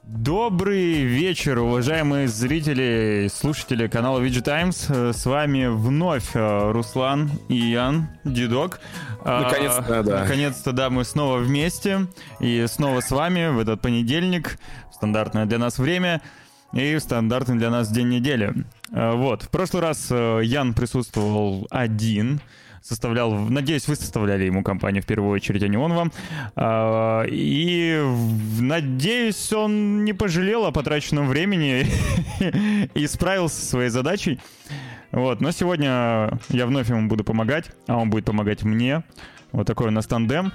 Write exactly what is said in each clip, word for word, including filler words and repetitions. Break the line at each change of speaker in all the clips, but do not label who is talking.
Добрый вечер, уважаемые зрители и слушатели канала ви джи Times. С вами вновь Руслан и Ян, Дедок.
Наконец-то, да.
Наконец-то, да, мы снова вместе и снова с вами в этот понедельник, стандартное для нас время и стандартный для нас день недели. Вот, в прошлый раз Ян присутствовал один, составлял, надеюсь, вы составляли ему компанию в первую очередь, а не он вам. И надеюсь, он не пожалел о потраченном времени и справился со своей задачей. Вот, но сегодня я вновь ему буду помогать, а он будет помогать мне. Вот такой у нас тандем.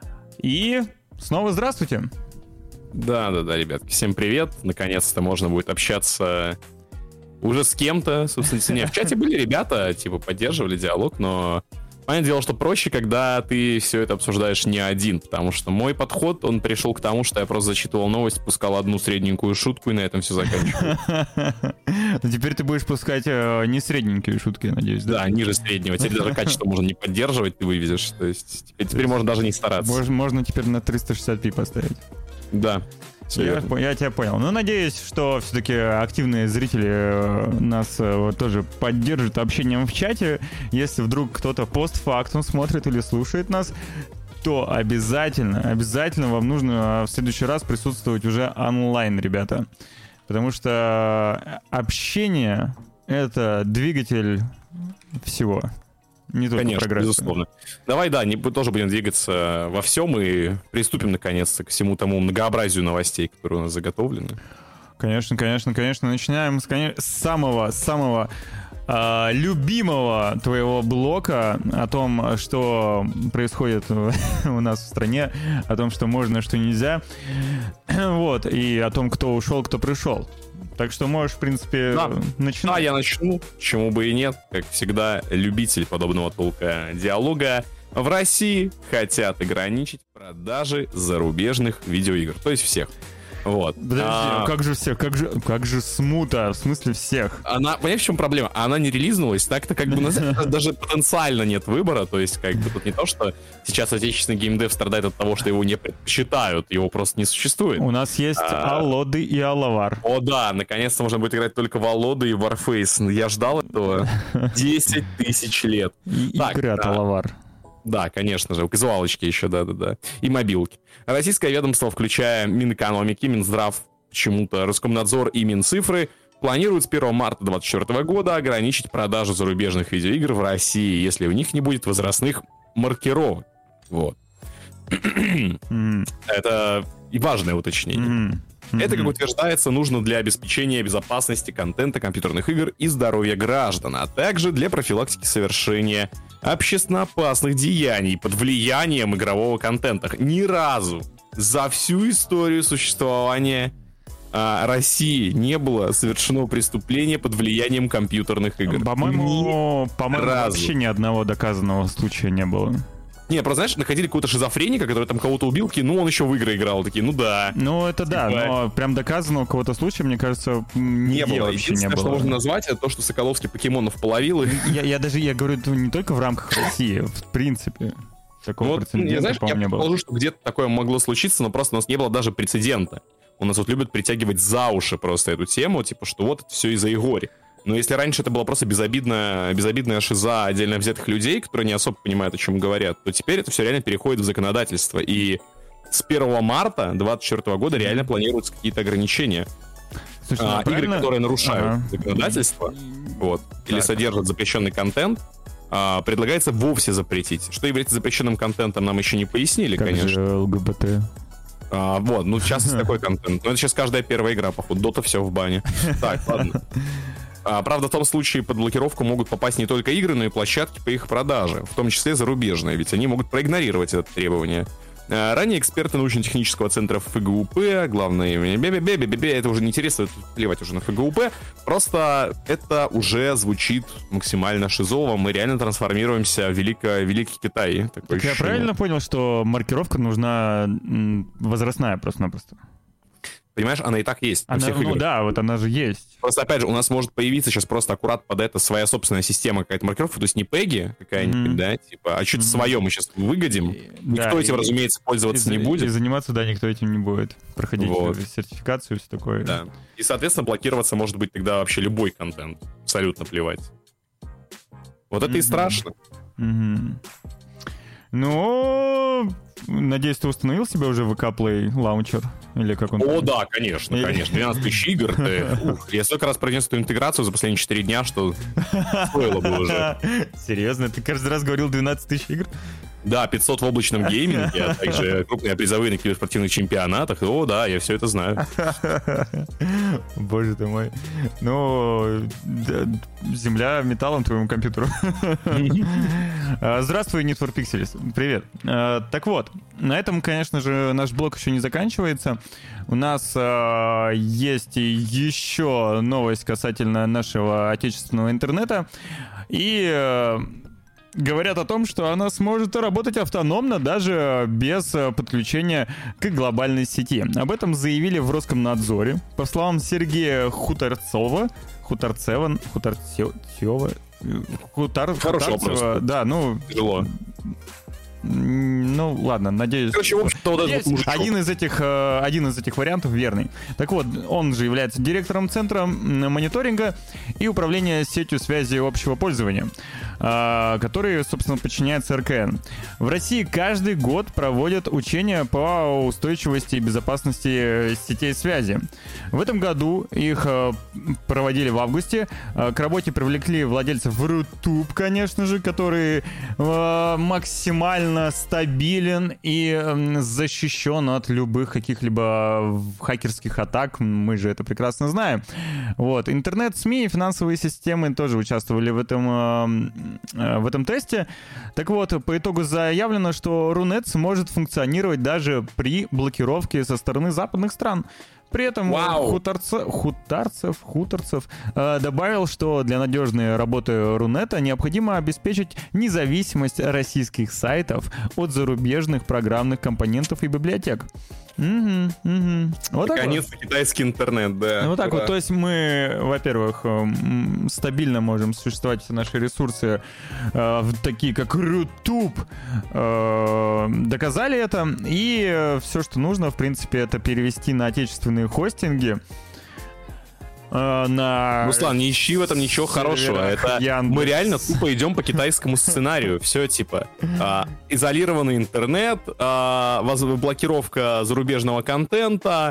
И снова здравствуйте.
Да-да-да, ребятки, всем привет. Наконец-то можно будет общаться уже с кем-то. Собственно, в чате были ребята, типа, поддерживали диалог, но понятное дело, что проще, когда ты все это обсуждаешь не один, потому что мой подход, он пришел к тому, что я просто зачитывал новость, пускал одну средненькую шутку, и на этом все заканчивается.
Теперь ты будешь пускать не средненькие шутки, я надеюсь, да?
Да, ниже среднего. Теперь даже качество можно не поддерживать, ты вывезешь. То есть теперь можно даже не стараться.
Можно теперь на триста шестьдесят пи поставить.
Да.
Я, я тебя понял. Ну, надеюсь, что все-таки активные зрители нас тоже поддержат общением в чате. Если вдруг кто-то постфактум смотрит или слушает нас, то обязательно, обязательно вам нужно в следующий раз присутствовать уже онлайн, ребята. Потому что общение — это двигатель всего. Не только
Конечно,
прогресса.
Безусловно. Давай, да, не, тоже будем двигаться во всем и приступим, наконец-то, к всему тому многообразию новостей, которые у нас заготовлены.
Конечно, конечно, конечно. Начинаем с, с самого, самого э, любимого твоего блока о том, что происходит у нас в стране, о том, что можно, что нельзя. Вот, и о том, кто ушел, кто пришел. Так что можешь, в принципе,
да.
начинать.
Да, я начну. Чему бы и нет. Как всегда, любитель подобного толка диалога. В России хотят ограничить продажи зарубежных видеоигр. То есть всех. Вот.
Подожди, а... как же всех? Как же, как же смута? В смысле всех?
Она, понимаешь, в чем проблема? Она не релизнулась, так-то как бы даже потенциально нет выбора. То есть как бы тут не то, что сейчас отечественный геймдев страдает от того, что его не предпочитают, его просто не существует.
У нас есть а... Аллоды и Аллавар.
О да, наконец-то можно будет играть только в Аллоды и Warface. Я ждал этого десять тысяч лет.
И игры от Аллавар.
Да, конечно же, казуалочки еще, да-да-да. И мобилки. Российское ведомство, включая Минэкономики, Минздрав, почему-то Роскомнадзор и Минцифры, планируют с первого марта двадцать четвёртого года ограничить продажу зарубежных видеоигр в России, если у них не будет возрастных маркировок. Вот. Это и важное уточнение. Это, как утверждается, нужно для обеспечения безопасности контента компьютерных игр и здоровья граждан, а также для профилактики совершения общественно опасных деяний под влиянием игрового контента. Ни разу за всю историю существования а, России не было совершено преступление под влиянием компьютерных игр.
По-моему, ни по-моему вообще ни одного доказанного случая не было.
Не, просто, знаешь, находили какого-то шизофреника, который там кого-то убил, такие, ну, он еще в игры играл, такие, ну да.
Ну, это да, типа... но прям доказанного какого-то случая, мне кажется,
не было.
Вообще не было.
Что можно назвать, это то, что Соколовский покемонов половил.
Я, я даже, я говорю, не только в рамках России, в принципе. Такого
вот,
прецедента,
я, знаешь, я
не было.
предположу, что где-то такое могло случиться, но просто у нас не было даже прецедента. У нас вот любят притягивать за уши просто эту тему, типа, что вот это все из-за Игори. Но если раньше это была просто безобидная, безобидная шиза отдельно взятых людей, которые не особо понимают, о чем говорят, то теперь это все реально переходит в законодательство. И с первого марта двадцать четвёртого года реально планируются какие-то ограничения. Слушай, а, игры, которые нарушают ага. законодательство, вот, или содержат запрещенный контент, а, предлагается вовсе запретить. Что является запрещенным контентом, нам еще не пояснили,
как
конечно.
Же ЛГБТ.
А, вот, ну сейчас есть такой контент. Но это сейчас каждая первая игра, походу. Дота все в бане. Так, ладно. А, правда, в том случае под блокировку могут попасть не только игры, но и площадки по их продаже, в том числе зарубежные, ведь они могут проигнорировать это требование. А, ранее эксперты научно-технического центра эф гэ у пэ, главное, бе-бе-бе-бе-бе, это уже не интересно, плевать уже на эф гэ у пэ, просто это уже звучит максимально шизово, мы реально трансформируемся в велико, великий Китай.
Так я правильно понял, что маркировка нужна возрастная просто-напросто?
понимаешь, она и так есть
она,
во всех
ну
играх.
да, вот она же есть.
Просто, опять же, у нас может появиться сейчас просто аккурат под это своя собственная система, какая-то маркировка, то есть не пеги какая-нибудь, mm-hmm. да, типа, а что-то mm-hmm. свое мы сейчас выгодим. И, никто да, этим, и, разумеется, пользоваться
и,
не будет.
И заниматься, да, никто этим не будет. Проходить вот. Сертификацию и все такое.
Да. И, соответственно, блокироваться может быть тогда вообще любой контент. Абсолютно плевать. Вот это mm-hmm. и страшно.
Mm-hmm. Ну, надеюсь, ты установил себе уже ви кей Play Launcher? Или как он?
О, там? Да, конечно, Или... конечно. двенадцать тысяч игр. Ты... Ух, я столько раз пронес эту интеграцию за последние четыре дня, что стоило бы уже.
Серьезно? Ты каждый раз говорил двенадцать тысяч игр?
Да, пятьсот в облачном гейминге, а также крупные призовые на киберспортивных чемпионатах. О, да, я все это знаю.
Боже ты мой. Ну, земля металлом твоему компьютеру. Здравствуй, Need for Pixels. Привет. Так вот, на этом, конечно же, наш блог еще не заканчивается. У нас э, есть еще новость касательно нашего отечественного интернета. И... Э, говорят о том, что она сможет работать автономно даже без подключения к глобальной сети. Об этом заявили в Роскомнадзоре. По словам Сергея Хуторцова, Хуторцева, Хуторцева, Хутар, Хуторцева, да, ну...
Тяжело.
Ну, ладно, надеюсь...
Короче, в общем-то, вот этот вот
один из этих, один из этих вариантов верный. Так вот, он же является директором Центра мониторинга и управления сетью связи общего пользования, который, собственно, подчиняется эр ка эн. В России каждый год проводят учения по устойчивости и безопасности сетей связи. В этом году их проводили в августе. К работе привлекли владельцев Рутуб, конечно же, который максимально стабилен и защищен от любых каких-либо хакерских атак. Мы же это прекрасно знаем. Вот. Интернет-СМИ и финансовые системы тоже участвовали в этом, в этом тесте. Так вот, по итогу заявлено, что Рунет сможет функционировать даже при блокировке со стороны западных стран. При этом Хуторцев, Хуторцев, Хуторцев э, добавил, что для надежной работы Рунета необходимо обеспечить независимость российских сайтов от зарубежных программных компонентов и библиотек. Угу, угу. Вот
Наконец-то вот. Китайский интернет, да.
Вот так Ура. Вот, то есть мы, во-первых, стабильно можем существовать все наши ресурсы, э, такие как Рутуб, э, доказали это, и все, что нужно, в принципе, это перевести на отечественные хостинги. На...
Руслан, не ищи в этом ничего хорошего. Это
Яндекс.
Мы реально тупо идем по китайскому сценарию. Все типа а, изолированный интернет, а, блокировка зарубежного контента,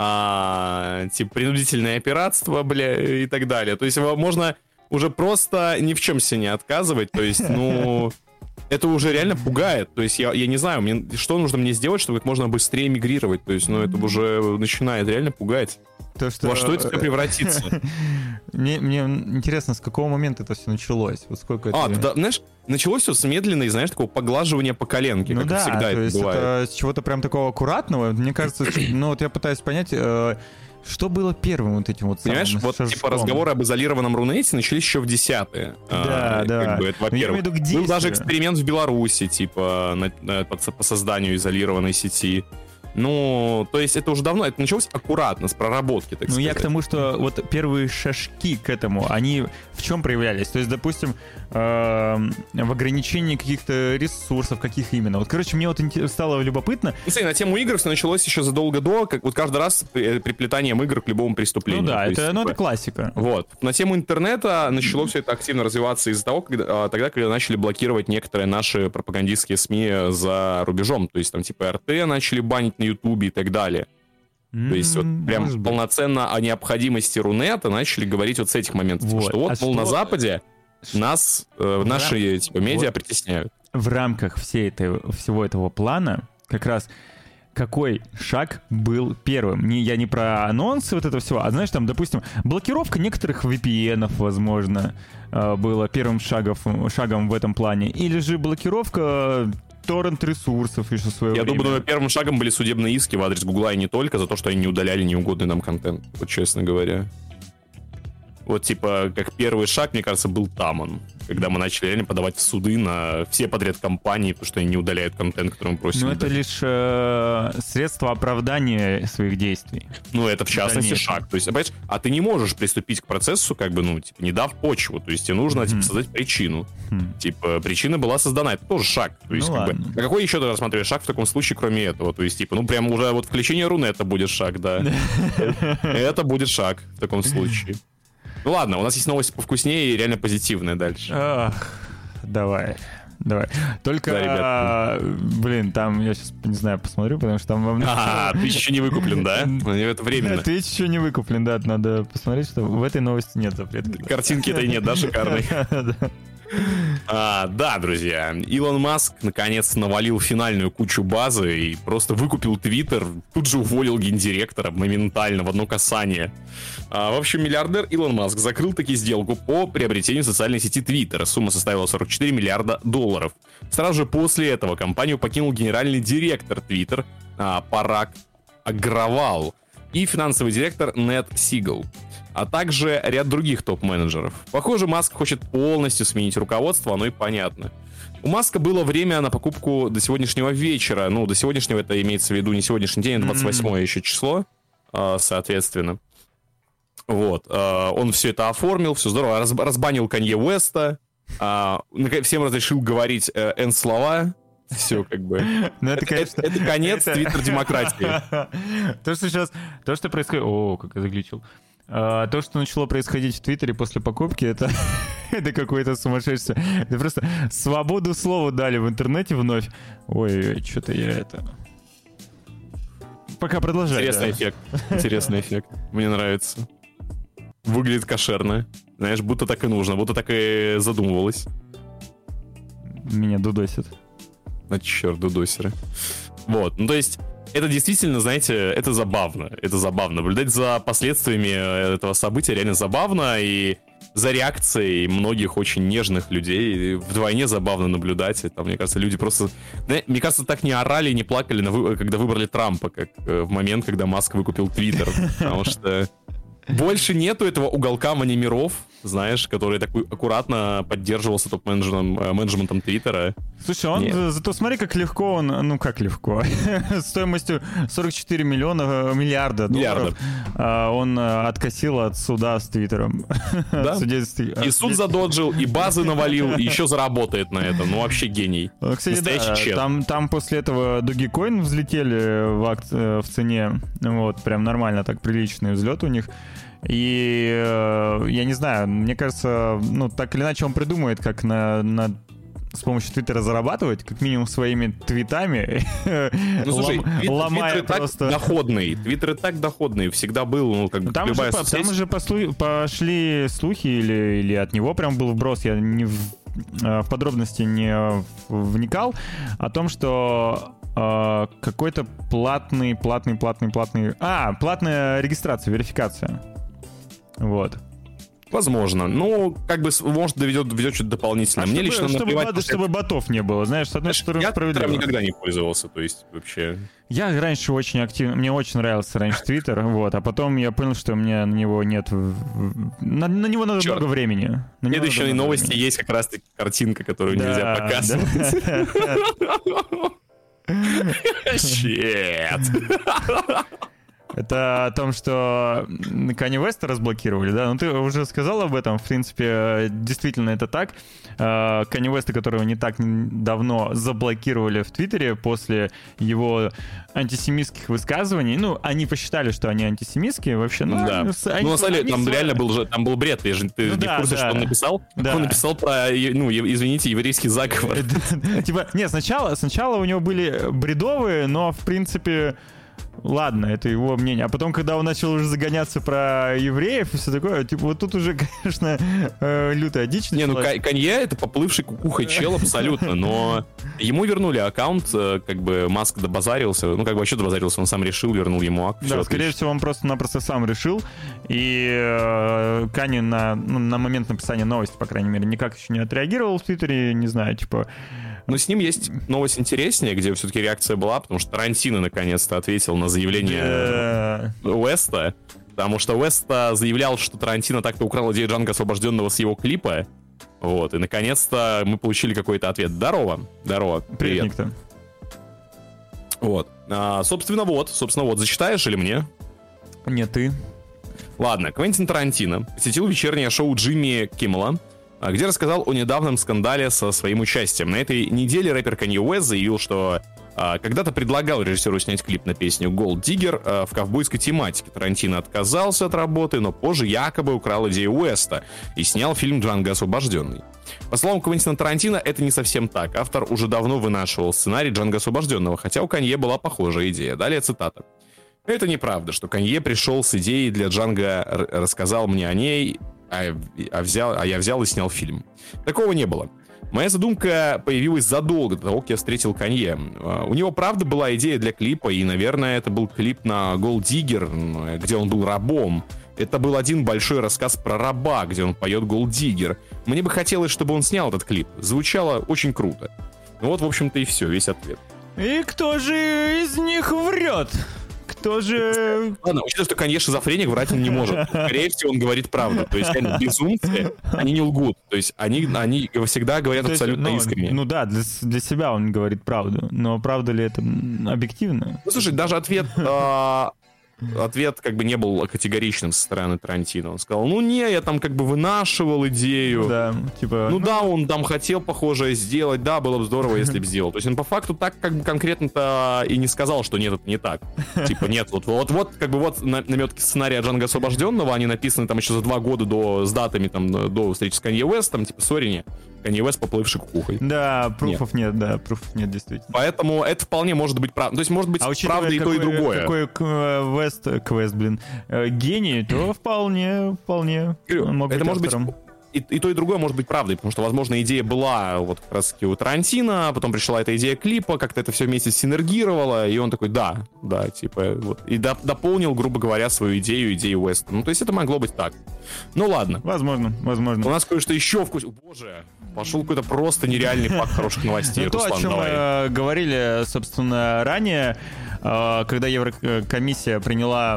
а, типа принудительное пиратство, бля, и так далее. То есть можно уже просто ни в чем себе не отказывать. То есть, ну... Это уже реально пугает. То есть я, я не знаю, мне, что нужно мне сделать, чтобы как можно быстрее мигрировать. То есть, ну, это уже начинает реально пугать.
То, что...
Во что это превратится?
Мне, мне интересно, с какого момента это все началось? Вот сколько
а,
это...
да, знаешь, началось все с медленной, знаешь, такого поглаживания по коленке,
ну
как
да,
всегда
то
это
есть
бывает.
Это с чего-то прям такого аккуратного. Мне кажется, ну вот я пытаюсь понять... Что было первым вот этим вот самым
Понимаешь, вот
шажком?
типа разговоры об изолированном Рунете начались еще в десятые.
Да,
а,
да.
Как бы, это, во-первых. Был даже эксперимент в Беларуси, типа, на, на, по, по созданию изолированной сети. Ну, то есть это уже давно, это началось аккуратно, с проработки, так
ну,
сказать.
Ну, я к тому, что вот первые шажки к этому, они в чем проявлялись? То есть, допустим, э, в ограничении каких-то ресурсов, каких именно? Вот, короче, мне вот стало любопытно.
Ну, смотри, на тему игр все началось еще задолго до, как вот каждый раз приплетанием игр к любому преступлению.
Ну да, это,
есть,
ну,
типа,
это классика.
Вот. На тему интернета начало все это активно развиваться из-за того, когда, тогда, когда начали блокировать некоторые наши пропагандистские СМИ за рубежом. То есть там типа эр тэ начали банить на Ютубе и так далее. Mm-hmm, то есть вот прям может полноценно быть. О необходимости Рунета начали говорить вот с этих моментов. Вот. Что вот, а мол, что... на Западе нас, э, наши рам... типа, медиа вот притесняют.
В рамках всей этой, всего этого плана как раз какой шаг был первым? Не, я не про анонсы вот этого всего, а знаешь, там, допустим, блокировка некоторых ви пи эн-ов, возможно, было первым шагом, шагом в этом плане. Или же блокировка торрент-ресурсов еще в свое
Я
время.
думаю, первым шагом были судебные иски в адрес Гугла и не только за то, что они не удаляли неугодный нам контент, вот честно говоря. Вот, типа, как первый шаг, мне кажется, был там он. когда мы начали реально подавать в суды на все подряд компании, потому что они не удаляют контент, который мы просим.
Ну, это лишь э, средство оправдания своих действий.
Ну, это в частности
да,
шаг. То есть, понимаешь, а ты не можешь приступить к процессу, как бы, ну, типа, не дав почву. То есть, тебе нужно, mm-hmm. типа, создать причину. Mm-hmm. Типа, причина была создана. Это тоже шаг. То есть, ну, как ладно. бы, а какой еще ты рассматриваешь шаг в таком случае, кроме этого? То есть, типа, ну, прям уже вот включение руны это будет шаг, да. Это будет шаг в таком случае. Ну ладно, у нас есть новость повкуснее и реально позитивная дальше.
Ах, давай, давай. Только,
да,
а, блин, там, я сейчас, не знаю, посмотрю, потому что там...
А, ты еще не выкуплен, да? Это временно.
Ты еще не выкуплен, да, надо посмотреть, что в этой новости нет запрета.
Картинки-то нет, да, шикарной? А, да, друзья, Илон Маск наконец навалил финальную кучу базы и просто выкупил Твиттер, тут же уволил гендиректора моментально в одно касание. А, в общем, миллиардер Илон Маск закрыл таки сделку по приобретению социальной сети Твиттер. Сумма составила сорок четыре миллиарда долларов. Сразу же после этого компанию покинул генеральный директор Твиттер а, Параг Агравал и финансовый директор Нед Сигал, а также ряд других топ-менеджеров. Похоже, Маск хочет полностью сменить руководство, оно и понятно. У Маска было время на покупку до сегодняшнего вечера. Ну, до сегодняшнего это имеется в виду не сегодняшний день, а двадцать восьмое еще число, соответственно. Вот. Он все это оформил, все здорово. Разбанил Канье Уэста, всем разрешил говорить N-слова. Все, как бы.
Ну, это, конечно...
это, это конец твиттер-демократии.
То, что сейчас... То, что происходит... О, как я заглючил. А, то, что начало происходить в Твиттере после покупки, это, это какое-то сумасшествие. Это просто свободу слова дали в интернете вновь. Ой, что-то я это... Пока продолжай.
Интересный да. эффект. Интересный эффект. Мне нравится. Выглядит кошерно. Знаешь, будто так и нужно, будто так и задумывалось.
Меня дудосит.
А черт, дудосеры. Вот, ну то есть... Это действительно, знаете, это забавно. Это забавно. Наблюдать за последствиями этого события реально забавно. И за реакцией многих очень нежных людей вдвойне забавно наблюдать. Там, мне кажется, люди просто... Мне кажется, так не орали и не плакали, на вы... когда выбрали Трампа, как в момент, когда Маск выкупил Твиттер. Потому что больше нету этого уголка мани-миров, знаешь, который такой аккуратно поддерживался топ-менеджментом менеджментом Твиттера.
Слушай, он Нет. зато смотри, как легко он, ну как легко, стоимостью сорок четыре миллиона, миллиарда долларов Миллиардов. он откосил от суда с Твиттером.
Да? И суд задоджил, и базы навалил, и еще заработает на этом. Ну вообще гений.
Кстати, да, там, там после этого Dogecoin взлетели в, акции, в цене, вот, прям нормально, так приличный взлет у них. И э, я не знаю, мне кажется, ну, так или иначе он придумает, как на, на, с помощью Твиттера зарабатывать, как минимум своими твитами,
ну, слушай,
лом,
твит,
ломая
Твиттер
просто...
так доходный, Твиттер и так доходный, всегда был, ну, как бы,
там
любая
же,
соцсеть...
Там же послу... пошли слухи, или, или от него прям был вброс, я не в, в подробности не вникал, о том, что э, какой-то платный, платный, платный, платный... А, платная регистрация, верификация. Вот.
Возможно. Ну, как бы, может, доведет, доведет что-то дополнительное.
А
Мне
чтобы,
лично
чтобы,
наплевать...
бот, чтобы ботов не было, знаешь, с одной стороны,
я
справедливо.
Я никогда не пользовался, то есть, вообще...
Я раньше очень активно... Мне очень нравился раньше Твиттер, вот, а потом я понял, что у меня на него нет... На, на него надо Черт. много времени.
В следующей новости времени. Есть как раз-таки картинка, которую да, нельзя показывать. Щет!
Это о том, что Канье Уэста разблокировали, да? Ну, ты уже сказал об этом, в принципе, действительно это так. Канье Уэста, которого не так давно заблокировали в Твиттере после его антисемитских высказываний. Ну, они посчитали, что они антисемитские вообще. Ну,
да.
они,
ну на самом деле, там
свои...
реально был, там был бред. Ты же ты ну, не да, в курсе, да. что он написал? Да. Он написал про, ну, извините, еврейский заговор.
Типа, нет, сначала, сначала у него были бредовые, но, в принципе... Ладно, это его мнение. А потом, когда он начал уже загоняться про евреев и все такое, типа, вот тут уже, конечно, э, лютая дичь.
Не, ну Канье — это поплывший кукухой чел абсолютно, но ему вернули аккаунт, как бы Маск добазарился, ну, как бы вообще добазарился, он сам решил, вернул ему аккаунт.
Да, скорее всего, он просто-напросто сам решил, и э, Канье на, ну, на момент написания новости, по крайней мере, никак еще не отреагировал в Твиттере, не знаю, типа...
Но с ним есть новость интереснее, где все-таки реакция была, потому что Тарантино наконец-то ответил на заявление Уэста, потому что Уэст заявлял, что Тарантино так-то украл идею Джанго Освобожденного с его клипа. Вот, и наконец-то мы получили какой-то ответ. Здорово, здорово, привет.
Никто.
Вот, а, собственно, вот, собственно, вот, зачитаешь или мне?
Нет, ты.
Ладно, Квентин Тарантино посетил вечернее шоу Джимми Киммела, где рассказал о недавнем скандале со своим участием. На этой неделе рэпер Канье Уэст заявил, что а, когда-то предлагал режиссеру снять клип на песню Gold Digger а, в ковбойской тематике. Тарантино отказался от работы, но позже якобы украл идею Уэста и снял фильм «Джанго освобожденный». По словам Квентина Тарантино, это не совсем так. Автор уже давно вынашивал сценарий «Джанго освобожденного», хотя у Канье была похожая идея. Далее цитата. «Это неправда, что Канье пришел с идеей для Джанго, рассказал мне о ней, а, а, взял, а я взял и снял фильм. Такого не было. Моя задумка появилась задолго до того, как я встретил Канье. У него, правда, была идея для клипа, и, наверное, это был клип на Gold Digger, где он был рабом. Это был один большой рассказ про раба, где он поет Gold Digger. Мне бы хотелось, чтобы он снял этот клип. Звучало очень круто». Ну вот, в общем-то, и все, весь ответ.
И кто же из них врет? Кто же...
Ладно, учитывая, что Канье шизофреник, врать он не может. Скорее всего, он говорит правду. То есть, они безумцы, они не лгут. То есть, они, они всегда говорят
есть,
абсолютно
ну,
искренне.
Ну да, для, для себя он говорит правду. Но правда ли это объективно?
Ну, слушай, даже ответ... Э, ответ как бы не был категоричным со стороны Тарантино. Он сказал, ну не, я там как бы вынашивал идею.
Да, типа...
Ну да, он там хотел похожее сделать, да, было бы здорово, если бы сделал. То есть он по факту так как бы конкретно-то и не сказал, что нет, это не так. Типа нет, вот, вот, вот как бы вот наметки сценария Джанго освобожденного, они написаны там еще за два года до, с датами там до встречи с Канье Уэстом, типа, сори, не. Канье Уэст, поплывший кукухой.
Да, пруфов нет. нет, да, пруфов нет, действительно.
Поэтому это вполне может быть правда. То есть может быть а правда и то, и другое.
Какой Квест, Квест, блин, гений, то вполне, вполне.
Говорю, это может быть... И, и то, и другое может быть правдой, потому что, возможно, идея была вот как раз-таки у Тарантино, потом пришла эта идея клипа, как-то это все вместе синергировало, и он такой, да, да, типа, вот. И доп- дополнил, грубо говоря, свою идею, идею Уэста. Ну, то есть это могло быть так. Ну, ладно.
Возможно, возможно.
У нас кое-что еще вкус... Боже, пошел какой-то просто нереальный пак хороших новостей.
То, о чем мы говорили, собственно, ранее, когда Еврокомиссия приняла...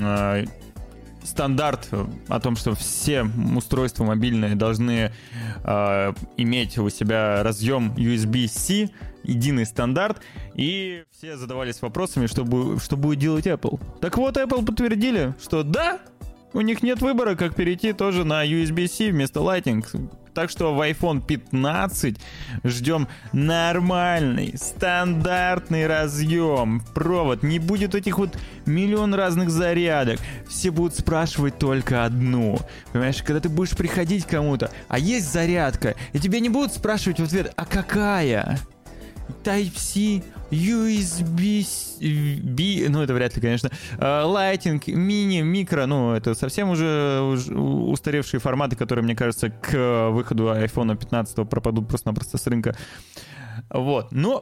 стандарт о том, что все устройства мобильные должны э, иметь у себя разъем ю эс би-C, единый стандарт, и все задавались вопросами, что, бу- что будет делать Apple. Так вот, Apple подтвердили, что да, у них нет выбора, как перейти тоже на ю эс би-C вместо Lightning. Так что в айфон пятнадцать ждем нормальный, стандартный разъем, провод. Не будет этих вот миллион разных зарядок. Все будут спрашивать только одну. Понимаешь, когда ты будешь приходить к кому-то, а есть зарядка, и тебе не будут спрашивать в ответ, а какая? Type-C, ю эс би, ну это вряд ли, конечно, Lightning, мини, микро, ну это совсем уже устаревшие форматы, которые, мне кажется, к выходу айфон пятнадцать пропадут просто-напросто с рынка. Вот, но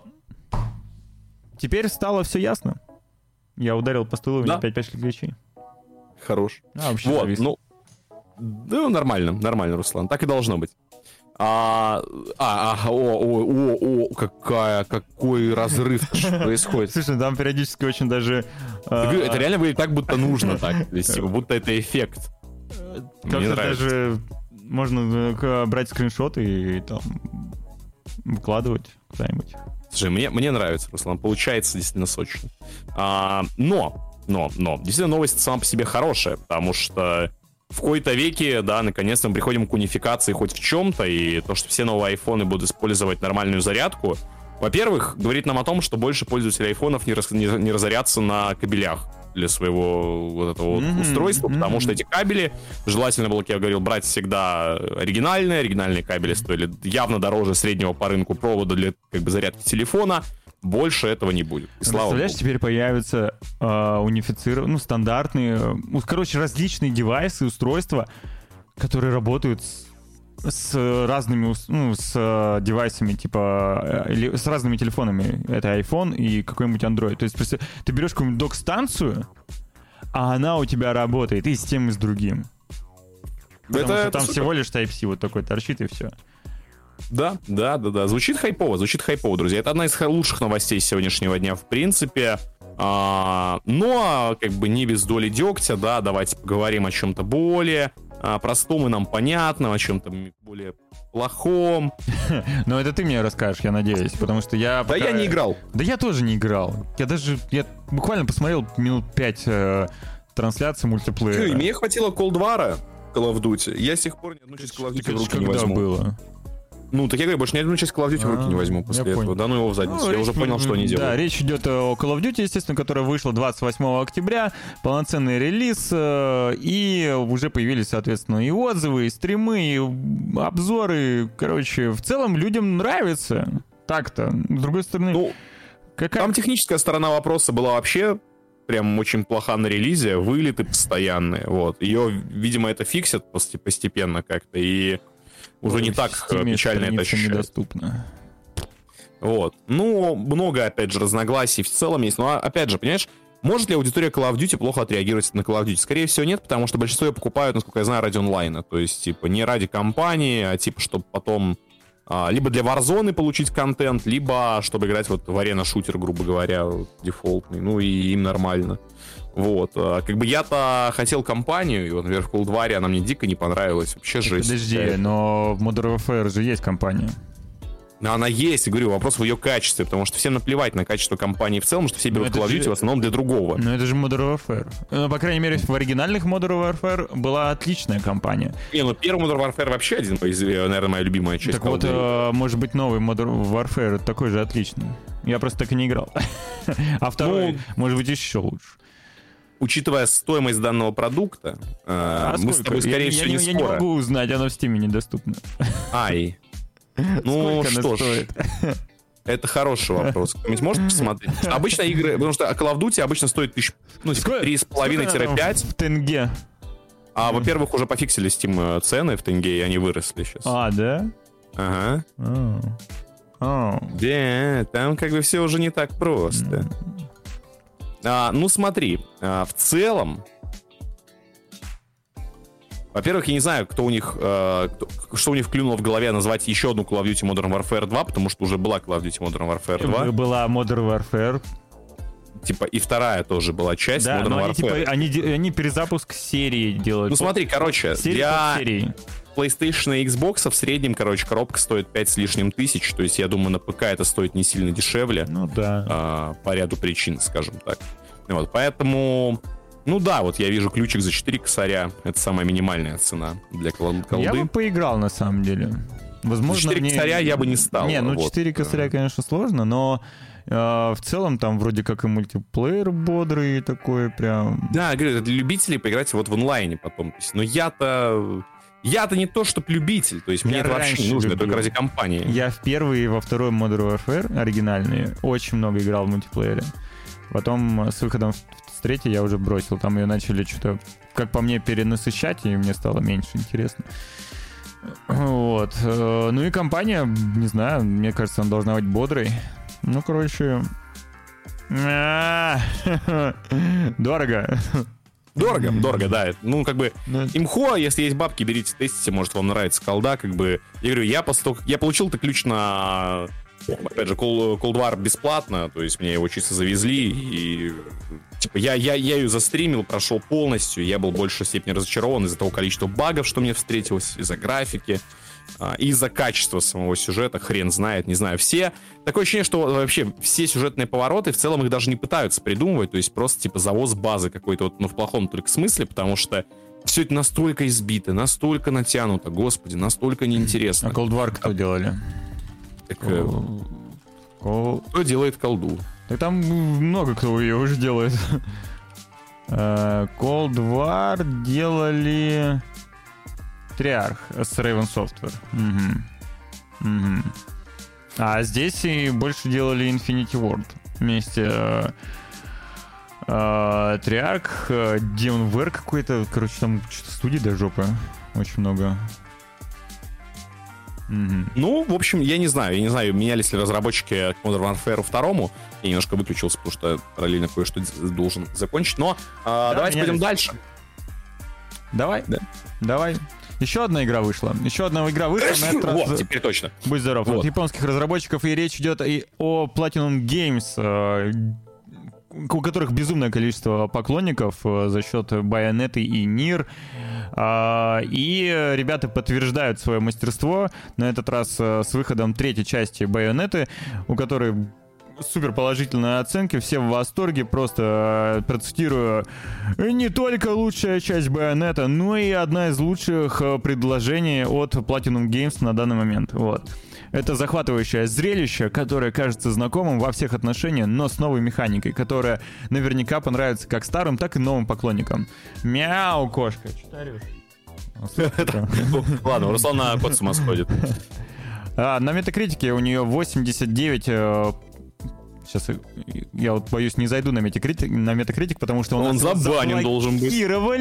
теперь стало все ясно. Я ударил по столу, у меня опять пошли ключи.
Хорош.
А, вообще
вот,
завис.
ну, ну, нормально, нормально, Руслан, так и должно быть. А, а, а, о, о, о, о, какая, какой разрыв происходит.
Слушай, там периодически очень даже...
Это а... реально выглядит так, будто нужно так, то есть, типа, будто это эффект.
Как-то даже можно брать скриншоты и там выкладывать куда-нибудь.
Слушай, мне, мне нравится, Руслан, получается действительно сочно. А, но, но, но, действительно новость сама по себе хорошая, потому что в кои-то веке, да, наконец-то мы приходим к унификации хоть в чем-то, и то, что все новые айфоны будут использовать нормальную зарядку, во-первых, говорит нам о том, что больше пользователей айфонов не, раз, не, не разорятся на кабелях для своего вот этого mm-hmm, устройства, mm-hmm. потому что эти кабели, желательно было, как я говорил, брать всегда оригинальные, оригинальные кабели стоили явно дороже среднего по рынку провода для как бы зарядки телефона. Больше этого не будет. И слава
Представляешь,
Богу.
Теперь появятся э, унифицированные, ну, стандартные, э, короче, различные девайсы, устройства, которые работают с, с разными, ну, с э, девайсами, типа, э, или с разными телефонами. Это iPhone и какой-нибудь Android. То есть, ты берешь какую-нибудь док-станцию, а она у тебя работает и с тем, и с другим. Потому
это,
что
это
там
супер.
всего лишь Type-C вот такой торчит, и все.
Да, да, да, да. Звучит хайпово, звучит хайпово, друзья. Это одна из лучших новостей сегодняшнего дня, в принципе. А, но, как бы, не без доли дегтя, да, давайте поговорим о чем-то более о простом и нам понятном, о чем-то более плохом.
Ну, это ты мне расскажешь, я надеюсь, потому что я...
Да я не играл.
Да я тоже не играл. Я даже... Я буквально посмотрел минут пять э, трансляции мультиплеера.
Мне хватило Cold War, Call of Duty. Я с тех пор ни одну часть Call of Duty в руки не возьму.
Было?
Ну, так я говорю, больше ни одну часть Call of Duty в руки не возьму после этого. Понял. Да ну его в задницу. Ну, я речь, уже понял, что они делают.
Да, речь идет о Call of Duty, естественно, которая вышла двадцать восьмого октября. Полноценный релиз. И уже появились, соответственно, и отзывы, и стримы, и обзоры. Короче, в целом людям нравится. Так-то. С другой стороны...
Ну, какая... Там техническая сторона вопроса была вообще прям очень плоха на релизе. Вылеты постоянные. Вот. Ее, видимо, это фиксят постепенно как-то. И... Уже не так печально это ощущается.
Недоступно.
Вот. Ну, много, опять же, разногласий в целом есть. Но, опять же, понимаешь, может ли аудитория Call of Duty плохо отреагировать на Call of Duty? Скорее всего, нет, потому что большинство ее покупают, насколько я знаю, ради онлайна. То есть, типа, не ради кампании, а типа, чтобы потом а, либо для Warzone получить контент, либо чтобы играть вот в арена-шутер, грубо говоря, вот, дефолтный. Ну, и им нормально. Вот, как бы я-то хотел компанию, и вот, например, в Cold War она мне дико не понравилась, вообще жесть.
Подожди, но в Modern Warfare же есть компания.
Но она есть, говорю, вопрос в ее качестве, потому что всем наплевать на качество компании в целом, что все берут Call of Duty же... в основном для другого.
Ну это же Modern Warfare. Ну, по крайней мере, в оригинальных Modern Warfare была отличная компания.
Не, ну первый Modern Warfare вообще один, наверное, моя любимая часть.
Так вот, э, может быть, новый Modern Warfare такой же отличный. Я просто так и не играл. А второй, ну... может быть, еще лучше.
Учитывая стоимость данного продукта, а мы сколько? с тобой, скорее
я,
всего,
я,
не
я
скоро.
Я не могу узнать, оно в Steam недоступно.
Ай. Ну, что ж. Это хороший вопрос. Кто-нибудь может посмотреть? Обычно игры... Потому что Call of Duty обычно стоит тысяч... Ну, типа, три с половиной - пять.
В тенге.
А, во-первых, уже пофиксили Steam цены в тенге, и они выросли сейчас.
А, да?
Ага.
Oh. Oh.
Да, там как бы все уже не так просто. А, ну, смотри, а, в целом, во-первых, я не знаю, кто у них, а, кто, что у них вклюнуло в голове назвать еще одну Call of Duty Modern Warfare два, потому что уже была Call of Duty Modern Warfare два.
Была Modern Warfare.
Типа и вторая тоже была часть
да,
Modern
но
Warfare.
Они, типа, они, они перезапуск серии делают.
Ну смотри, короче,
серии
для PlayStation и Xbox в среднем, короче, коробка стоит пять с лишним тысяч. То есть, я думаю, на ПК это стоит не сильно дешевле.
Ну да.
А, по ряду причин, скажем так. Вот, поэтому, ну да, вот я вижу ключик за четыре косаря. Это самая минимальная цена для колды.
Я бы поиграл, на самом деле. Возможно,
за четыре
мне...
косаря я бы не стал.
Не, ну вот. четыре косаря, конечно, сложно, но э, в целом там вроде как и мультиплеер бодрый такой прям.
Да, говорю, для любителей поиграть вот в онлайне потом. Но я-то... Я-то не то, чтоб любитель, то есть мне это вообще не нужно, только ради компании.
Я в первый и во второй Modern Warfare оригинальные очень много играл в мультиплеере. Потом с выходом в третий я уже бросил. Там ее начали что-то, как по мне, перенасыщать, и мне стало меньше интересно. Вот. Ну и компания, не знаю, мне кажется, она должна быть бодрой. Ну, короче... Дорого.
Дорого, дорого, да. Ну, как бы, имхо, если есть бабки, берите, тестите, может, вам нравится колда, как бы. Я говорю, я после того, я получил-то ключ на, опять же, Cold War бесплатно, то есть мне его чисто завезли, и, типа, я, я, я ее застримил, прошел полностью, я был в большей степени разочарован из-за того количества багов, что мне встретилось, из-за графики, из-за качества самого сюжета, хрен знает, не знаю, все. Такое ощущение, что вообще все сюжетные повороты в целом их даже не пытаются придумывать, то есть просто типа завоз базы какой-то, вот, ну в плохом только смысле, потому что все это настолько избито, настолько натянуто, господи, настолько неинтересно.
А Cold War кто делали?
Так, Cold... Кто делает колду?
Так там много кто ее уже делает. Cold War делали... Триарх с Raven Software. Угу. Угу. А здесь и больше делали Infinity Ward. Вместе э, э, Триарх, э, Demonware какой-то. Короче, там что-то студии до жопы. Очень много. Угу.
Ну, в общем, я не знаю. Я не знаю, менялись ли разработчики к Modern Warfare два. Я немножко выключился, потому что параллельно кое-что должен закончить. Но э, да, давайте пойдем дальше.
Давай. Да. Давай. Еще одна игра вышла. Еще одна игра вышла. На этот раз...
Вот, теперь точно.
Будь здоров. Вот. От японских разработчиков. И речь идет и о Platinum Games, у которых безумное количество поклонников за счет Bayonetta и Нир. И ребята подтверждают свое мастерство, на этот раз с выходом третьей части Bayonetta, у которой супер положительные оценки, все в восторге, просто процитирую: не только лучшая часть Bayonetta, но и одна из лучших предложений от Platinum Games на данный момент. Вот. Это захватывающее зрелище, которое кажется знакомым во всех отношениях, но с новой механикой, которая наверняка понравится как старым, так и новым поклонникам. Мяу, кошка. Что ты орешь?
Ладно, Руслан на кот с ума сходит.
На Метакритике у нее восемьдесят девять... Сейчас я вот боюсь, не зайду на Метакритик, на Метакритик, потому что он,
он забанен должен быть.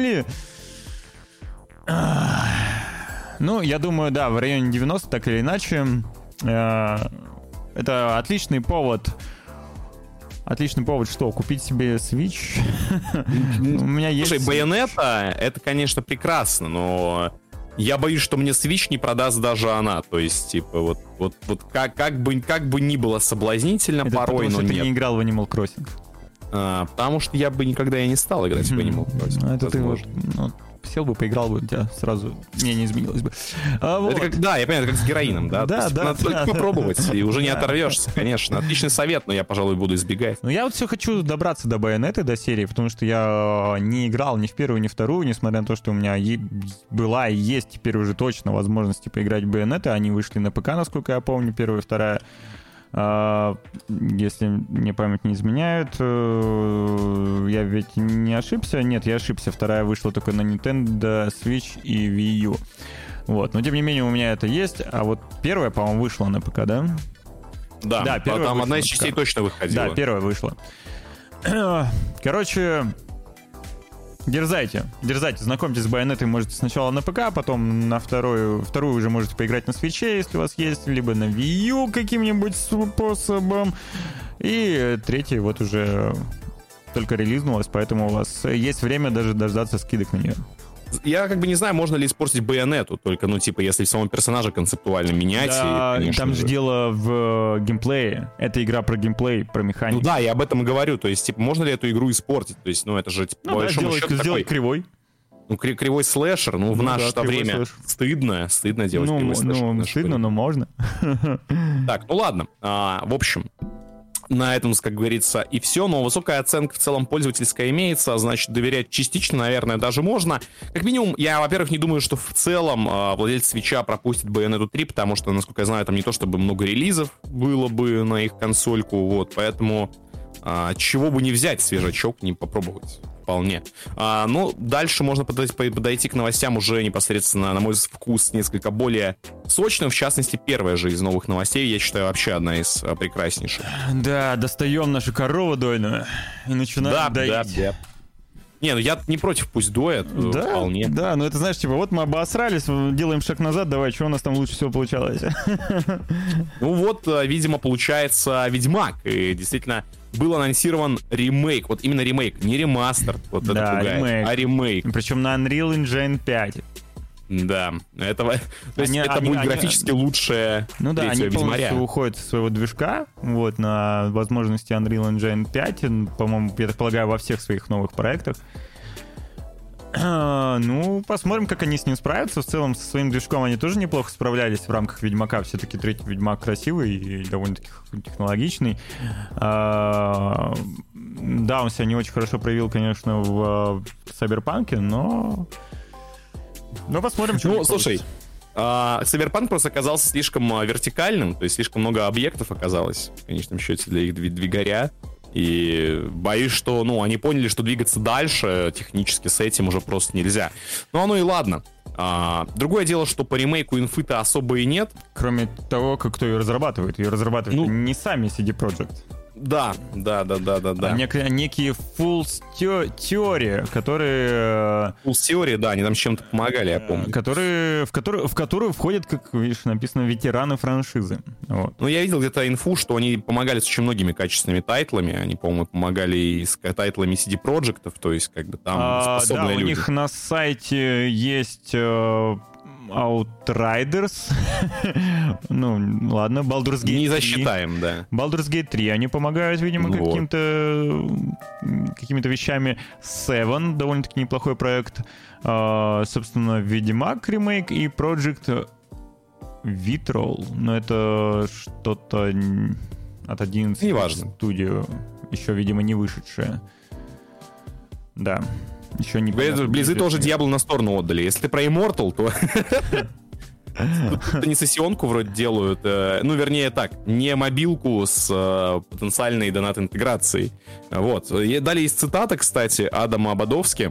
Ну, я думаю, да, в районе девяносто, так или иначе. Это отличный повод. Отличный повод, что? Купить себе Switch? У меня есть...
Слушай, Bayonetta, это, конечно, прекрасно, но... Я боюсь, что мне Switch не продаст даже она. То есть, типа, вот, вот, вот как, как, бы, как бы ни было соблазнительно
это
порой,
потому,
но
что
нет.
Ты не играл в Animal Crossing.
А, потому что я бы никогда и не стал играть в Animal Crossing.
Ну, это ты вот, ну, сел бы, поиграл бы, у тебя сразу мнение изменилось бы. А, вот.
Это как, да, я понимаю, это как с героином, да?
Да,
есть,
да.
Надо
да,
только
да,
попробовать,
да,
и уже
да,
не оторвешься, конечно. Отличный совет, но я, пожалуй, буду избегать.
Ну, я вот все хочу добраться до Bayonetta, до серии, потому что я не играл ни в первую, ни в вторую, несмотря на то, что у меня е- была и есть теперь уже точно возможности поиграть в Bayonetta. Они вышли на ПК, насколько я помню, первая и вторая. Uh, если мне память не изменяет, uh, я ведь не ошибся. Нет, я ошибся. Вторая вышла только на Nintendo Switch и Wii U. Вот. Но тем не менее у меня это есть. А вот первая, по-моему, вышла на ПК, да?
Да, да, там одна из частей точно выходила.
Да, первая вышла. Короче, дерзайте, дерзайте, знакомьтесь с Bayonetta, можете сначала на ПК, потом на вторую, вторую уже можете поиграть на Switch, если у вас есть, либо на Wii U каким-нибудь способом. И третья вот уже только релизнулась, поэтому у вас есть время даже дождаться скидок на нее.
Я как бы не знаю, можно ли испортить Bayonetta, только, ну, типа, если самого персонажа концептуально менять.
Да,
и,
там же дело в геймплее. Это игра про геймплей, про механику.
Ну да, я об этом и говорю. То есть, типа, можно ли эту игру испортить? То есть, ну, это же, типа,
ну,
по большому
да,
счету
сделать,
такой...
кривой.
Ну, кри- кривой слэшер, ну, в
ну,
наше
да,
время
слэшер.
стыдно, стыдно делать
ну,
кривой слэшер.
Ну, стыдно, но можно.
Так, ну ладно. А, в общем... На этом, как говорится, и все, но высокая оценка в целом пользовательская имеется, значит, доверять частично, наверное, даже можно. Как минимум, я, во-первых, не думаю, что в целом э, владелец Свитча пропустит Bayonetta три, потому что, насколько я знаю, там не то чтобы много релизов было бы на их консольку, вот, поэтому э, чего бы не взять, свежачок, не попробовать. Вполне. А, ну, дальше можно подойти, подойти к новостям уже непосредственно, на мой вкус, несколько более сочным. В частности, первая же из новых новостей, я считаю, вообще одна из а, прекраснейших.
Да, достаем нашу корову дойную и начинаем
да,
доить.
Да, да. Не, ну я не против, пусть доят,
да,
вполне.
Да, ну это знаешь, типа, вот мы обосрались, делаем шаг назад, давай, что у нас там лучше всего получалось?
Ну вот, видимо, получается Ведьмак, и действительно... Был анонсирован ремейк, вот именно ремейк, не ремастер, вот да, это пугает, ремейк. а ремейк.
Причем на Unreal Engine пять.
Да, это, то есть
они,
это
они,
будет
они,
графически лучшее.
Ну да, они
Ведьмаря.
полностью уходят из своего движка, вот, на возможности Unreal Engine пять, по-моему, я так полагаю, во всех своих новых проектах. Ну, посмотрим, как они с ним справятся. В целом, со своим движком они тоже неплохо справлялись в рамках Ведьмака. Все-таки третий Ведьмак красивый и довольно-таки технологичный. А, да, он себя не очень хорошо проявил, конечно, в Cyberpunk'е, но... Ну, посмотрим, что
Ну, слушай, Cyberpunk просто оказался слишком вертикальным, то есть слишком много объектов оказалось, в конечном счете, для их двигаря. И боюсь, что, ну, они поняли, что двигаться дальше технически с этим уже просто нельзя. Ну, оно и ладно. А, другое дело, что по ремейку инфы-то особо и нет.
Кроме того, как кто ее разрабатывает. Ее разрабатывают ну, не сами си ди Projekt.
Да, да, да, да, да, да.
А нек- некие Fools Theory, которые...
Fools Theory, да, они там чем-то помогали, я помню.
Которые, в, которую, в которую входят, как видишь, написано, ветераны франшизы. Вот.
Ну, я видел где-то инфу, что они помогали с очень многими качественными тайтлами. Они, по-моему, помогали и с тайтлами си ди Projekt, то есть, как бы там
а,
способные
да,
люди.
у них на сайте есть... Outriders. Ну, ладно, Baldur's Gate
Не засчитаем, да.
Baldur's Gate три, они помогают, видимо,
Вот.
каким-то какими-то вещами. Seven, довольно-таки неплохой проект. А, собственно, Ведьмак ремейк и Project Vitrol. Но это что-то от одиннадцати
Неважно.
студию. Еще, видимо, не вышедшее. Да. Еще не
Близы тоже Диабло на сторону отдали. Если ты про Immortal, то... Это не сессионку вроде делают. Ну, вернее так, не мобилку с потенциальной донат-интеграцией. Вот. Далее есть цитата, кстати, Адама Абадовски,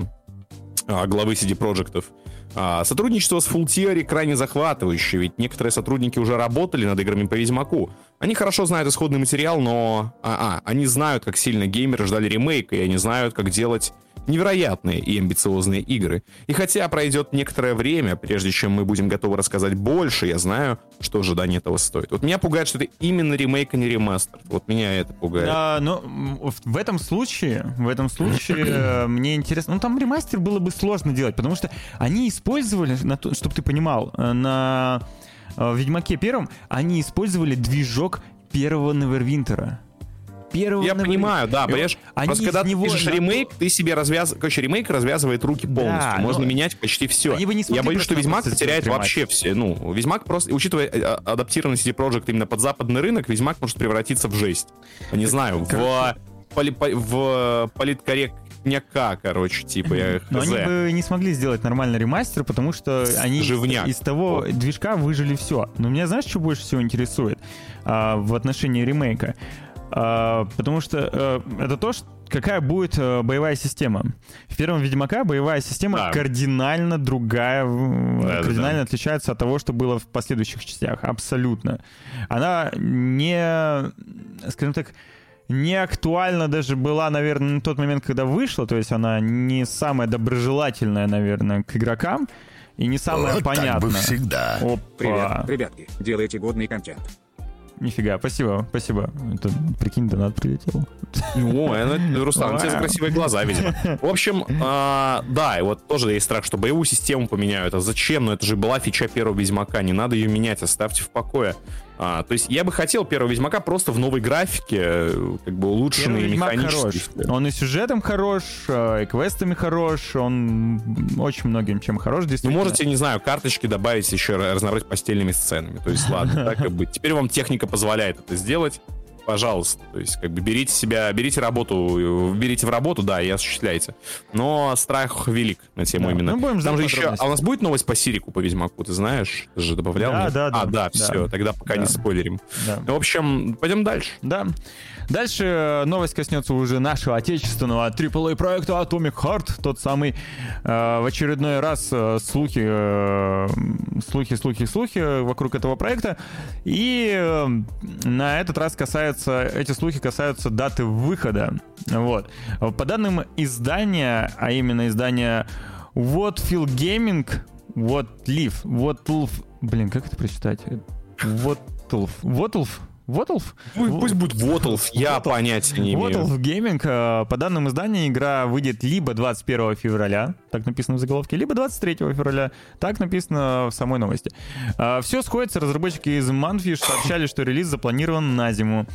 главы си ди Projekt'ов. Сотрудничество с Full Theory крайне захватывающее, ведь некоторые сотрудники уже работали над играми по Ведьмаку. Они хорошо знают исходный материал, но... А, а, они знают, как сильно геймеры ждали ремейка, и они знают, как делать невероятные и амбициозные игры. И хотя пройдет некоторое время, прежде чем мы будем готовы рассказать больше, я знаю, что ожидание этого стоит. Вот меня пугает, что это именно ремейк, а не ремастер. Вот меня это пугает.
А, ну, в этом случае, в этом случае мне интересно... Ну, там ремастер было бы сложно делать, потому что они использовали, чтобы ты понимал, на Ведьмаке первом они использовали движок первого Невервинтера. Первого
Я
Neverwinter.
Понимаю, да, понимаешь?
Они
Просто когда ты
него
пишешь
на...
ремейк, ты себе развязываешь... Короче, ремейк развязывает руки полностью.
Да,
Можно
но...
менять почти все.
Они бы не
Я боюсь, что Ведьмак потеряет
ремастер.
вообще все. Ну, Ведьмак просто... Учитывая адаптированный си ди Projekt именно под западный рынок, Ведьмак может превратиться в жесть. Не знаю, в, поли... в политкорректняка, короче, типа, я
Но
хз.
они бы не смогли сделать нормальный ремастер, потому что они
Живняк.
из того вот. движка выжили все. Но меня знаешь, что больше всего интересует а, в отношении ремейка? Uh, потому что uh, это то, что, какая будет uh, боевая система. В первом Ведьмака боевая система
да.
кардинально другая,
да,
кардинально
да.
отличается от того, что было в последующих частях. Абсолютно. Она не, скажем так, не актуальна даже была, наверное, на тот момент, когда вышла. То есть она не самая доброжелательная, наверное, к игрокам и не самая
вот
понятная.
Так бы всегда.
Опа.
Привет, ребятки, делайте годный контент.
Нифига, спасибо, спасибо. Это, прикинь, донат прилетел.
О, это, Руслан, у тебя за красивые глаза, видимо. В общем, а, да, и вот тоже есть страх, что боевую систему поменяют. А зачем? Ну это же была фича первого Ведьмака, не надо ее менять, оставьте в покое. А, то есть я бы хотел первого Ведьмака просто в новой графике, как бы улучшенный механически.
Он и сюжетом хорош, и квестами хорош, он очень многим чем хорош, действительно.
Вы можете, не знаю, карточки добавить еще, разнообразить постельными сценами. То есть, ладно, так и быть. Теперь вам техника позволяет это сделать. Пожалуйста, то есть как бы берите себя, берите работу, берите в работу, да, и осуществляйте. Но страх велик на тему да, именно. Ну, Там же еще, а у нас будет новость по Сирику, по Ведьмаку, ты знаешь? Ты же добавлял?
Да, да, да.
А, да, все, да. Тогда пока да. не спойлерим. Да. В общем, пойдем дальше.
Да. Дальше новость коснется уже нашего отечественного трипл эй проекта Atomic Heart, тот самый э, в очередной раз э, слухи, э, слухи, слухи, слухи вокруг этого проекта. И э, на этот раз касается, эти слухи касаются даты выхода. Вот. По данным издания, а именно издания What Feel Gaming, What Live, What Wolf, блин, как это прочитать? What Wolf, What Wolf? Воттлф?
Пусть будет Воттлф, я понятия не имею.
Воттлф Гейминг. По данным издания, игра выйдет либо двадцать первого февраля, так написано в заголовке, либо двадцать третьего февраля, так написано в самой новости. Все сходится, разработчики из Manfish сообщали, что релиз запланирован на зиму.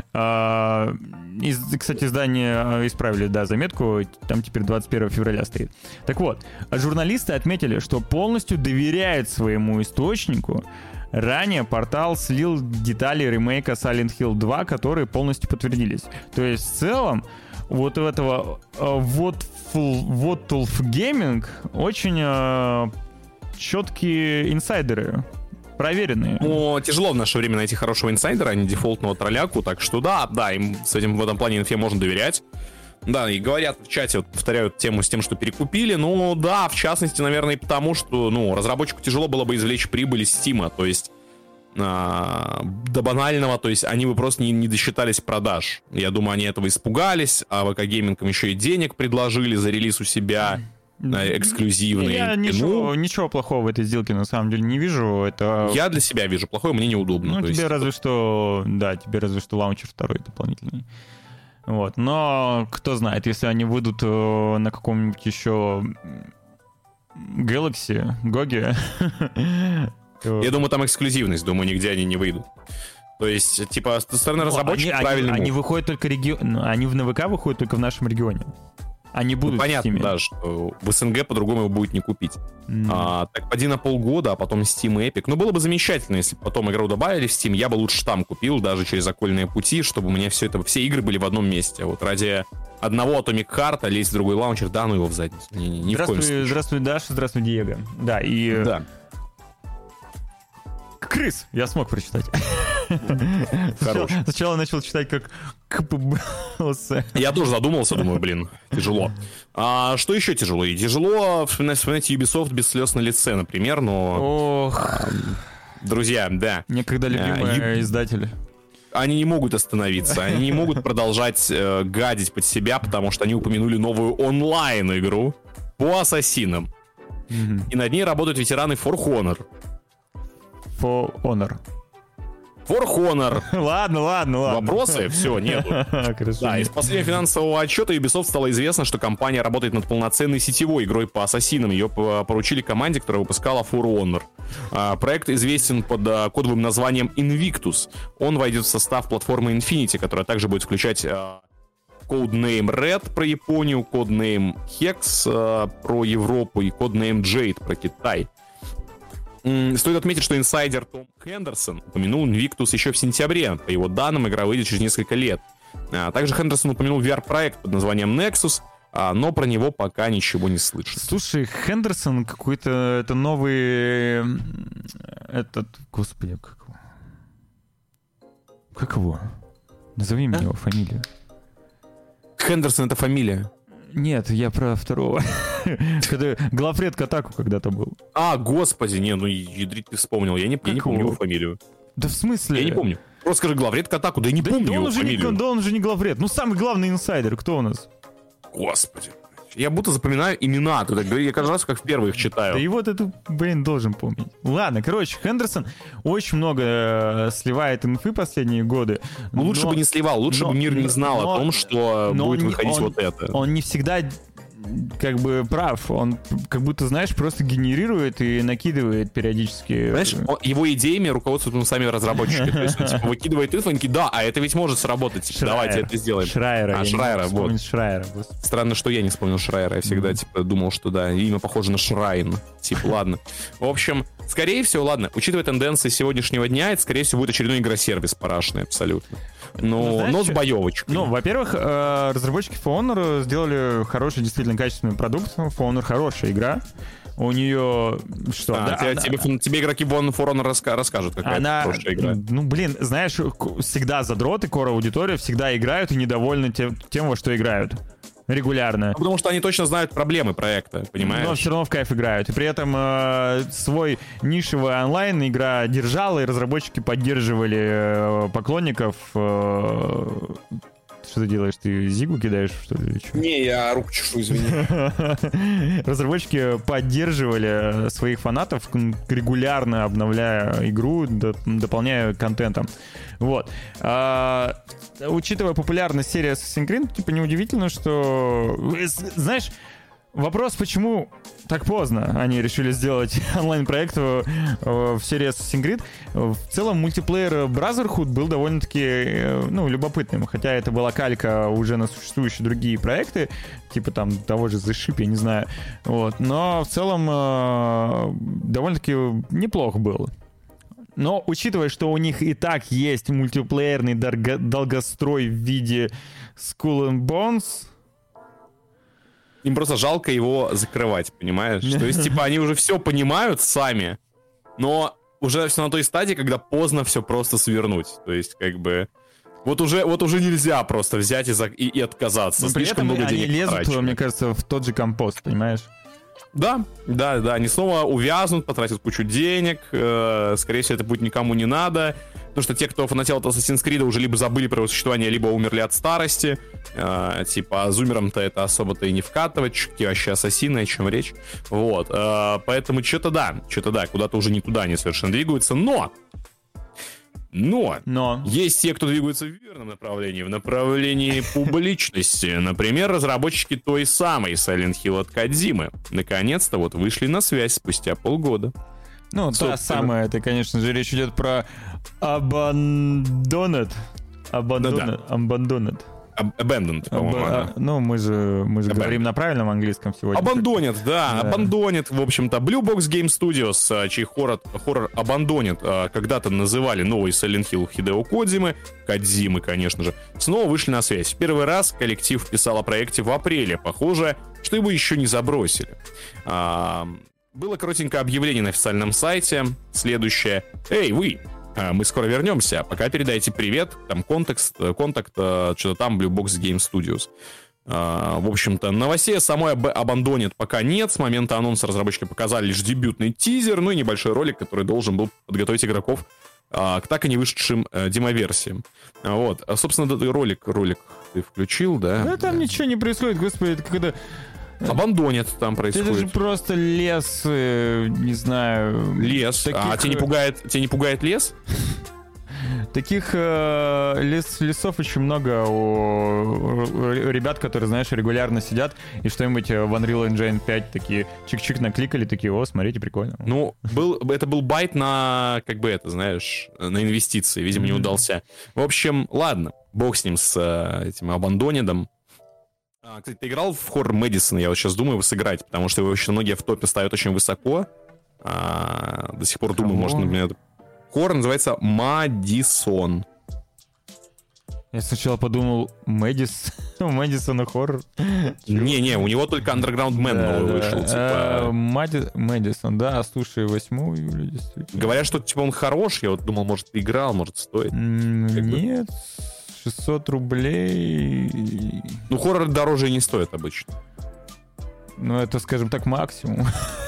Кстати, издание исправили, да, заметку, там теперь двадцать первого февраля стоит. Так вот, журналисты отметили, что полностью доверяют своему источнику. Ранее портал слил детали ремейка Silent Hill два, которые полностью подтвердились. То есть в целом вот у этого What Wolf Gaming очень э, четкие инсайдеры, проверенные.
Ну, тяжело в наше время найти хорошего инсайдера, а не дефолтного тролляку, так что да, да, им с этим в этом плане инфе можно доверять. Да, и говорят в чате, вот, повторяют тему с тем, что перекупили. Ну, да, в частности, наверное, и потому, что, ну, разработчику тяжело было бы извлечь прибыль из Стима, то есть а, до банального, то есть они бы просто не, не досчитались продаж. Я думаю, они этого испугались, а ВК Gaming им еще и денег предложили за релиз у себя эксклюзивный.
Я ничего, ничего плохого в этой сделке на самом деле не вижу. Это...
Я для себя вижу, плохое мне неудобно.
Ну,
то
тебе
есть...
разве что, да, тебе разве что лаунчер второй дополнительный. Вот. Но кто знает, если они выйдут э, на каком-нибудь еще Galaxy, Гоги.
Я думаю, там эксклюзивность, думаю, нигде они не выйдут. То есть, типа, со стороны
Ну,
разработчиков
они,
правильный
они,
мув.
они выходят только регион, они в НВК выходят только в нашем регионе. Они будут
Ну, понятно,
в Steam.
да, что в СНГ по-другому его будет не купить.
Mm.
А, так поди на полгода, а потом Steam и Epic. Ну, было бы замечательно, если бы потом игру добавили в Steam. Я бы лучше там купил, даже через окольные пути, чтобы у меня все это, все игры были в одном месте. Вот ради одного Atomic Heart лезть в другой лаунчер, да, ну его в задницу. Не, не, ни в коем
Здравствуй,
случае.
здравствуй, Даша, здравствуй, Диего. Да, и...
Да.
Крыс, я смог прочитать.
Хорош.
Сначала начал читать как КПБЛС.
Я тоже задумался, думаю, блин, тяжело. А что еще тяжело? И тяжело вспоминать, вспоминать Ubisoft без слез на лице, например, но...
Ох,
Друзья, да.
некогда любимый
Ю-
издатель.
Они не могут остановиться, они не могут продолжать э, гадить под себя, потому что они упомянули новую онлайн-игру по ассасинам.
Мгм.
И над ней работают ветераны For Honor.
For Honor.
For Honor.
Ладно, ладно, ладно.
Вопросы? Все, нету.
Хорошо.
Да, из последнего финансового отчета Ubisoft стало известно, что компания работает над полноценной сетевой игрой по ассасинам. Ее по- поручили команде, которая выпускала For Honor. А, проект известен под а, кодовым названием Invictus. Он войдет в состав платформы Infinity, которая также будет включать а, Codename Red про Японию, Codename Hex а, про Европу и Codename Jade про Китай. М, Стоит отметить, что инсайдер Том Хендерсон упомянул Invictus еще в сентябре. По его данным, игра выйдет через несколько лет. А, Также Хендерсон упомянул ви ар-проект под названием Nexus, а, но про него пока ничего не слышно.
Слушай, Хендерсон какой-то, это новый, м, этот, господи, как его? Как его? Назови мне его фамилию.
Хендерсон — это фамилия.
Нет, я про второго. Когда главред Катаку когда-то был.
А, господи, не, ну ядрить ты вспомнил. Я не, я не
Как
помню
его?
его фамилию.
Да в смысле?
Я не помню. Просто скажи главред Катаку, да я не
Да,
помню
да он
его
уже не,
фамилию.
да он уже не главред. Ну, самый главный инсайдер, кто у нас?
Господи. Я будто запоминаю имена. Ты так говоришь, я каждый раз как в первых их читаю.
Да и вот это, блин, должен помнить. Ладно, короче, Хендерсон очень много э, сливает инфы последние годы.
Ну, лучше
но-
бы не сливал, лучше
но-
бы мир не знал
но-
о том, что
но
будет
он не-
выходить
он-
вот это.
Он не всегда как бы прав. Он как будто, знаешь, просто генерирует и накидывает периодически.
Знаешь, он- его идеями руководствуют ну, сами разработчики. То есть он типа, выкидывает инфу, они такие, да, а это ведь может сработать. Типа, давайте это сделаем.
Шрайера.
А,
я не
Шрайера,
могу
вот.
вспомнить Шрайера. господи.
Странно, что я не вспомнил Шрайера. Я всегда, типа, думал, что да, имя похоже на Шрайн. Типа, ладно. В общем, скорее всего, ладно, учитывая тенденции сегодняшнего дня, это, скорее всего, будет очередной игросервис парашный, абсолютно.
Ну,
Но,
знаешь,
но с
чё?
боевочкой.
Ну, во-первых, э, разработчики For Honor сделали хороший, действительно качественный продукт. For Honor хорошая игра. У нее что?
А,
да,
тебе,
она-
тебе, тебе игроки One For Honor раска- расскажут, какая
Она,
это хорошая игра.
ну, блин, знаешь, к- всегда задроты, кор-аудитория всегда играют и недовольны тем, тем, во что играют. Регулярно.
Ну, потому что они точно знают проблемы проекта, понимаешь?
Но все равно в кайф играют. И при этом э, свой нишевый онлайн игра держала, и разработчики поддерживали э, поклонников. э, Что ты делаешь? Ты зигу кидаешь, что ли? или чё?
Не, я руку чешу, извини.
Разработчики поддерживали своих фанатов, м, регулярно обновляя игру, д- дополняя контентом. Вот. А, учитывая популярность серии Assassin's Creed, типа неудивительно, что... э, с- Знаешь, вопрос, почему так поздно они решили сделать онлайн-проект в, в серии Assassin's Creed. В целом, мультиплеер Brotherhood был довольно-таки, э, ну, любопытным, хотя это была калька уже на существующие другие проекты, типа там того же The Ship, я не знаю. Вот. Но в целом э, довольно-таки неплохо было. Но учитывая, что у них и так есть мультиплеерный дорого- долгострой в виде Skull and Bones,
Им просто жалко его закрывать, понимаешь? То есть, типа, они уже все понимают сами, но уже все на той стадии, когда поздно все просто свернуть. То есть, как бы... Вот уже, вот уже нельзя просто взять и, за- и, и отказаться.
но при
Слишком
этом
много
они
денег
лезут,
потрачено.
мне кажется, в тот же компост, понимаешь?
Да, да, да, они снова увязнут, потратят кучу денег, э, скорее всего, это будет никому не надо, потому что те, кто фанател от Assassin's Creed, уже либо забыли про его существование, либо умерли от старости, э, типа, а зумерам-то это особо-то и не вкатывать, какие вообще ассасины, о чем речь, вот, э, поэтому что-то да, что-то да, куда-то уже не туда они совершенно двигаются, но Но,
Но
есть те, кто двигаются в верном направлении, в направлении публичности. Например, разработчики той самой Silent Hill от Кодзимы наконец-то вот вышли на связь спустя полгода.
Ну,
Собственно.
та самая, это, конечно же, речь идет про Abandoned. Abandoned. Abandoned.
Abandoned, по-моему.
Ab-
она.
Ну, мы же, мы же
Abandoned.
говорим на правильном английском сегодня.
Abandoned, да,
Да.
Abandoned, в общем-то. Blue Box Game Studios, а, чей хоррор, хоррор Abandoned а, когда-то называли новый Silent Hill Хидео Кодзимы, Кодзимы, конечно же, снова вышли на связь. В первый раз коллектив писал о проекте в апреле. Похоже, что его еще не забросили. А, было коротенькое объявление на официальном сайте. Следующее. Эй, вы! А, Мы скоро вернемся. Пока передайте привет. Там контекст, контакт, а, что-то там, Blue Box Game Studios. А, в общем-то, новостей о самой Ab- Abandoned пока нет. С момента анонса разработчики показали лишь дебютный тизер, ну и небольшой ролик, который должен был подготовить игроков а, к так и не вышедшим а, демоверсиям. А, Вот. А, собственно, д- ролик, ролик ты включил, да?
Да там ничего не происходит, господи, это когда...
Abandoned там
Это же
происходит.
просто лес, э, не знаю...
Лес.
таких,
А тебя не
э,
пугает, тебя не пугает лес?
Таких э, лес, лесов очень много у, у ребят, которые, знаешь, регулярно сидят и что-нибудь в Unreal Engine пять такие чик-чик накликали, такие, о, смотрите, прикольно.
Ну, был, это был байт на, как бы это, знаешь, на инвестиции, видимо, не
Мгм.
удался. В общем, ладно, бог с ним, с э, этим Абандонедом. А, кстати, ты играл в хоррор Мэдисон? Я вот сейчас думаю его сыграть, потому что его очень многие в топе ставят очень высоко. А, до сих пор думаю,
Кого?
может, например... Хоррор называется Мадисон.
Я сначала подумал, Мэдис... у Мэдисона хоррор.
Не-не, у него только Underground Man
Да,
новый
да.
вышел,
Э,
типа...
Мади- Мэдисон, да, слушай, восьмого июля, действительно.
Говорят, что типа он хорош, я вот думал, может, ты играл, может, стоит.
М,
как бы.
Нет, шестьсот рублей.
Ну, хоррор дороже и не стоит обычно.
Ну, это, скажем так, максимум.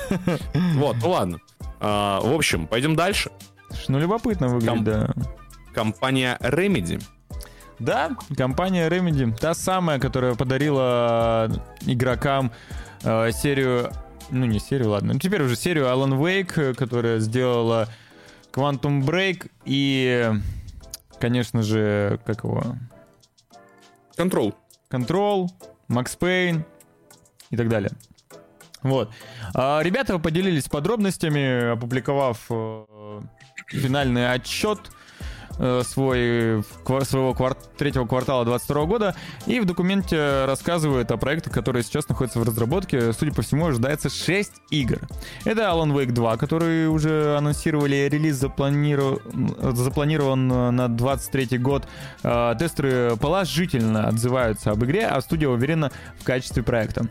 Вот, ну ладно. А, в общем, пойдем дальше.
Ну, любопытно выглядит,
Ком-
да.
Компания Remedy.
Да, компания Remedy, та самая, которая подарила игрокам э, серию, ну не серию, ладно, ну теперь уже серию Alan Wake, которая сделала Quantum Break и, конечно же, как его,
Control.
Control, Max Payne и так далее. Вот. А, ребята поделились подробностями, опубликовав э, финальный отчет э, свой, ква- своего квар- третьего квартала двадцать второго года, и в документе рассказывают о проектах, которые сейчас находятся в разработке. Судя по всему, ожидается шесть игр. Это Alan Wake два, который уже анонсировали, релиз запланиру- запланирован на двадцать третий год. Э, тестеры положительно отзываются об игре, а студия уверена в качестве проекта.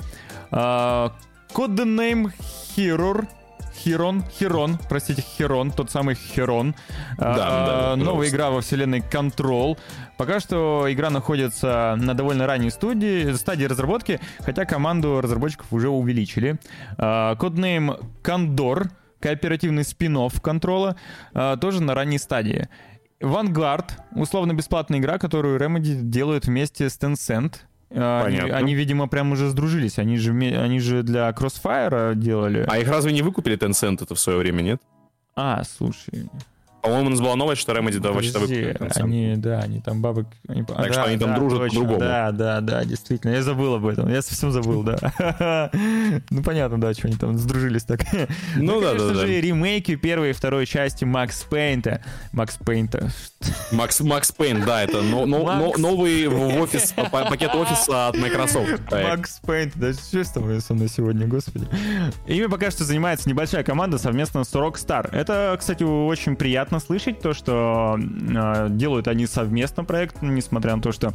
Э, Codename Hero, Херон, Херон, простите, Херон, тот самый Херон.
Да, да,
Новая
пожалуйста.
игра во вселенной Control. Пока что игра находится на довольно ранней студии, стадии разработки, хотя команду разработчиков уже увеличили. А, Codename Condor, кооперативный спин-офф Control, а, тоже на ранней стадии. Vanguard, условно-бесплатная игра, которую Remedy делают вместе с Tencent. А, Они,
Понятно.
они, видимо, прям уже сдружились. Они же, ме- они же для Crossfire делали.
А их разве не выкупили Tencent это в свое время, нет?
А, слушай.
По-моему, у нас была новость, что Remedy да, вообще-то
Подожди,
выкупили Tencent.
они, да, они там бабок... Они,
Так
да,
что они там
да,
дружат
точно,
по-другому.
Да, да, да, действительно. Я забыл об этом. Я совсем забыл, да. Ну, понятно, да, что они там сдружились так.
Ну да,
конечно
да, да.
же, ремейки первой и второй части Макс Пейнта. Макс Пейнта.
Макс, Макс Пейн, да, это но- но- но-
Макс.
новый в офис, па- пакет офиса от Microsoft. проект.
Макс Пейнт, да что с тобой со мной сегодня, господи. Ими пока что занимается небольшая команда совместно с Rockstar. Это, кстати, очень приятно слышать, то, что э, делают они совместно проект, несмотря на то, что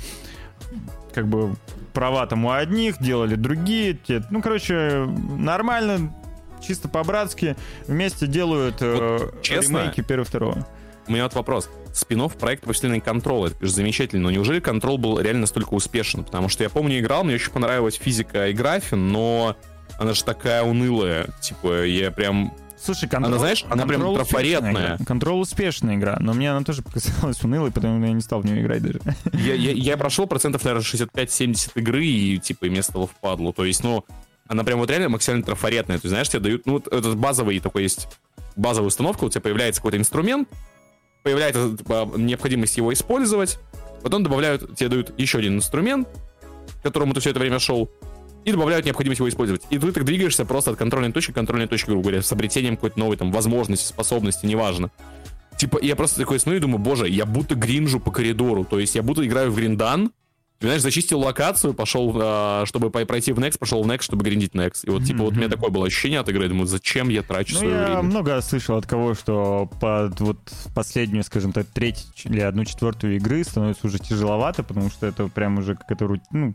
как бы права там у одних, делали другие. Те, ну, короче, нормально, чисто по-братски вместе делают э,
Вот честно?
ремейки первого и второго.
У меня вот вопрос. Спин-офф проекта по вселенной Control, это, конечно, замечательно, но неужели Control был реально настолько успешен? Потому что я помню, играл, мне очень понравилась физика и график, но она же такая унылая. Типа, я прям...
Слушай, Control,
Она, знаешь, она прям
Control
трафаретная.
успешная игра. Control успешная игра, но мне она тоже показалась унылой, потому что я не стал в нее играть даже.
Я, я, я прошел процентов, наверное, шестьдесят пять семьдесят игры, и, типа, и мне стало впадло. То есть, ну, она прям вот реально максимально трафаретная. То есть, знаешь, тебе дают... Ну, вот этот базовый такой есть... Базовая установка, у тебя появляется какой-то инструмент, появляется типа, необходимость его использовать, потом добавляют, тебе дают еще один инструмент, к которому ты все это время шел, и добавляют необходимость его использовать. И ты так двигаешься просто от контрольной точки к контрольной точке, грубо говоря, с обретением какой-то новой там возможности, способности, неважно. Типа, я просто такой смотрю и думаю, боже, я будто гринжу по коридору, то есть я будто играю в гриндан, знаешь, зачистил локацию, пошел, чтобы пройти в Next, пошел в Next, чтобы гриндить Next. И вот, типа, вот у меня такое было ощущение от игры, думаю, зачем я трачу
ну,
свое
я
время?
Я много слышал от кого, что под вот последнюю, скажем так, третью или одну четвертую игры становится уже тяжеловато, потому что это прям уже какая-то, ну,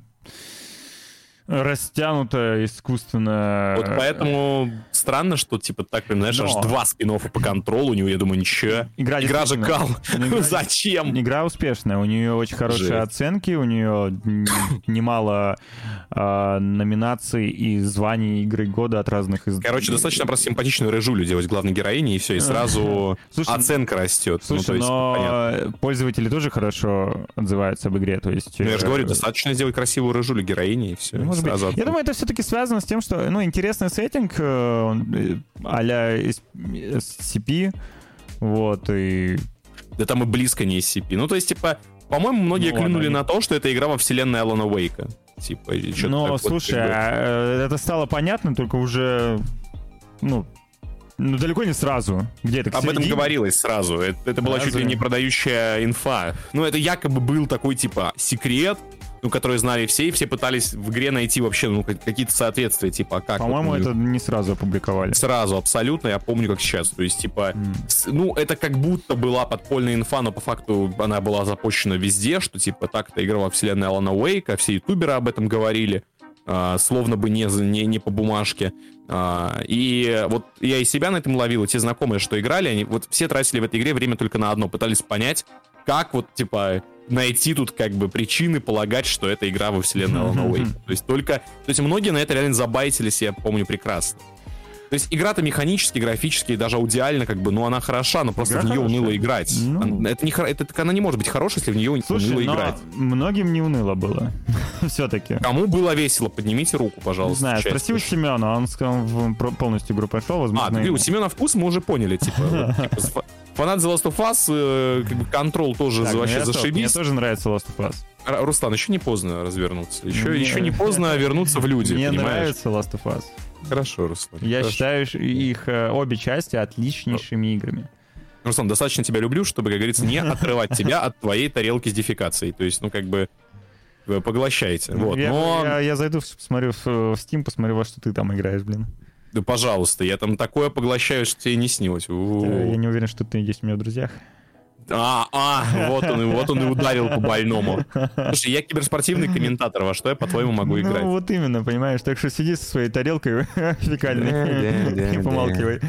растянуто искусственно.
Вот поэтому странно, что, типа, так, прям, знаешь,
Но...
аж два спин-оффа по контролу у него, я думаю, ничего.
Игра,
Игра же кал.
Игра...
Зачем?
Игра успешная, у нее очень хорошие Жесть. оценки, у нее немало э, номинаций и званий игры года от разных из...
Короче, достаточно просто симпатичную рыжулю делать главной героиней, и все, и сразу слушай, оценка растет.
Слушай,
ну, то есть,
но
понятно.
Пользователи тоже хорошо отзываются об игре, то есть...
Ну, я же говорю, достаточно сделать красивую рыжулю героини, и все.
Может быть. Я думаю, это все-таки связано с тем, что, ну, интересный сеттинг э, а-ля эс си пи, вот, и...
Да там и близко не эс си пи. Ну, то есть, типа, по-моему, многие ну, клюнули на то, что это игра во вселенной Алана Уэйка. Типа,
но, слушай, вот, а, это стало понятно только уже, ну, ну, далеко не сразу. Где-то
Об этом говорилось сразу. Это, это была Разве? чуть ли не продающая инфа. Ну, это якобы был такой, типа, секрет, ну, которые знали все, и все пытались в игре найти вообще, ну, какие-то соответствия, типа, как...
По-моему, вот, это не сразу опубликовали.
Сразу, абсолютно, я помню, как сейчас. То есть, типа, mm. с, ну, это как будто была подпольная инфа, но по факту она была запущена везде, что, типа, так, это игра во вселенной Алана Уэйка, все ютуберы об этом говорили, а, словно бы не, не, не по бумажке. А, и вот я и себя на этом ловил, и те знакомые, что играли, они вот все тратили в этой игре время только на одно, пытались понять, как вот, типа... найти тут как бы причины полагать, что это игра во вселенной Alan Wake. То есть только... То есть многие на это реально забайтились, я помню прекрасно. То есть игра-то механически, графически, даже аудиально как бы, ну она хороша, но просто игра в нее хорошая. Уныло играть. Ну... Это не, это, она не может быть хорошей, если в нее
Слушай,
уныло
но
играть.
Многим не уныло было. Все-таки.
Кому было весело, поднимите руку, пожалуйста.
Не знаю, спроси у Семена, он сказал, полностью игру прошел, возможно.
А, ты, у Семена вкус мы уже поняли, типа, типа фанат The Last of Us, э, как бы Control тоже так, вообще зашибись.
Мне тоже нравится Last of Us.
Руслан, еще не поздно развернуться. Еще, мне... еще не поздно вернуться в люди,
мне
понимаешь?
Мне нравится Last of Us.
Хорошо, Руслан.
Я
хорошо.
считаю их обе части отличнейшими играми.
Руслан, достаточно тебя люблю, чтобы, как говорится, не отрывать тебя от твоей тарелки с дефекацией. То есть, ну, как бы, поглощайте. Вот.
Я,
Но...
я, я зайду, посмотрю в Steam, посмотрю, во что ты там играешь, блин.
Да, пожалуйста, я там такое поглощаю, что тебе не снилось.
Я не уверен, что ты есть у меня в друзьях.
А, а, вот он, вот он и ударил по больному. Слушай, я киберспортивный комментатор, во что я, по-твоему, могу играть?
Ну, вот именно, понимаешь, так что сиди со своей тарелкой фекальной и помалкивай.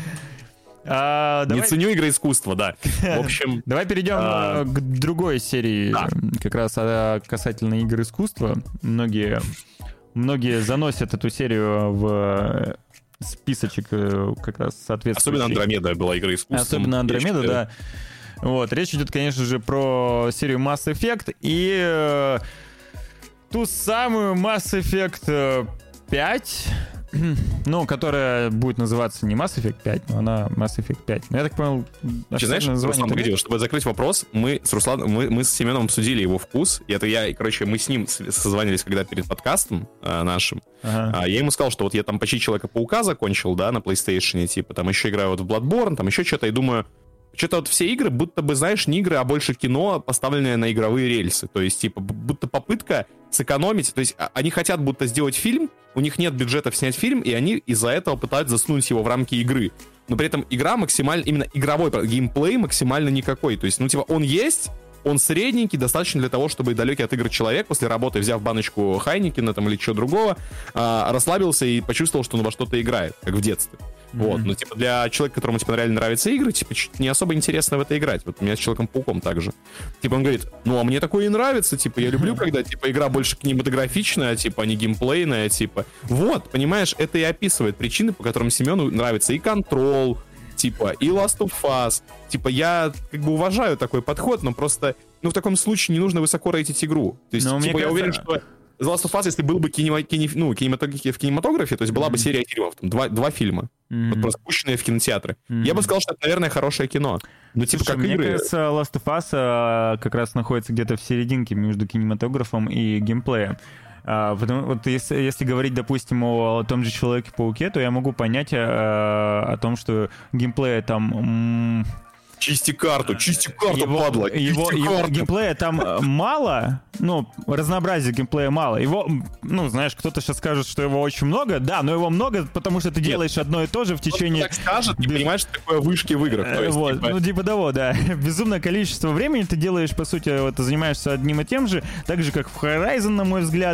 А, давай... Не ценю игры искусства, да. В общем...
Давай перейдем а... к другой серии, да. Как раз касательно игр искусства. Многие, многие заносят эту серию в списочек как раз соответствующий.
Особенно Андромеда была игра искусства.
Особенно Андромеда, да. Вот, речь идет, конечно же, про серию Mass Effect и э, ту самую Mass Effect пять, ну, которая будет называться не Mass Effect пять, но она Mass Effect пять. Но я так понял,
знаешь, Руслан, погоди, чтобы закрыть вопрос, мы с Русланом, мы, мы с Семеном обсудили его вкус, и это я, короче, мы с ним созвонились когда перед подкастом э, нашим, ага. Я ему сказал, что вот я там почти Человека-паука закончил, да, на PlayStation, типа, там еще играю вот в Bloodborne, там еще что-то, и думаю... Что-то вот все игры, будто бы, знаешь, не игры, а больше кино, поставленное на игровые рельсы. То есть, типа, будто попытка сэкономить. То есть, они хотят будто сделать фильм, у них нет бюджетов снять фильм, и они из-за этого пытаются засунуть его в рамки игры. Но при этом игра максимально, именно игровой геймплей максимально никакой. То есть, ну, типа, он есть, он средненький, достаточно для того, чтобы далекий от игр человек после работы, взяв баночку Хайникена там или чего другого, расслабился и почувствовал, что он во что-то играет, как в детстве. Mm-hmm. Вот, ну, типа, для человека, которому, типа, реально нравятся игры, типа, не особо интересно в это играть. Вот у меня с Человеком-пауком так же. Типа, он говорит, ну, а мне такое и нравится, типа, я люблю, когда, типа, игра больше кинематографичная, типа, а не геймплейная, типа. Вот, понимаешь, это и описывает причины, по которым Семену нравится и Control, типа, и Last of Us. Типа, я, как бы, уважаю такой подход, но просто, ну, в таком случае не нужно высоко рейтить игру. То есть, но типа, я кажется... уверен, что The Last of Us, если был бы кинема, кине, ну, кинематография в кинематографе, то есть была mm-hmm. бы серия фильмов, там, два, два фильма, mm-hmm. вот просто пущенные в кинотеатры. Mm-hmm. Я бы сказал, что это, наверное, хорошее кино. Ну, типа,
Слушай,
как
мне
игры...
кажется, Last of Us а, как раз находится где-то в серединке между кинематографом и геймплеем. А, потому, вот если, если говорить, допустим, о том же Человеке-пауке, то я могу понять а, о том, что геймплея там... М-
Чисти карту, чисти карту,
его,
падла,
его,
чисти
его
карту.
Геймплея там мало, ну, разнообразия геймплея мало. Его, ну, знаешь, кто-то сейчас скажет, что его очень много. Да, но его много, потому что ты Нет. делаешь одно и то же в течение...
Кто-то так скажет, не понимаешь, что такое вышки в играх. То есть,
вот,
типа...
ну, типа того, да. Безумное количество времени ты делаешь, по сути, вот, ты занимаешься одним и тем же, так же, как в Horizon, на мой взгляд.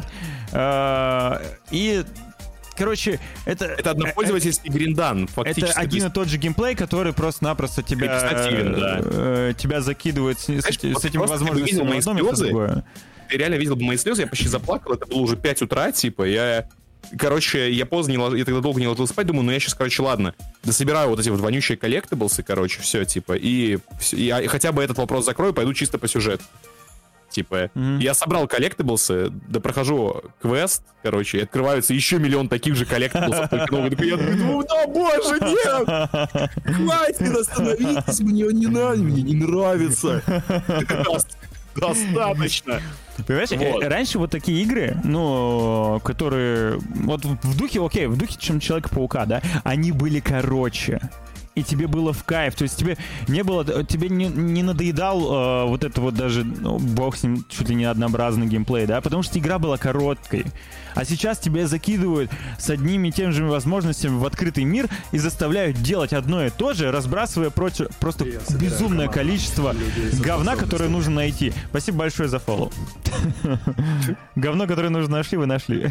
И... Короче, это...
Это однопользовательский гриндан, фактически.
Это один и тот же геймплей, который просто-напросто тебя,
да.
э, тебя закидывает с, Знаешь, с,
вот
с этими возможностями
на
одно место другое.
Ты реально видел бы мои слезы, я почти заплакал, это было уже пять утра, типа, я... Короче, я поздно не ложился, я тогда долго не ложился спать, думаю, ну я сейчас, короче, ладно, дособираю вот эти вот вонючие коллектиблсы, короче, все, типа, и, и я хотя бы этот вопрос закрою, пойду чисто по сюжету. Типа, mm-hmm. я собрал коллектиблсы, да прохожу квест, короче, и открываются еще миллион таких же коллектиблсов. Я думаю, да боже, нет! Хватит, остановитесь, мне не надо, мне не нравится. Достаточно.
Понимаешь, вот. Раньше вот такие игры, ну, которые, вот в духе, окей, в духе, чем Человека-паука, да, они были короче. И тебе было в кайф, то есть тебе не было, тебе не, не надоедал э, вот это вот даже, ну, бог с ним, чуть ли не однообразный геймплей, да, потому что игра была короткой. А сейчас тебя закидывают с одними и теми же возможностями в открытый мир и заставляют делать одно и то же, разбрасывая против, просто безумное количество говна, которое нужно найти. Спасибо большое за фоллоу. Говно, которое нужно нашли, вы нашли.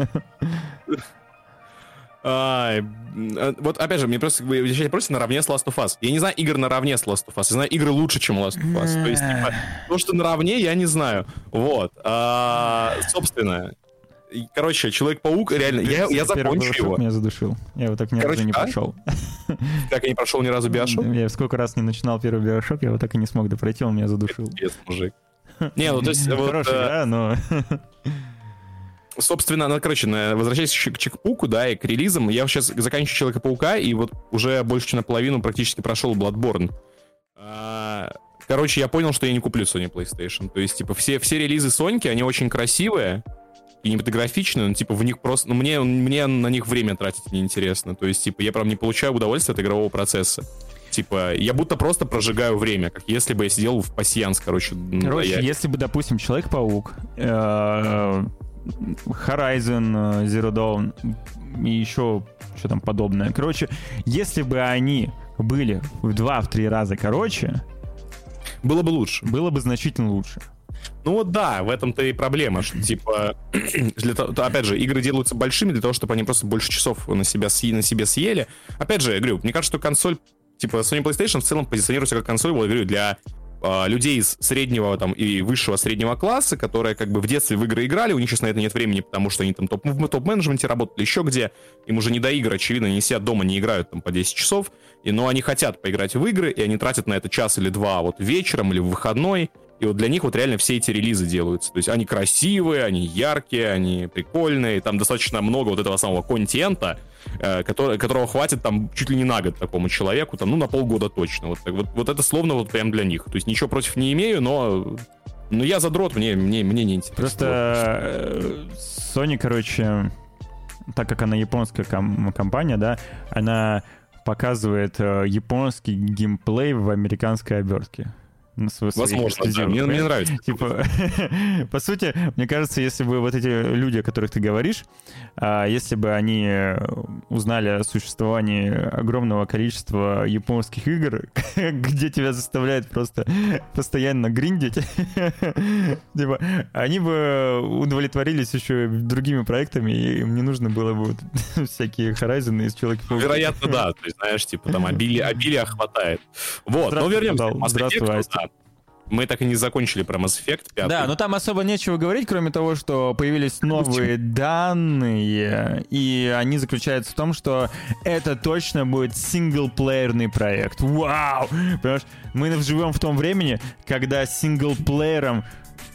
А, вот опять же, мне просто я просто наравне с Last of Us. Я не знаю игр наравне с Last of Us. Я знаю игры лучше, чем Last of Us. То есть, типа, то, что наравне, я не знаю. Вот. А, собственно, короче, Человек-паук, реально, я, я закончу его.
Меня задушил. Я его так ни
короче,
разу не
а?
прошел.
Как я не прошел ни разу Биошок?
Я сколько раз не начинал первый Биошок, я его так и не смог допройти, он меня задушил.
Пиздец, мужик. Не, ну то есть...
Хорошая игра, но...
Собственно, ну, короче, возвращаясь к Чекпуку, да, и к релизам, я сейчас заканчиваю Человека-паука, и вот уже больше чем наполовину практически прошел Bloodborne. Короче, я понял, что я не куплю Sony PlayStation. То есть, типа, все, все релизы Соньки, они очень красивые, кинематографичные, но, типа, в них просто... Ну, мне, мне на них время тратить неинтересно. То есть, типа, я прям не получаю удовольствия от игрового процесса. Типа, я будто просто прожигаю время, как если бы я сидел в пасьянс, короче.
Короче,
я...
если бы, допустим, Человек-паук... Horizon Zero Dawn и еще что там подобное. Короче, если бы они были в два-три раза короче,
было бы лучше.
Было бы значительно лучше.
Ну вот да, в этом-то и проблема, что типа, для того, опять же, игры делаются большими для того, чтобы они просто больше часов на себя, на себе съели. Опять же, я говорю, мне кажется, что консоль, типа Sony PlayStation в целом позиционируется как консоль, вот, я говорю, для людей из среднего там и высшего среднего класса, которые как бы в детстве в игры играли, у них сейчас на это нет времени, потому что они там топ, в топ-менеджменте работали, еще где, им уже не до игр, очевидно, они сидят дома, не играют там по десять часов, и, но они хотят поиграть в игры, и они тратят на это час или два вот вечером или в выходной, и вот для них вот реально все эти релизы делаются, то есть они красивые, они яркие, они прикольные, там достаточно много вот этого самого контента, э, который, которого хватит там чуть ли не на год такому человеку, там, ну, на полгода точно, вот, вот, вот это словно вот прям для них, то есть ничего против не имею, но, но я задрот, мне, мне, мне не интересно.
Просто Sony, короче, так как она японская ком- компания, да, она показывает э, японский геймплей в американской обертке.
Возможно, да. Мне, мне нравится.
Типа, по сути, мне кажется, если бы вот эти люди, о которых ты говоришь, если бы они узнали о существовании огромного количества японских игр, где тебя заставляют просто постоянно гриндить, типа, они бы удовлетворились еще другими проектами, и им не нужно было бы вот всякие Horizon из Человека-паука.
Вероятно, да. То есть, знаешь, типа, там обилия, обилия хватает. Вот, ну вернемся.
Здравствуй, Астя.
Мы так и не закончили про Mass Effect пять.
Да, но там особо нечего говорить, кроме того, что появились новые данные, и они заключаются в том, что это точно будет синглплеерный проект. Вау! Понимаешь, мы живем в том времени, когда синглплеером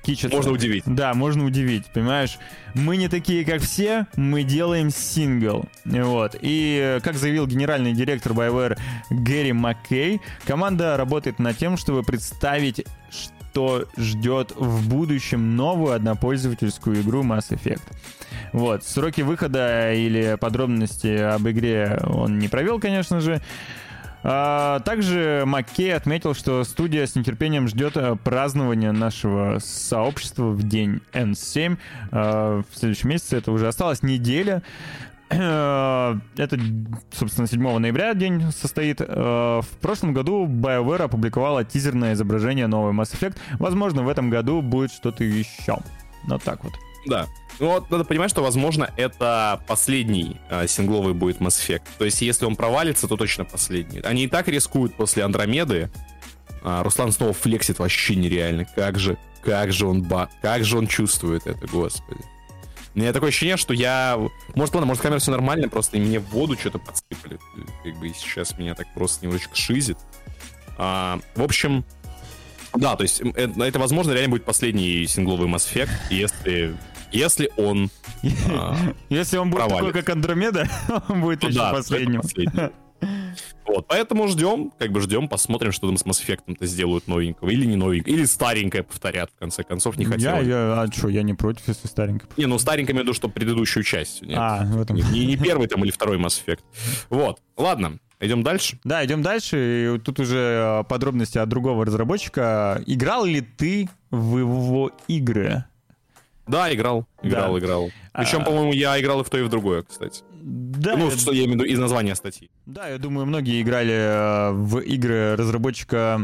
птичица.
Можно удивить.
Да, можно удивить, понимаешь? Мы не такие, как все, мы делаем сингл. Вот. И, как заявил генеральный директор BioWare Гэри Маккей, команда работает над тем, чтобы представить, что ждет в будущем новую однопользовательскую игру Mass Effect. Вот. Сроки выхода или подробности об игре он не провел, конечно же. А, также Маккей отметил, что студия с нетерпением ждет празднования нашего сообщества в день эн семь. А, в следующем месяце это уже осталась неделя. Это, собственно, седьмого ноября день состоит. В прошлом году BioWare опубликовала тизерное изображение новой Mass Effect. Возможно, в этом году будет что-то еще. Вот так вот.
Да. Ну вот, надо понимать, что, возможно, это последний э, сингловый будет Mass Effect. То есть, если он провалится, то точно последний. Они и так рискуют после Андромеды. А, Руслан снова флексит вообще нереально. Как же, как же он ба... Как же он чувствует это, господи. У меня такое ощущение, что я... Может, ладно, может, камера все нормально, просто и мне в воду что-то подсыпали. Как бы сейчас меня так просто немножечко шизит. А, в общем, да, то есть это, это, возможно, реально будет последний сингловый Mass Effect, если... Если он а,
Если он будет
провалится.
такой, как Андромеда, он будет
Ну
еще
да,
последним.
последний. Вот, поэтому ждем, как бы ждем, посмотрим, что там с Mass Effect-то сделают новенького. Или не новенького, или старенькое повторят, в конце концов, не хотел.
Я, я, а что, я не против, если старенький.
Не, ну старенькое имею в виду, что предыдущую часть. Нет.
А, в этом.
Не, не первый там или второй Mass Effect. Вот, ладно, идем дальше.
Да, идем дальше. И тут уже подробности от другого разработчика. Играл ли ты в его игры?
Да, играл, играл,
Да.
играл. Причем,
А...
по-моему, я играл и в то, и в другое, кстати.
Да,
Ну,
я...
что я имею в виду из названия статьи.
Да, я думаю, многие играли э, в игры разработчика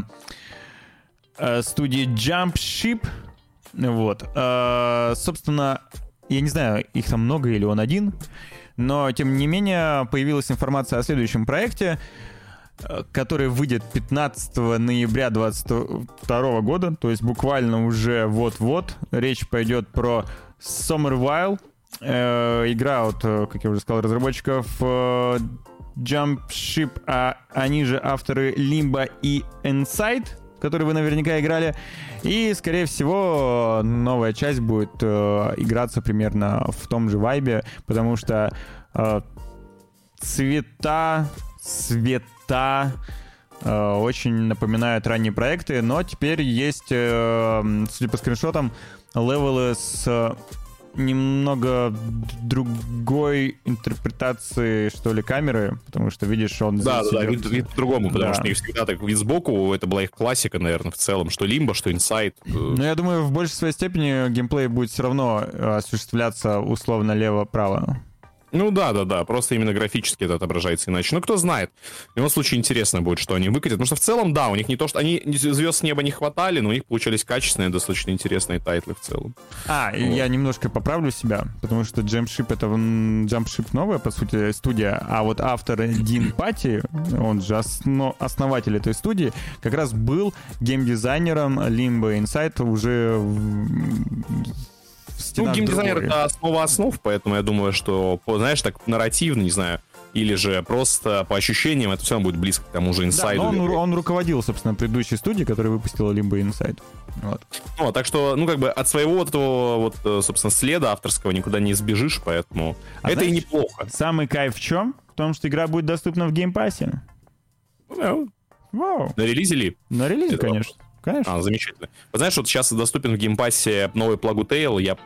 э, студии Jumpship. Вот. Э, собственно, я не знаю, их там много или он один, но, тем не менее, появилась информация о следующем проекте, который выйдет пятнадцатого ноября двадцать второго года, то есть буквально уже вот-вот. Речь пойдет про Summerville. Э, игра от, как я уже сказал, разработчиков э, Jumpship, а они же авторы Limbo и Inside, которые вы наверняка играли. И, скорее всего, новая часть будет э, играться примерно в том же вайбе, потому что э, цвета, цвета э, очень напоминают ранние проекты, но теперь есть, э, судя по скриншотам, левелы с э, немного другой интерпретации, что ли, камеры, потому что, видишь, он...
Да, да,
идет...
да, вид, вид по-другому, потому
Да.
что их всегда так вид сбоку, это была их классика, наверное, в целом, что Limbo, что Inside.
Но я думаю, в большей своей степени геймплей будет все равно э, осуществляться условно лево-право.
Ну да, да, да, просто именно графически это отображается иначе. Ну кто знает. В любом случае интересно будет, что они выкатят. Потому что в целом, да, у них не то, что... Они звезд с неба не хватали, но у них получались качественные, достаточно интересные тайтлы в целом.
А, вот. Я немножко поправлю себя, потому что Jumpship — это м, Jumpship новая, по сути, студия, а вот автор Дин Патти, он же осно- основатель этой студии, как раз был геймдизайнером Limbo Inside уже в...
Ну, геймдизайнер — это основа основ, поэтому я думаю, что, знаешь, так нарративно, не знаю, или же просто по ощущениям это все равно будет близко к тому же Inside.
Да, он, он руководил, собственно, предыдущей студией, которая выпустила Limbo Inside. Вот.
Ну, так что, ну, как бы от своего вот этого, вот, собственно, следа авторского никуда не сбежишь, поэтому а это знаешь, и неплохо.
Самый кайф в чем? В том, что игра будет доступна в геймпассе.
Ну,
Вау.
На релизе ли?
На релизе, это конечно. Конечно.
А, замечательно. Вот знаешь, вот сейчас доступен в геймпассе новый Plague я...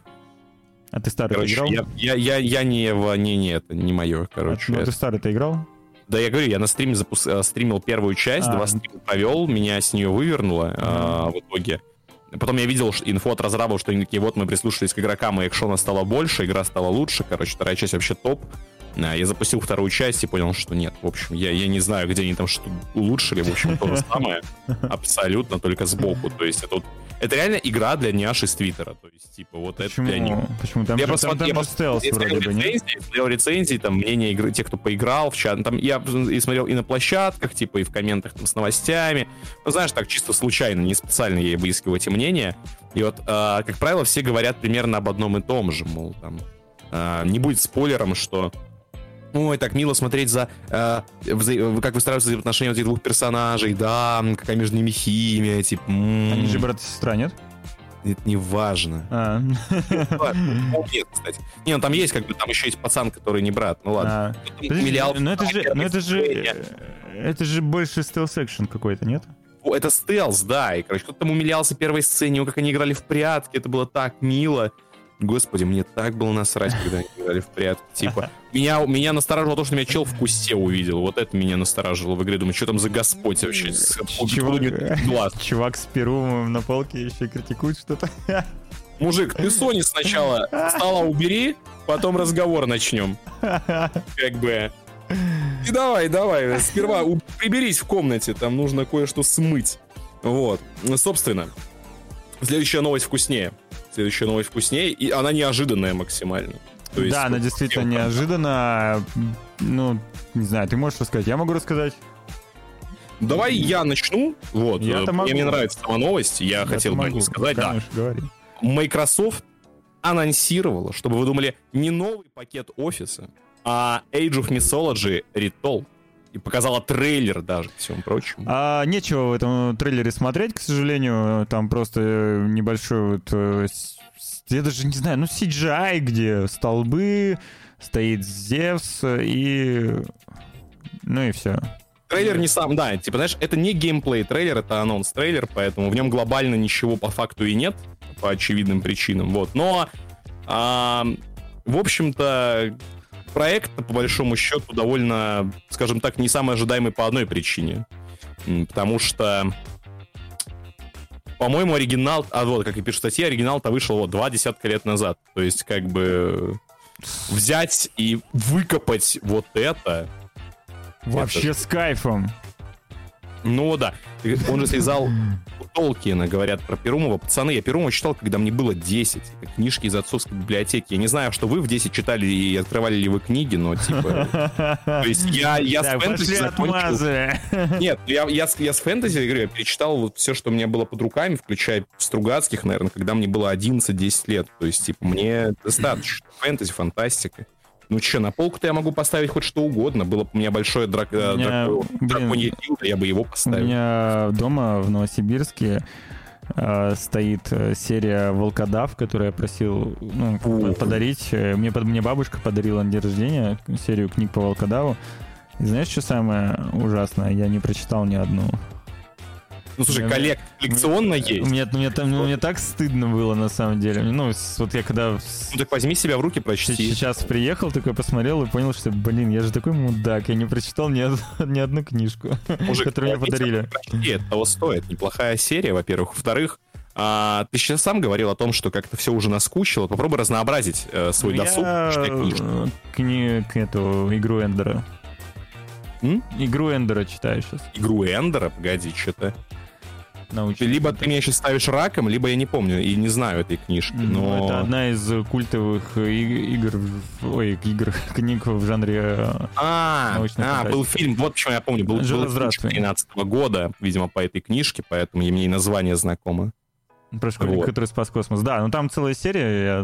А ты старый
короче,
играл?
Я, я, я, я не, в, не, не, это не мое, короче.
А, ну
это...
ты старый-то играл?
Да, я говорю, я на стриме запус... стримил первую часть, а. два стрима провел, меня с нее вывернуло а. а, в итоге. Потом я видел инфу от разрабов, что они такие, вот мы прислушались к игрокам, и экшона стало больше, игра стала лучше, короче, вторая часть вообще топ. Я запустил вторую часть и понял, что нет. В общем, я, я не знаю, где они там что-то улучшили. В общем, то же самое. Абсолютно, только сбоку. То есть это вот... Это реально игра для няши с Твиттера. То есть, типа, вот
Почему?
это для них.
Почему? Там
я
же,
просто
там, там
я
же стелс вроде бы, нет?
Смотрел рецензии, там, мнение игры, тех, кто поиграл в чат. Там я и смотрел и на площадках, типа, и в комментах там с новостями. Ну, знаешь, так, чисто случайно, не специально я выискиваю эти мнения. И вот, э, как правило, все говорят примерно об одном и том же, мол, там... Э, не будет спойлером, что... Ой, так мило смотреть за... Э, вза... как выстраиваются взаимоотношения этих двух персонажей, да, какая между ними химия, типа... М-м.
Они же брат и сестра, нет?
Это не важно.
А.
Нет, кстати. Не, ну там есть, как бы, там еще есть пацан, который не брат. Ну ладно.
Ну это же, ну это же, это же больше стелс-экшен какой-то, нет?
Это стелс, да. И, короче, кто-то там умилялся первой сцене, как они играли в прятки. Это было так мило. Господи, мне так было насрать, когда они играли в прятки. Типа, меня, меня насторожило то, что меня чел в кусте увидел. Вот это меня насторожило в игре. Думаю, что там за господь вообще?
Чувак, чувак с перумом на полке еще критикует что-то.
Мужик, ты Sony сначала стола убери, потом разговор начнем. Как бы... И давай, давай, сперва приберись в комнате, там нужно кое-что смыть. Вот, собственно, следующая новость вкуснее. Следующая новость вкуснее, и она неожиданная максимально. То есть,
да, она действительно неожиданная. Ну, не знаю, ты можешь рассказать? Я могу рассказать.
Давай я начну. Вот,
я
мне, мне нравится сама новость, я, я хотел бы могу. сказать. Конечно, да. Говори. Microsoft анонсировала, чтобы вы думали, не новый пакет офиса, а Age of Mythology Retold. И показала трейлер даже, к всему прочему.
А, нечего в этом трейлере смотреть, к сожалению. Там просто небольшой вот... Я даже не знаю, ну си джи ай, где столбы, стоит Зевс и... Ну и все.
Трейлер не сам... Да, типа, знаешь, это не геймплей трейлер, это анонс-трейлер, поэтому в нем глобально ничего по факту и нет, по очевидным причинам. Вот. Но, а, в общем-то... Проект, по большому счету, довольно, скажем так, не самый ожидаемый по одной причине. Потому что, по-моему, оригинал... А вот, как и пишут статьи, оригинал-то вышел вот два десятка лет назад. То есть, как бы, взять и выкопать вот это...
Вообще это... с кайфом.
Ну да. Он же слезал у Толкиена, говорят про Перумова. Пацаны, я Перумова читал, когда мне было десять. Книжки из отцовской библиотеки. Я не знаю, что вы в десять читали и открывали ли вы книги, но типа... То есть я, я с фэнтези закончил... Нет, я, я, я с фэнтези, говорю, я перечитал вот все, что у меня было под руками, включая Стругацких, наверное, когда мне было одиннадцать-десять лет. То есть, типа, мне достаточно. Фэнтези, фантастика. Ну что, на полку-то я могу поставить хоть что угодно. Было бы у меня большое драк... меня, драк... драконье дилдо, я бы его поставил.
У меня дома в Новосибирске э, стоит серия «Волкодав», которую я просил ну, подарить. Мне, мне бабушка подарила на день рождения серию книг по Волкодаву. И знаешь, что самое ужасное? Я не прочитал ни одну.
Ну, слушай, коллек... коллекционно
мне,
есть.
Мне, мне, мне, мне так стыдно было, на самом деле. Ну, вот я когда...
Ну, так возьми себя в руки, прочти.
Сейчас приехал, такой посмотрел и понял, что, блин, я же такой мудак, я не прочитал ни, ни одну книжку, мужик, которую мне подарили.
Прочти, это того стоит. Неплохая серия, во-первых. Во-вторых, а, ты сейчас сам говорил о том, что как-то все уже наскучило. Попробуй разнообразить э, свой я... досуг.
Я кни... эту игру Эндера. М? Игру Эндера читаю сейчас.
Игру Эндера? Погоди, что-то...
Научить.
Либо ты меня сейчас ставишь раком, либо я не помню и не знаю этой книжки. Но...
Ну, это одна из культовых игр, ой, игр, книг в жанре
а, научной а, фантастики. Был фильм, вот почему я помню, был, был фильм две тысячи тринадцатого года, видимо, по этой книжке, поэтому мне и название знакомо.
Про школьника, вот. Который спас космос. Да, ну там целая серия,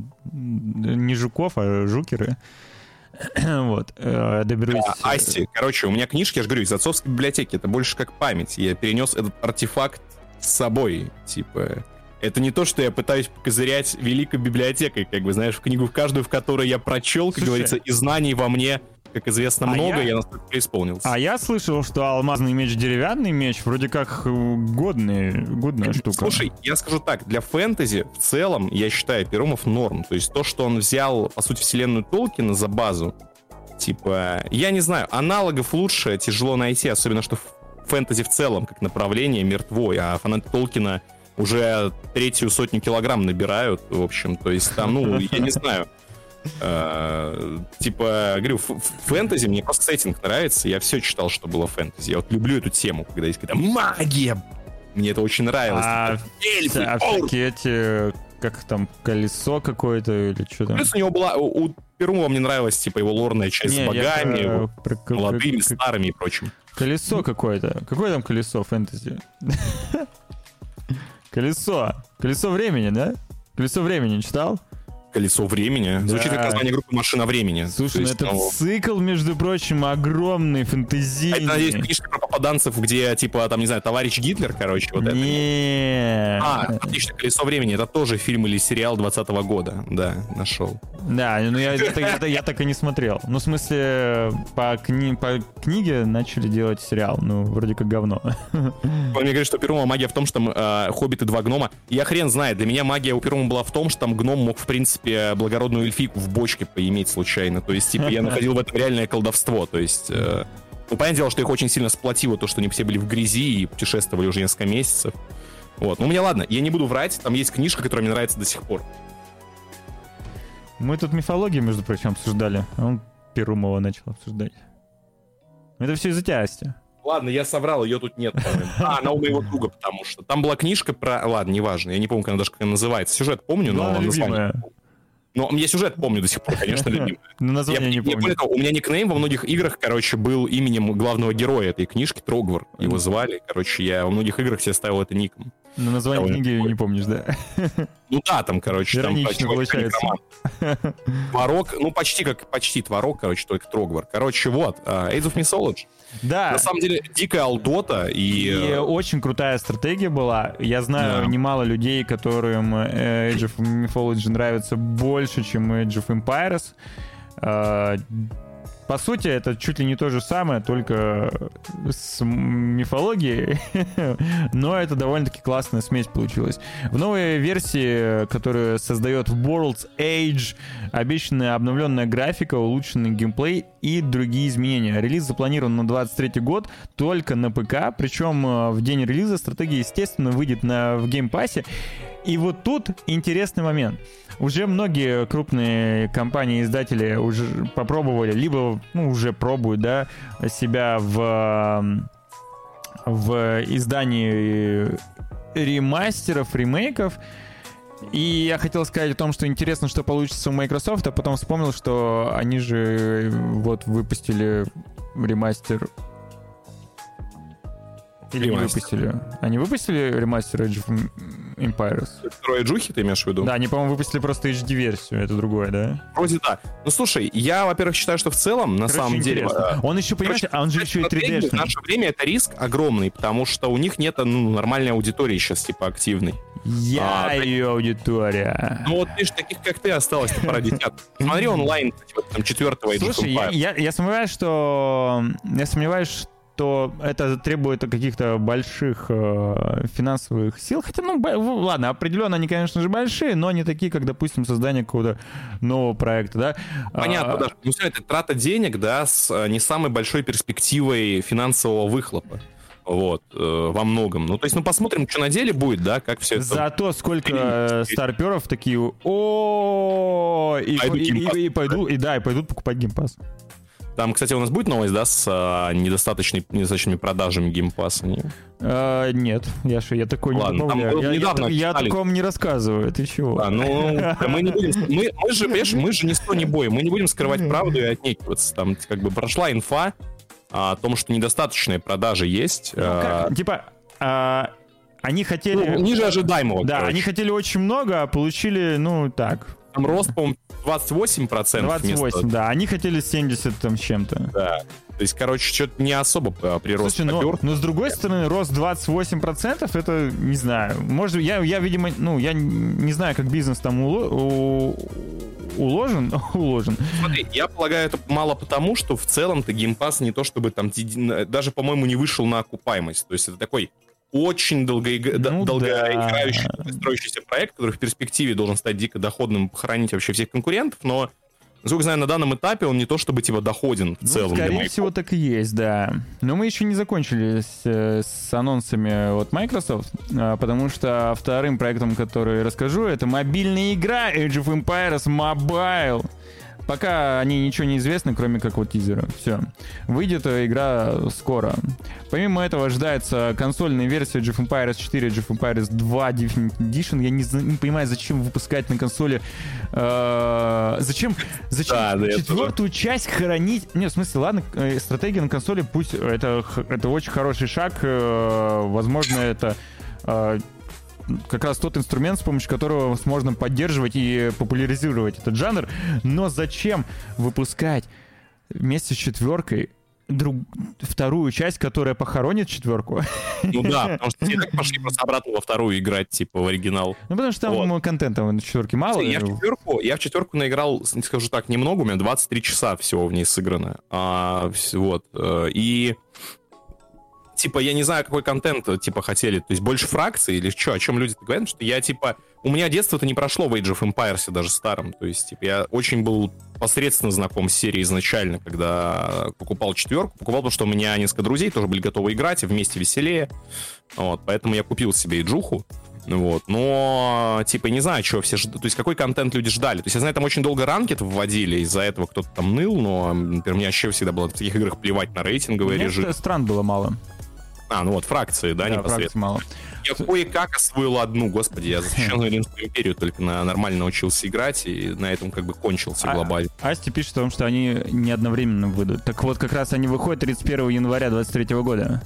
не жуков, а жукеры. Вот, доберусь...
А, Асти, короче, у меня книжки, я же говорю, из отцовской библиотеки, это больше как память. Я перенес этот артефакт с собой, типа... Это не то, что я пытаюсь покозырять великой библиотекой, как бы, знаешь, в книгу в каждую, в которой я прочел, как Слушай, говорится, и знаний во мне, как известно, а много, я, я настолько преисполнился.
А я слышал, что алмазный меч, деревянный меч, вроде как годный, годная штука.
Слушай, я скажу так, для фэнтези в целом, я считаю, Перумов норм. То есть то, что он взял, по сути, вселенную Толкина за базу, типа, я не знаю, аналогов лучше тяжело найти, особенно что фэнтези в целом, как направление, мертвой, а фанаты Толкина уже третью сотню килограмм набирают, в общем, то есть там, ну, я не знаю... Uh, типа, говорю, фэнтези, мне просто сеттинг нравится. Я все читал, что было фэнтези. Я вот люблю эту тему, когда есть какая-то магия. Мне это очень нравилось.
А, эльфы, а всякие эти, как там, колесо какое-то или что там?
Плюс у него была, у, у Перумова мне нравилась, типа, его лорная часть Не, с богами, про, про, молодыми, про, старыми и прочим.
Колесо какое-то. Какое там колесо фэнтези? Колесо. Колесо времени, да? Колесо времени читал?
Колесо времени.
Да.
Звучит как название группы «Машина времени».
Слушай, ну
есть,
это
ну,
цикл, между прочим, огромный, фэнтезийный.
это есть книжка про попаданцев, где, типа, там, не знаю, товарищ Гитлер, короче, вот это.
Не.
А, отлично, «Колесо времени». Это тоже фильм или сериал двадцатого года. Да, нашел.
Да, ну я, это, это, я так и не смотрел. Ну, в смысле, по, кни, по книге начали делать сериал. Ну, вроде как говно.
Он мне говорит, что Перума магия в том, что там э, хоббиты два гнома. Я хрен знает, для меня магия у Перума была в том, что там гном мог, в принципе, благородную эльфийку в бочке поиметь случайно. То есть, типа, я находил в этом реальное колдовство. То есть, э, ну, понятное дело, что их очень сильно сплотило то, что они все были в грязи и путешествовали уже несколько месяцев. Вот. Ну, мне ладно, я не буду врать, там есть книжка, которая мне нравится до сих пор.
Мы тут мифологию, между прочим, обсуждали. А он Перумова начал обсуждать. Это все из-за тебя, Астя.
Ладно, я соврал, ее тут нет, по-моему. А, она у моего друга, потому что. Там была книжка про... Ладно, неважно, я не помню, как она даже как она называется. Сюжет помню, но
Да,
название...
любимая.
Но я сюжет помню до сих пор, конечно, любимый.
Но название не
Я
помню.
более того, у меня никнейм во многих играх, короче, был именем главного героя этой книжки, Трогвар. Его звали. Короче, я во многих играх себе ставил это ником.
Но название
Довольно
книги
прикольно.
не помнишь, да?
Ну да, там, короче, там
Иронично
про
получается.
некроманта. Творог, ну почти как почти творог, короче, только Трогвар. Короче, вот, uh, Age of Mythology.
Да.
На самом деле, дикая алдота и...
И очень крутая стратегия была. Я знаю
Да.
немало людей, которым э, Age of Mythology нравится больше, чем Age of Empires. Э, По сути, это чуть ли не то же самое, только с мифологией. Но это довольно-таки классная смесь получилась. В новой версии, которую создает World's Age, обещанная обновленная графика, улучшенный геймплей и другие изменения. Релиз запланирован на двадцать третий год только на ПК, причем в день релиза стратегия, естественно, выйдет на, в геймпассе. И вот тут интересный момент. Уже многие крупные компании-издатели уже попробовали, либо ну, уже пробуют, да, себя в, в издании ремастеров, ремейков. И я хотел сказать о том, что интересно, что получится у Microsoft, а потом вспомнил, что они же вот выпустили ремастер. Или не выпустили? Они выпустили ремастер Age of Empires?
Трое Джухи, ты имеешь в виду?
Да, они, по-моему, выпустили просто эйч ди-версию, это другое, да?
Вроде да. Ну, слушай, я, во-первых, считаю, что в целом, на
Короче,
самом деле...
интересно. Он еще, понимаешь,
Короче,
а он же еще и три дэ-шный.
В наше время это риск огромный, потому что у них нет ну, нормальной аудитории сейчас, типа, активной.
Я
А,
ее аудитория.
Ну вот, видишь, таких, как ты, осталось-то пара десяток. Смотри онлайн, кстати, вот там четвертого Age of
Слушай, я,
Empires.
я, я сомневаюсь, что... Я сомневаюсь, что это требует каких-то больших э, финансовых сил. Хотя, ну, б- ладно, определенно они, конечно же, большие, но не такие, как, допустим, создание какого-то нового проекта, да?
Понятно,
А,
даже. Ну, все это трата денег, да, с э, не самой большой перспективой финансового выхлопа. Вот, э, во многом. Ну, то есть, ну, посмотрим, что на деле будет, да, как все это...
Зато сколько старперов такие, о, и,
Пойду
и, и,
геймпасс.
и пойду, и да, и пойдут покупать геймпасс.
Там, кстати, у нас будет новость, да, с а, недостаточной, недостаточными продажами геймпасса? Не?
А, нет, я что, я такой
Ладно,
не
там
добавляю.
было
Я,
недавно
я, я о
читали.
таком не рассказываю, ты чего?
А, ну, мы не будем... Мы, мы же, понимаешь, мы же не сто, не бой. Мы не будем скрывать правду и отнекиваться. Там, как бы, прошла инфа о том, что недостаточные продажи есть.
Ну,
а,
как? Типа, а, они хотели...
ну, ниже ожидаемого,
Да,
короче.
они хотели очень много, а получили, ну, так,
Там рост, по-моему, двадцать восемь процентов.
двадцать восемь,
вместо...
да, они хотели семьдесят там с чем-то.
Да. То есть, короче, что-то не особо а, прирост
Слушай, ну,
попёр.
но с другой стороны, рост двадцать восемь процентов, это, не знаю, может, я, я видимо, ну, я не знаю, как бизнес там уло- у- уложен, уложен.
Смотри, я полагаю, это мало потому, что в целом-то геймпасс не то, чтобы там ди- даже, по-моему, не вышел на окупаемость. То есть это такой очень долгоиг...
Ну,
долгоиграющий,
да.
строящийся проект, который в перспективе должен стать дико доходным, похоронить вообще всех конкурентов, но, насколько знаю, на данном этапе он не то чтобы типа доходен в
Ну,
целом. для
скорее
моих-
всего, так и есть, да. Но мы еще не закончили с, э, с анонсами от Microsoft, а, потому что вторым проектом, который расскажу, это мобильная игра Age of Empires Mobile. Пока о ней ничего не известно, кроме как вот тизера. Все. Выйдет э, игра скоро. Помимо этого ожидается консольная версия Age of Empires четыре, Age of Empires два Definitive Edition. Я не, зна- не понимаю, зачем выпускать на консоли... э, зачем зачем
Да, да, я
четвертую часть хоронить? Нет, в смысле, ладно, э, стратегия на консоли, пусть это, х- это очень хороший шаг. э, возможно, это... э, как раз тот инструмент, с помощью которого можно поддерживать и популяризировать этот жанр. Но зачем выпускать вместе с четверкой друг... вторую часть, которая похоронит четверку?
Ну да, потому что все так пошли просто обратно во вторую играть, типа, в оригинал.
Ну, потому что там вот. контента на четверке мало.
Я в четверку, я в четверку наиграл, скажу так, немного, у меня двадцать три часа всего в ней сыграно. А, вот. И... Типа, я не знаю, какой контент, типа, хотели. То есть больше фракций или что? О чем люди говорят? Что я, типа... У меня детство-то не прошло в Age of Empires, даже старом. То есть, типа, я очень был посредственно знаком с серией изначально, когда покупал четверку. Покупал, потому что у меня несколько друзей тоже были готовы играть, и вместе веселее. Вот, поэтому я купил себе и джуху. Вот, но, типа, не знаю, чего все ждали. То есть, какой контент люди ждали. То есть, я знаю, там очень долго ранкет вводили, из-за этого кто-то там ныл, но, например, мне вообще всегда было в таких играх плевать на рейтинговый режим.
Стран было мало.
А, ну вот, фракции, да,
да
непосредственно.
Мало.
Я кое-как освоил одну, господи, я защищенную Римскую империю только на, нормально научился играть, и на этом как бы кончился а, глобально.
Асти пишет о том, что они не одновременно выйдут. Так вот, как раз они выходят тридцать первого января двадцать третьего года.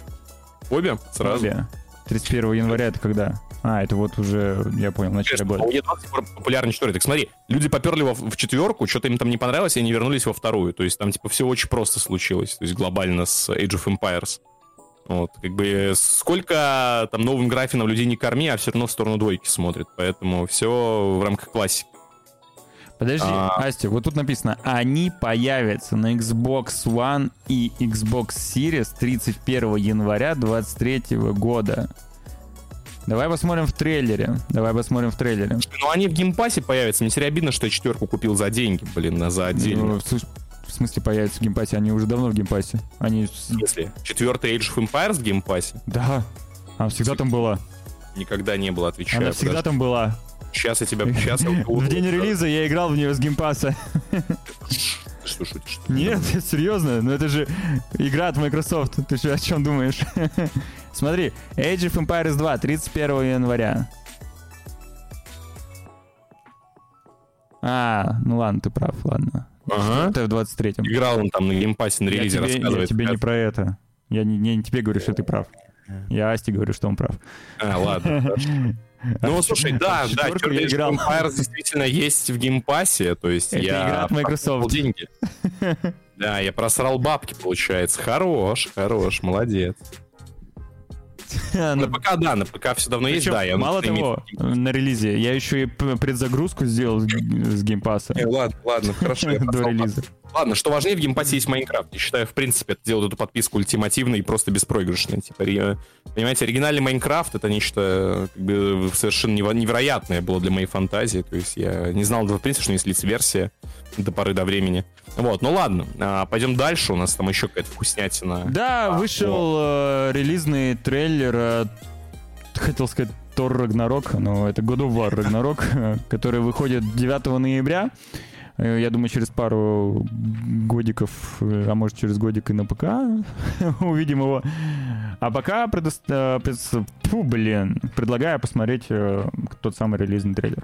Обе? Сразу?
Обе. тридцать первого января это когда? А, это вот уже, я понял, в начале года.
А у Е двадцать популярнее четвертый. Так смотри, люди поперли во, в четверку, что-то им там не понравилось, и они вернулись во вторую. То есть там типа все очень просто случилось. То есть глобально с Age of Empires. Вот, как бы сколько там новым графином людей не корми, а все равно в сторону двойки смотрят. Поэтому все в рамках классики.
Подожди, а... Асти, вот тут написано, они появятся на Xbox One и Xbox Series тридцать первого января двадцать третьего года. Давай посмотрим в трейлере. Давай посмотрим в трейлере.
Ну, они в геймпассе появятся. Мне теперь обидно, что я четверку купил за деньги, блин, за отдельно.
Ну, в смысле появятся в геймпассе? Они уже давно в геймпассе. Они...
В смысле? Четвертый Age of Empires в геймпассе?
Да. Она всегда там была.
Никогда не было, отвечаю.
Она всегда
подожди.
там была.
Сейчас я тебя... Сейчас я...
В день релиза я играл в нее с геймпасса.
Что шутишь?
Нет, серьезно, ну это же игра от Microsoft. Ты что, о чем думаешь? Смотри, Age of Empires два, тридцать первого января. А, ну ладно, ты прав, ладно.
Ага.
Это в двадцать третьем.
Играл он там на геймпассе на релизе,
я тебе,
рассказывает.
Я тебе не про это. Я не, не тебе говорю, что ты прав. Я Асти говорю, что он прав.
А, ладно. Ну, слушай, да, да, Age of Empires действительно есть в геймпассе, то есть
это
я
игра от Microsoft.
Деньги. Да, я просрал бабки, получается. Хорош, хорош, молодец. На ПК, да, на ПК все давно есть, да. Я
мало того, на релизе я еще и предзагрузку сделал с геймпасса.
Э, ладно, ладно, хорошо.
До релиза.
Ладно, что важнее, в геймпассе есть Майнкрафт. Я считаю, в принципе, это делает эту подписку ультимативной и просто беспроигрышной. Типа, понимаете, оригинальный Майнкрафт — это нечто как бы, совершенно невероятное было для моей фантазии. То есть я не знал, в принципе, что есть лицеверсия до поры до времени. Вот, ну ладно, а, пойдем дальше. У нас там еще какая-то вкуснятина.
Да,
а,
вышел э, релизный трейлер, э, хотел сказать, Тор Рагнарок, но это God of War Рагнарок, который выходит девятого ноября. Я думаю, через пару годиков, а может через годик и на ПК увидим его. А пока предо... пред... Фу, блин, предлагаю посмотреть э, тот самый релизный трейлер.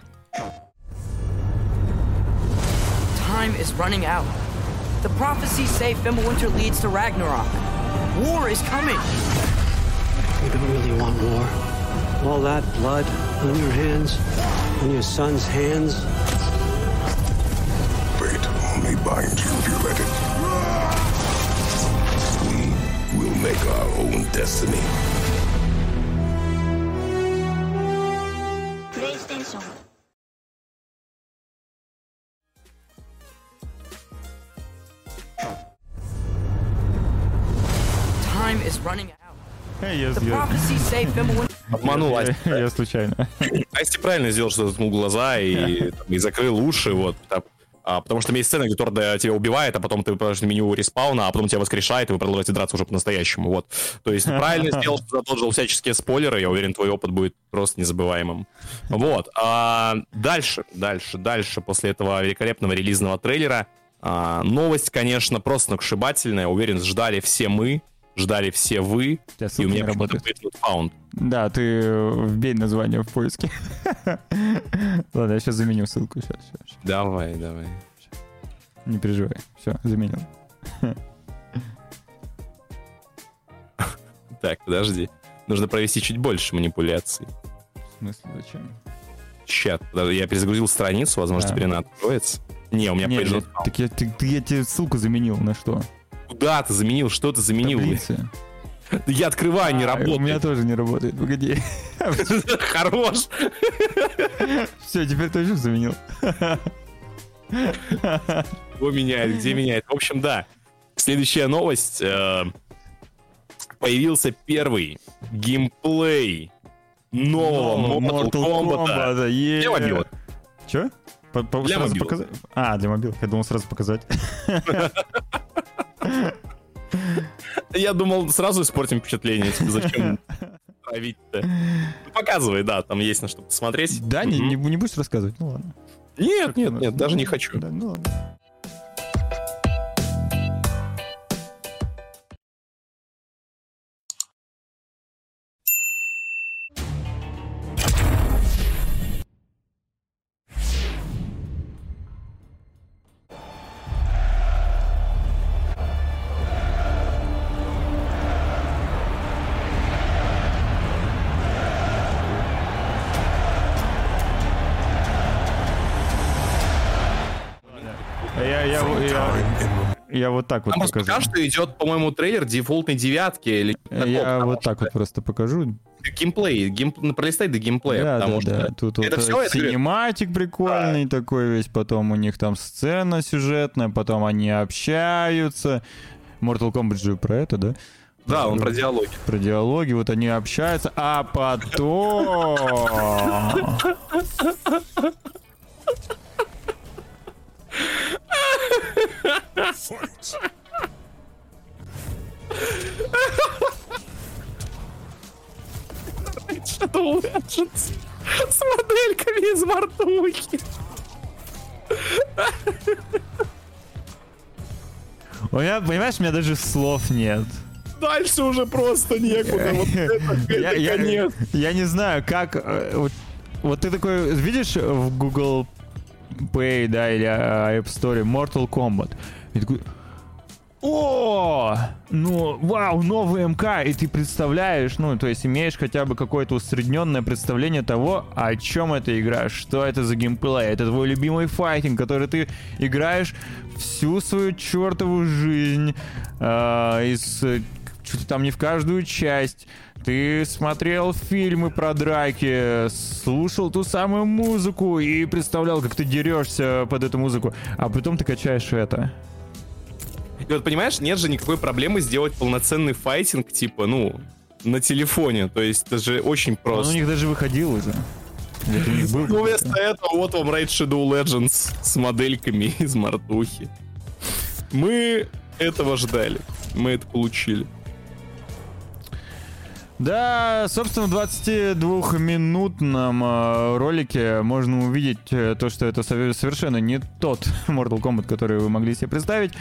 Time is running out. The prophecies say Fimbulwinter leads to Ragnarok. War is coming.
You don't really want war. All that blood on your hands, on your son's hands.
Fate only binds you if you let it. We will make our own destiny.
PlayStation.
Time is running out.
Yes,
The
yes.
prophecies say Fimbulwinter...
Обманул Асти.
Я случайно.
Асти правильно сделал, что заткнул глаза и, там, и закрыл уши, вот. Так, а, потому что есть сцена, где Тор тебя убивает, а потом ты подошли меню респауна, а потом тебя воскрешает, и вы продолжаете драться уже по-настоящему, вот. То есть правильно сделал, что задолжил всяческие спойлеры, я уверен, твой опыт будет просто незабываемым. Вот. А, дальше, дальше, дальше, после этого великолепного релизного трейлера, а, новость, конечно, просто сногсшибательная, уверен, ждали все мы, ждали все вы, и у меня работает Found.
Да, ты вбей название в поиске. Ладно, я сейчас заменю ссылку. Сейчас, сейчас, сейчас.
Давай, давай.
Не переживай. Все, заменил.
Так, подожди. Нужно провести чуть больше манипуляций.
смысле, зачем?
Чат. Даже я перезагрузил страницу, возможно,
Да.
теперь она откроется. Не, у меня
Не,
пейдж
я,
упал.
так я, ты, ты- я тебе ссылку заменил на что?
Куда ты заменил? Что ты заменил?
Таблицы.
Я открываю, не
А, У меня
работает.
тоже не работает. Погоди.
Хорош.
Все, теперь тоже заменил.
Кто меняет, где меняет. В общем, да. Следующая новость. э, Появился первый геймплей нового Mortal Kombat.
е.
Для мобилок.
Че? По- по-
Для
сразу
мобилок.
показать? А, для мобилок. Я думал сразу показать.
Я думал, сразу испортим впечатление. Типа, зачем травить-то? Ну, показывай, да, там есть на что посмотреть.
Да, не,
Мгм.
не, не будешь рассказывать? Ну ладно.
Нет, нет, нет, даже не хочу.
Да, ну ладно. Я, я, я, я вот так вот
Там просто
покажу.
пока что идет, по-моему, трейлер дефолтной девятки или такого,
Я
потому
вот так
что
вот просто покажу.
геймплей, гейм... ну, пролистай до геймплея,
Да,
потому
да,
что
да. Тут
это
вот
все, это
синематик прикольный такой весь, потом у них там сцена сюжетная, потом они общаются. Mortal Kombat же про это, да?
да, он про диалоги.
Про диалоги, вот они общаются, а потом...
Shadow Legends с модельками из мартухи.
У меня, понимаешь, у меня даже слов нет.
Дальше уже просто некуда. Вот это,
Я,
это
я-
конец.
я не знаю, как... э, Вот, вот ты такой, видишь в Google Play, да, или э, App Store Mortal Kombat. И такой... О, ну, вау, новый МК, и ты представляешь, ну, то есть имеешь хотя бы какое-то усредненное представление того, о чем эта игра, что это за геймплей, это твой любимый файтинг, который ты играешь всю свою чертову жизнь, э, из, э, чуть ли там не в каждую часть. Ты смотрел фильмы про драки, слушал ту самую музыку и представлял, как ты дерешься под эту музыку, а потом ты качаешь это.
И вот понимаешь, нет же никакой проблемы сделать полноценный файтинг, типа, ну, на телефоне. То есть это же очень
Он у
просто.
них даже выходил уже. Это у них был
Ну,
какой-то.
вместо этого вот вам Raid Shadow Legends с модельками из мартухи. Мы этого ждали. Мы это получили.
Да, собственно, в двадцатидвухминутном э, ролике можно увидеть э, то, что это сове- совершенно не тот Mortal Kombat, который вы могли себе представить.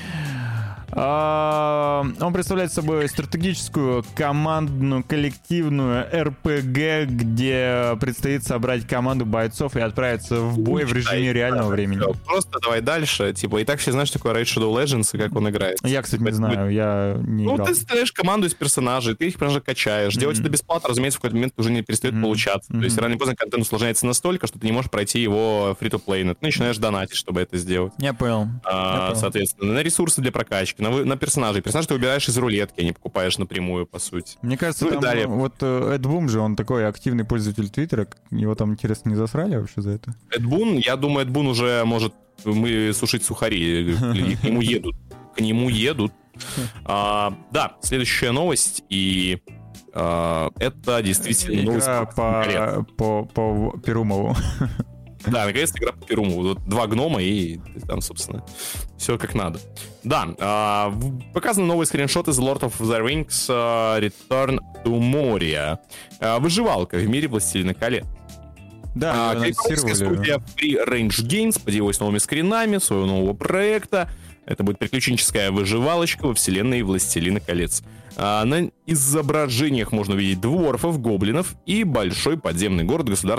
А, он представляет собой стратегическую, командную, коллективную эр пи джи, где предстоит собрать команду бойцов и отправиться в бой в режиме реального времени.
Всё, просто давай дальше. Типа, и так все знаешь, что такое Raid Shadow Legends и как он играет.
Я, кстати, не знаю, я не
Ну,
играл.
ты ставишь команду из персонажей, ты их просто качаешь. Делать
Мгм.
это бесплатно, разумеется, в какой-то момент уже не перестает
Мгм.
получаться. То есть
Мгм.
рано или поздно контент усложняется настолько, что ты не можешь пройти его фри-то-плейно. Ты начинаешь донатить, чтобы это сделать.
Я понял.
А,
Я понял.
соответственно, на ресурсы для прокачки, на, вы- на персонажей. Персонаж ты выбираешь из рулетки, а не покупаешь напрямую, по сути.
Мне кажется,
Ну и
там,
далее.
вот э, Эд Бум же, он такой активный пользователь Твиттера. Его там, интересно, не засрали вообще за это?
Эд Бун, я думаю, Эд Бун уже может мы сушить сухари. И к нему едут. К нему едут. А, да, следующая новость. И а, это действительно новость.
Игра по, по, по Перумову.
Да, наконец-то игра по Перуму. Вот два гнома и там, собственно, все как надо. Да, а, в- показаны новые скриншоты из Lord of the Rings а, Return to Moria. А, выживалка в мире Властелина колец.
Да,
А,
её
калифорнийская
анонсировали.
студия Free Range Games поделилась новыми скринами своего нового проекта. Это будет приключенческая выживалочка во вселенной Властелина колец. А, на изображениях можно увидеть дворфов, гоблинов и большой подземный город государства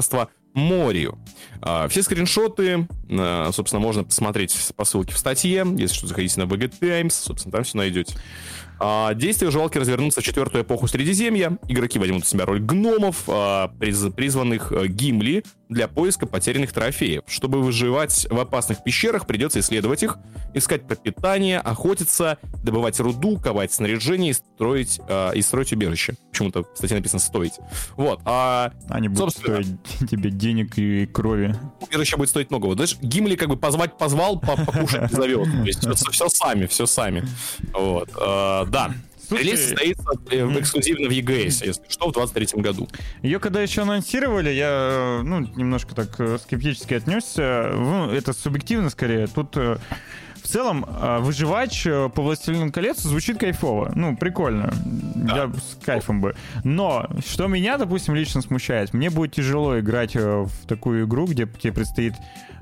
морю. Все скриншоты, собственно, можно посмотреть по ссылке в статье. Если что, заходите на ви джи Times, собственно, там все найдете. Действия выживалки развернутся в четвертую эпоху Средиземья. Игроки возьмут на себя роль гномов, призванных Гимли для поиска потерянных трофеев. Чтобы выживать в опасных пещерах, придется исследовать их, искать пропитание, охотиться, добывать руду, ковать снаряжение и строить, и строить убежище. Почему-то в статье написано «стоить». Вот. А,
Они будут стоить тебе денег и крови.
Убежище будет стоить много. Вот, знаешь, Гимли как бы позвать позвал, покушать не зовет. То есть все, все сами, все сами. Вот. А, да. Слушай, релиз состоится эксклюзивно в и джи эс, если что, в двадцать третьем году.
Ее когда еще анонсировали, я, ну, немножко так скептически отнесся. Ну, это субъективно скорее. Тут в целом выживач по «Властелину колец» звучит кайфово. Ну, прикольно. Да. Я с кайфом бы. Но что меня, допустим, лично смущает, мне будет тяжело играть в такую игру, где тебе предстоит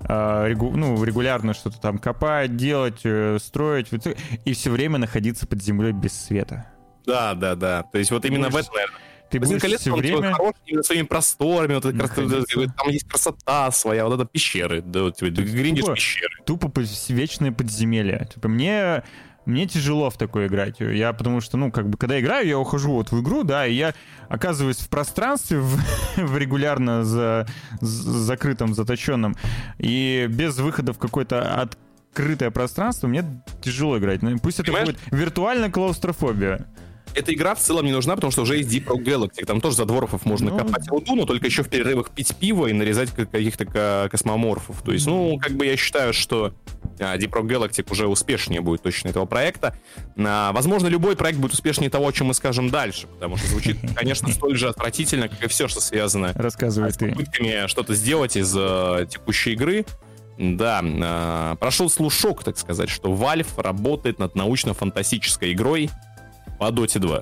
ну, регулярно что-то там копать, делать, строить, и все время находиться под землей без света.
Да, да, да. То есть вот именно будешь, в этом, наверное.
Ты будешь колец, все время...
хороший именно своими просторами, вот это, там есть красота своя, вот это пещеры, да, вот, ты гриндишь пещеры.
Тупо вечные подземелья. Типа мне... Мне тяжело в такое играть. Я потому что, ну, как бы, когда играю, я ухожу вот в игру, да, и я оказываюсь в пространстве, в, в регулярно за, за закрытом, заточенном, и без выхода в какое-то открытое пространство мне тяжело играть. Ну, пусть Понимаешь? Это будет виртуальная клаустрофобия.
Эта игра в целом не нужна, потому что уже есть Deep Rock Galactic. Там тоже за дворфов можно ну... копать руду, но только еще в перерывах пить пиво и нарезать каких-то космоморфов. То есть, ну, как бы я считаю, что Deep Rock Galactic уже успешнее будет точно этого проекта. Возможно, любой проект будет успешнее того, о чем мы скажем дальше, потому что звучит, конечно, столь же отвратительно, как и все, что связано
Рассказывай
с попытками что-то сделать из текущей игры. Да, прошел слушок, так сказать, что Valve работает над научно-фантастической игрой по Dota два.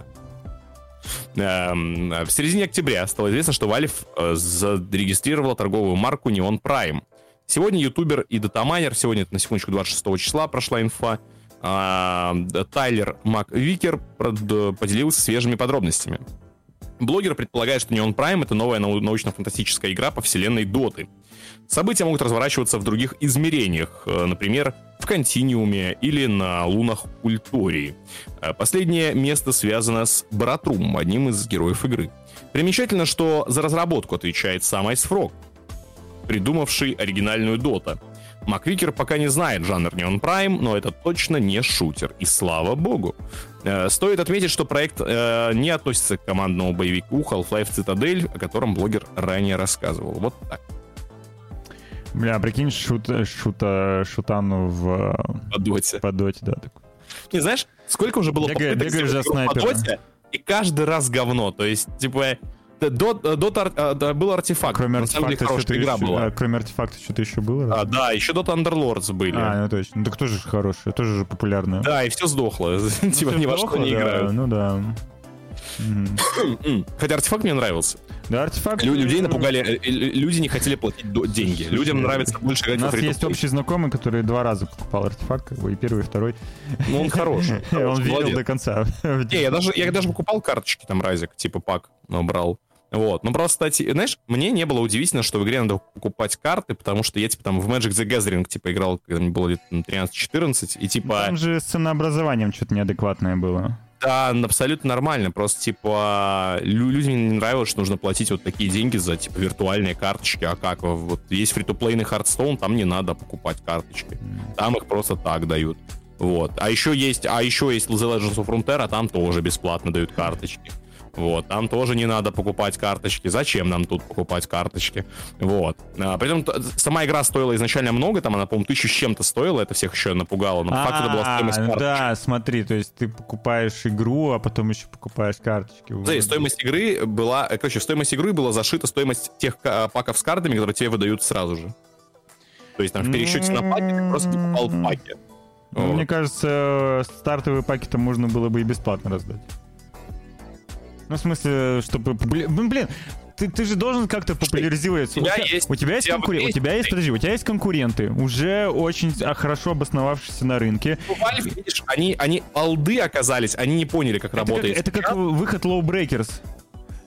В середине октября стало известно, что Valve зарегистрировала торговую марку Neon Prime. Сегодня ютубер и датамайнер, сегодня, это на секундочку, двадцать шестого числа прошла инфа, Тайлер МакВикер поделился свежими подробностями. Блогер предполагает, что Neon Prime — это новая научно-фантастическая игра по вселенной Доты. События могут разворачиваться в других измерениях, например, в Континиуме или на лунах Ультории. Последнее место связано с Баратрум, одним из героев игры. Примечательно, что за разработку отвечает сам Ice Frog, придумавший оригинальную Дота. МакВикер пока не знает жанр Neon Prime, но это точно не шутер, и слава богу. Стоит отметить, что проект э, не относится к командному боевику Half-Life Citadel, о котором блогер ранее рассказывал. Вот так.
Бля, прикинь, шут, шута, шутану в...
По доте.
По доте, да. Так.
Не знаешь, сколько уже было
Бегай,
попыток
сделать игру по доте,
и каждый раз говно. То есть, типа... Дота, Дота был артефакт.
Кроме
на самом деле,
артефакта,
игра
еще,
была.
А, кроме артефакта что-то еще было?
А, да, еще Dota Underlords были.
А, ну точно. Так тоже хорошая, тоже же популярная.
Да, и все сдохло. Ну, типа ни во что не
да,
играют.
Ну да.
Хотя артефакт мне нравился.
Да, артефакт...
Лю- людей напугали, люди не хотели платить до- деньги. Людям нравится больше играть во фри-то-плей.
У нас есть общий знакомый, который два раза покупал артефакт, как бы, и первый, и второй.
Ну, он хороший.
Он верил до конца.
Не, я даже, я даже покупал карточки, там, Разик, типа пак, но брал. Вот, ну просто, кстати, знаешь, мне не было удивительно, что в игре надо покупать карты, потому что я, типа, там в Magic the Gathering, типа, играл, когда мне было лет тринадцать-четырнадцать, и, типа...
Там же с ценообразованием что-то неадекватное было.
Да, абсолютно нормально, просто, типа, людям не нравилось, что нужно платить вот такие деньги за, типа, виртуальные карточки, а как, вот есть фри-то-плейный Hearthstone, там не надо покупать карточки, там их просто так дают, вот. А еще есть, а еще есть The Legends of Runeterra, там тоже бесплатно дают карточки. Вот, там тоже не надо покупать карточки. Зачем нам тут покупать карточки? Вот. А, при этом сама игра стоила изначально много, там она, по-моему, тысячу с чем-то стоила, это всех еще напугало, но по факту это была стоимость карточки.
Да, смотри, то есть ты покупаешь игру, а потом еще покупаешь карточки.
Да, и стоимость игры была, короче, в стоимость игры была зашита стоимость тех паков с картами, которые тебе выдают сразу же. То есть там в пересчете на паки ты просто не покупал паки.
Ну, вот. Мне кажется, стартовые паки-то можно было бы и бесплатно раздать. Ну, в смысле, чтобы... Блин, блин ты, ты же должен как-то популяризироваться. У тебя, у тебя есть, у тебя есть конкуренты. У тебя есть, подожди, у тебя есть конкуренты, уже очень хорошо обосновавшиеся на рынке.
Ну, Valve, видишь, они, они олды оказались, они не поняли, как
это
работает.
Как, это как выход Lawbreakers.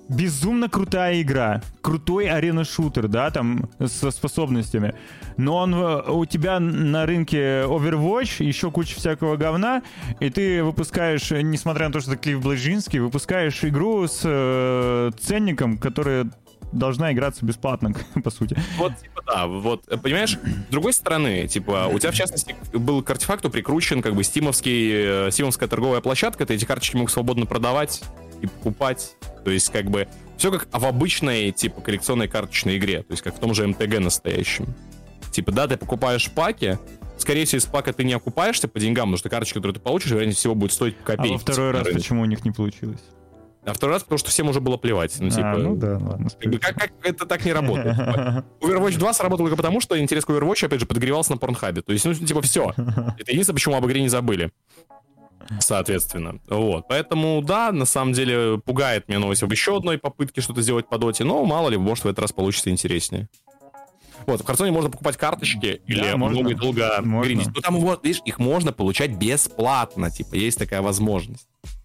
безумно крутая игра, крутой арена-шутер, да, там, со способностями, но он, у тебя на рынке Overwatch, еще куча всякого говна, и ты выпускаешь, несмотря на то, что это Клифф Блажинский, выпускаешь игру с э, ценником, который должна играться бесплатно, по сути.
Вот, типа, да, вот, понимаешь, с другой стороны, типа, у тебя, в частности, был к артефакту прикручен, как бы, стимовский, стимовская торговая площадка, ты эти карточки мог свободно продавать и покупать, то есть, как бы, все как в обычной, типа, коллекционной карточной игре, то есть, как в том же эм тэ гэ настоящем. Типа, да, ты покупаешь паки, скорее всего, из пака ты не окупаешься по деньгам, потому что карточка, которую ты получишь, вероятнее всего, будет стоить копейки.
А во второй раз почему у них не получилось?
А второй раз, потому что всем уже было плевать. Ну, типа,
а, ну да, ладно.
Как, бы, как, как это так не работает? Overwatch два сработал только потому, что интерес к Overwatch, опять же, подогревался на Порнхабе. То есть, ну, типа, все. Это единственное, почему об игре не забыли. Соответственно. Вот. Поэтому, да, на самом деле, пугает меня новость об еще одной попытке что-то сделать по доте, но мало ли, может, в этот раз получится интереснее. Вот, в Хардстоне можно покупать карточки или
да,
много и долго гринить. Ну, там, вот, видишь, их можно получать бесплатно, типа, есть такая возможность.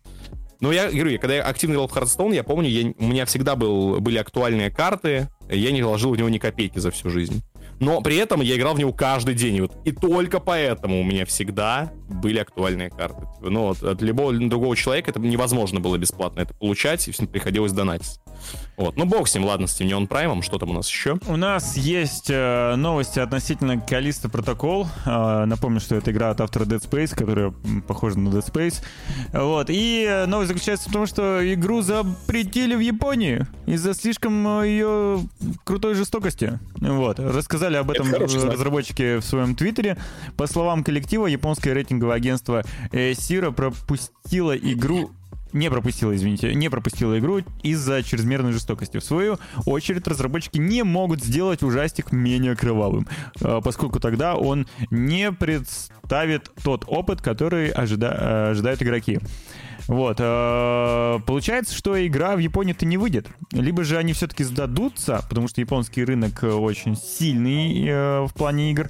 Ну, я говорю, я, когда я активно играл в Hearthstone, я помню, я, у меня всегда был, были актуальные карты, я не вложил в него ни копейки за всю жизнь. Но при этом я играл в него каждый день. И, вот, и только поэтому у меня всегда были актуальные карты. Ну, вот, от любого другого человека это невозможно было бесплатно это получать, и всем приходилось донатить. Вот. Ну, бог с ним, ладно, с Neon Prime, что там у нас еще?
У нас есть э, новости относительно Callisto Protocol. Э, напомню, что это игра от автора Dead Space, которая похожа на Dead Space. Вот. И новость заключается в том, что игру запретили в Японии из-за слишком ее крутой жестокости. Вот. Рассказали об этом разработчики в своем твиттере. По словам коллектива, японское рейтинговое агентство Sierra пропустило игру Не пропустила, извините, не пропустила игру из-за чрезмерной жестокости. В свою очередь, разработчики не могут сделать ужастик менее кровавым, поскольку тогда он не представит тот опыт, который ожида- ожидают игроки. Вот. Получается, что игра в Японии-то не выйдет. Либо же они все-таки сдадутся, потому что японский рынок очень сильный в плане игр,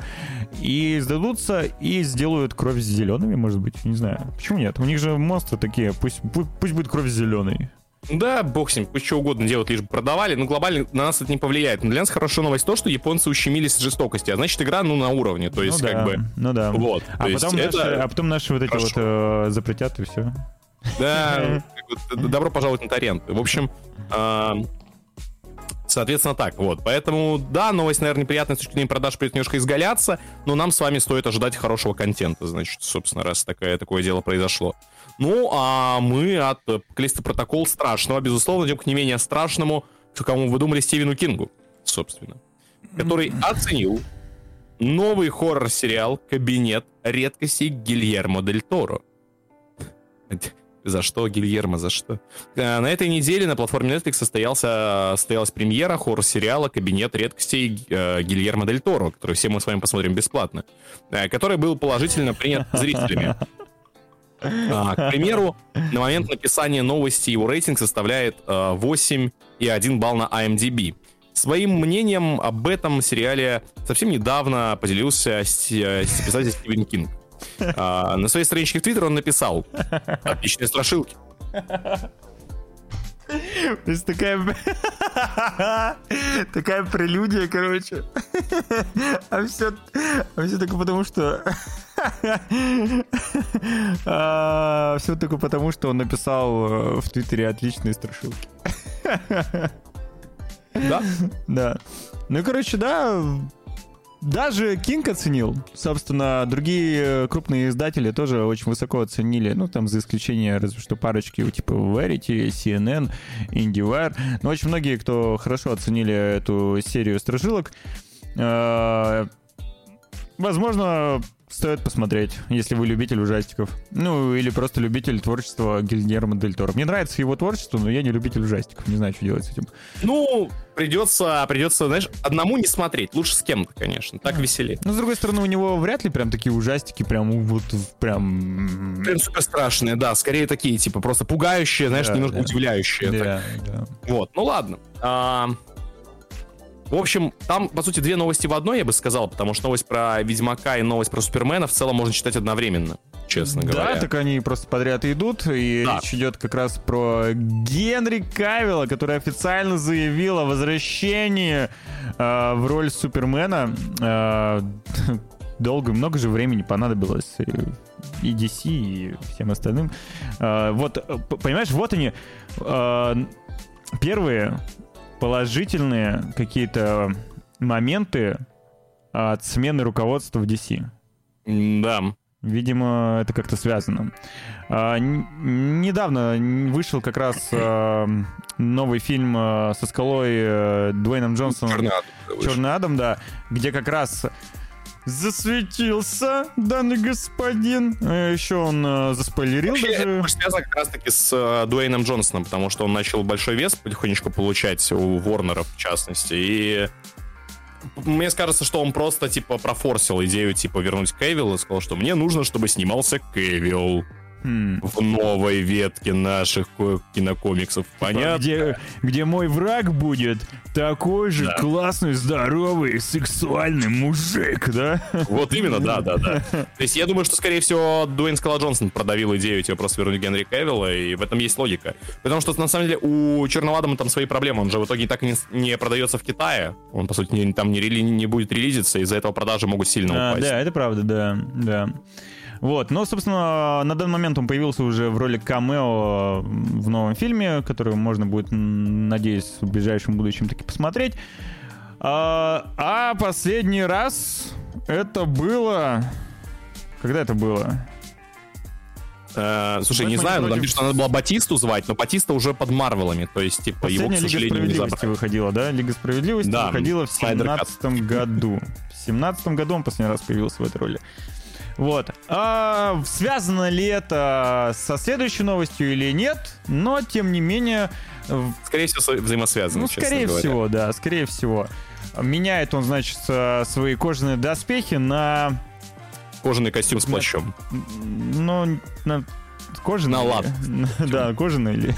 и сдадутся и сделают кровь с зелеными, может быть, не знаю. Почему нет? У них же монстры такие, пусть, пусть, пусть будет кровь зеленой.
Да, бог с ним, пусть что угодно делают, лишь бы продавали, но глобально на нас это не повлияет. Но для нас хорошая новость то, что японцы ущемились жестокости, а значит игра, ну, на уровне, то есть,
ну,
как
да,
бы...
Ну да,
вот,
а, потом
это...
наши, а потом наши вот эти хорошо. вот э, запретят, и все.
Да, добро пожаловать на торренты. В общем, соответственно, так, вот. Поэтому, да, новость, наверное, неприятная с точки зрения продаж, придется немножко изгаляться, но нам с вами стоит ожидать хорошего контента, значит, собственно, раз такое, такое дело произошло. Ну, а мы от Callisto Protocol страшного, безусловно, идем к не менее страшному, кому вы думали, Стивену Кингу, собственно, который оценил новый хоррор-сериал «Кабинет редкостей» Гильермо Дель Торо. За что, Гильермо, за что? На этой неделе на платформе Netflix состоялся, состоялась премьера хоррор-сериала «Кабинет редкостей» Гильермо Дель Торо, который все мы с вами посмотрим бесплатно, который был положительно принят зрителями. К примеру, на момент написания новости его рейтинг составляет восемь и один балл на ай эм ди би. Своим мнением об этом сериале совсем недавно поделился писатель Стивен Кинг. А, на своей страничке в Твиттер он написал: отличные страшилки.
То есть такая... такая прелюдия, короче. А все, а все только потому, что... а, все только потому, что он написал в Твиттере отличные страшилки.
Да?
Да. Ну и, короче, да... Даже Кинг оценил. Собственно, другие крупные издатели тоже очень высоко оценили. Ну, там, за исключением, разве что парочки, типа Verity, си эн эн, IndieWire. Но очень многие, кто хорошо оценили эту серию страшилок, возможно, стоит посмотреть, если вы любитель ужастиков. Ну, или просто любитель творчества Гильермо Дель Торо. Мне нравится его творчество, но я не любитель ужастиков. Не знаю, что делать с этим.
Ну, придется, придется, знаешь, одному не смотреть. Лучше с кем-то, конечно. Так веселее.
Но, с другой стороны, у него вряд ли прям такие ужастики, прям вот, прям...
Прям супер страшные, да. Скорее такие, типа, просто пугающие, знаешь, да, немножко да. удивляющие.
Да, да.
Вот, ну ладно. А... В общем, там, по сути, две новости в одной, я бы сказал, потому что новость про Ведьмака и новость про Супермена в целом можно читать одновременно. честно
да,
говоря.
Да, так они просто подряд идут, и да. речь идет как раз про Генри Кавилла, который официально заявил о возвращении э, в роль Супермена. Э, долго, много же времени понадобилось и ди си, и всем остальным. Э, вот, понимаешь, вот они, э, первые положительные какие-то моменты от смены руководства в ди си.
Да.
Видимо, это как-то связано. А, н- недавно вышел как раз а, новый фильм а, со скалой а, Дуэйном Джонсоном.
Черный Адам.
Черный Адам, да. Где как раз засветился данный господин. А еще он а, заспойлерил.
Вообще,
даже.
Это связано как раз-таки с а, Дуэйном Джонсоном, потому что он начал большой вес потихонечку получать у Ворнеров, в частности. И мне кажется, что он просто, типа, профорсил идею, типа, вернуть Кевилла и сказал, что мне нужно, чтобы снимался Кевилл hmm. в новой ветке наших кинокомиксов. Понятно?
Где, где мой враг будет такой же да. классный, здоровый, сексуальный мужик, да?
Вот именно, да, да, да. То есть я думаю, что, скорее всего, Дуэйн Скала Джонсон продавил идею, типа, просто вернуть Генри Кевилла, и в этом есть логика. Потому что, на самом деле, у Черного Адама там свои проблемы. Он же в итоге так и не, не продается в Китае. Он, по сути, не, там не, рели, не будет релизиться, из-за этого продажи могут сильно
а,
упасть.
Да, это правда, да, да. Вот, но, собственно, на данный момент он появился уже в роли камео в новом фильме, который можно будет, надеюсь, в ближайшем будущем таки посмотреть. А, а последний раз это было... Когда это было?
Uh, слушай, не знаю, но там пишут, что надо было Батисту звать, но Батиста уже под Марвелами, то есть, типа, его, к сожалению, не забрали. Лига Справедливости
выходила, да? Лига Справедливости да, выходила в семнадцатом году. В семнадцатом году он последний раз появился в этой роли. Вот. А связано ли это со следующей новостью или нет? Но, тем не менее...
Скорее всего, взаимосвязано,
ну,
честно
скорее
говоря.
всего, да, скорее всего. Меняет он, значит, свои кожаные доспехи на...
Кожаный костюм с плащом.
Ну, на... Кожаный?
На лад.
Да, кожаный или...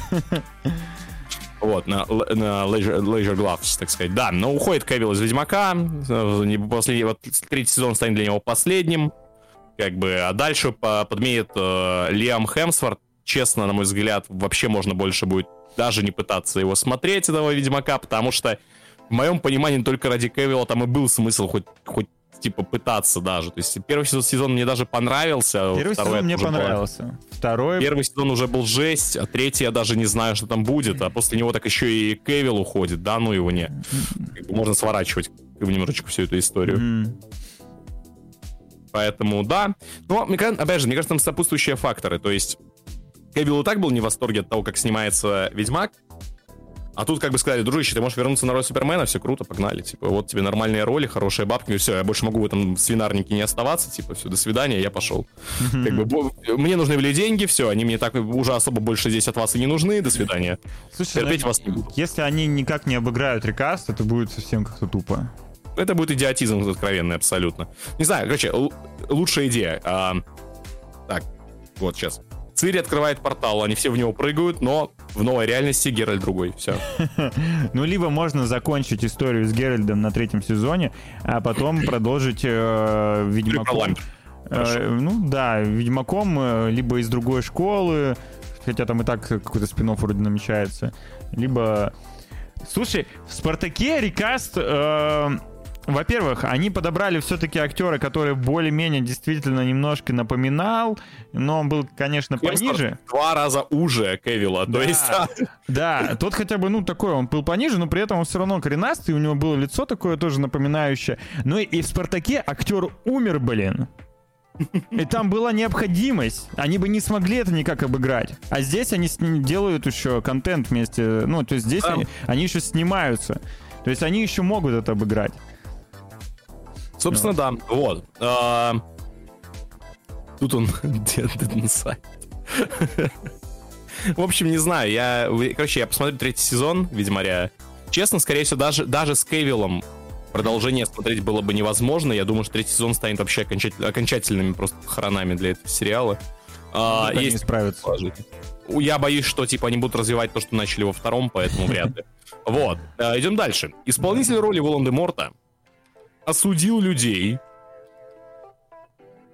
Вот, на, на leisure, leisure gloves, так сказать. Да, но уходит Кевилл из Ведьмака. После, вот, третий сезон станет для него последним. Как бы, а дальше подменит э, Лиам Хемсворт. Честно, на мой взгляд, вообще можно больше будет даже не пытаться его смотреть, этого Ведьмака, потому что, в моем понимании, только ради Кевилла там и был смысл хоть, хоть типа, пытаться даже. То есть первый сезон мне даже понравился.
Первый сезон мне понравился.
Был...
Второй...
Первый сезон уже был жесть, а третий я даже не знаю, что там будет. А после него так еще и Кевилл уходит, да, ну его не. Как бы можно сворачивать немножечко всю эту историю. Mm-hmm. Поэтому, да. Но, опять же, мне кажется, там сопутствующие факторы. То есть Кевилл и так был не в восторге от того, как снимается Ведьмак. А тут как бы сказали, дружище, ты можешь вернуться на роль Супермена, все круто, погнали. Типа, вот тебе нормальные роли, хорошие бабки, все, я больше могу в этом свинарнике не оставаться, типа, все, до свидания, я пошел. Как бы, мне нужны были деньги, все, они мне так уже особо больше здесь от вас и не нужны, до свидания.
Слушай,
терпеть вас не буду.
Если они никак не обыграют рекаст, это будет совсем как-то тупо.
Это будет идиотизм откровенный абсолютно. Не знаю, короче, л- лучшая идея. А, так, вот сейчас. Цири открывает портал, они все в него прыгают, но в новой реальности Геральт другой, все.
Ну, либо можно закончить историю с Геральтом на третьем сезоне, а потом продолжить э, Ведьмаком. Э, ну, да, Ведьмаком, э, либо из другой школы, хотя там и так какой-то спин-офф вроде намечается, либо... Слушай, в «Спартаке» рекаст... Э, Во-первых, они подобрали все-таки актера, который более-менее действительно немножко напоминал, но он был, конечно, пониже.
Два раза уже Кевилла,
да,
то есть...
Да, тот хотя бы, ну, такой, он был пониже, но при этом он все равно коренастый, у него было лицо такое тоже напоминающее. Ну и в «Спартаке» актер умер, блин. И там была необходимость. Они бы не смогли это никак обыграть. А здесь они делают еще контент вместе. Ну, то есть здесь
да.
они, они еще снимаются. То есть они еще могут это обыграть.
Собственно, да. Вот. А... Тут он Dead Inside. В общем, не знаю. Я... Короче, я посмотрю третий сезон Ведьмаря. Честно, скорее всего, даже, даже с Кевиллом продолжение смотреть было бы невозможно. Я думаю, что третий сезон станет вообще окончатель... окончательными просто похоронами для этого сериала.
А, есть... не справятся.
Я боюсь, что типа они будут развивать то, что начали во втором, поэтому вряд ли. Вот. Идем дальше. Исполнитель роли Волан-де-Морта осудил людей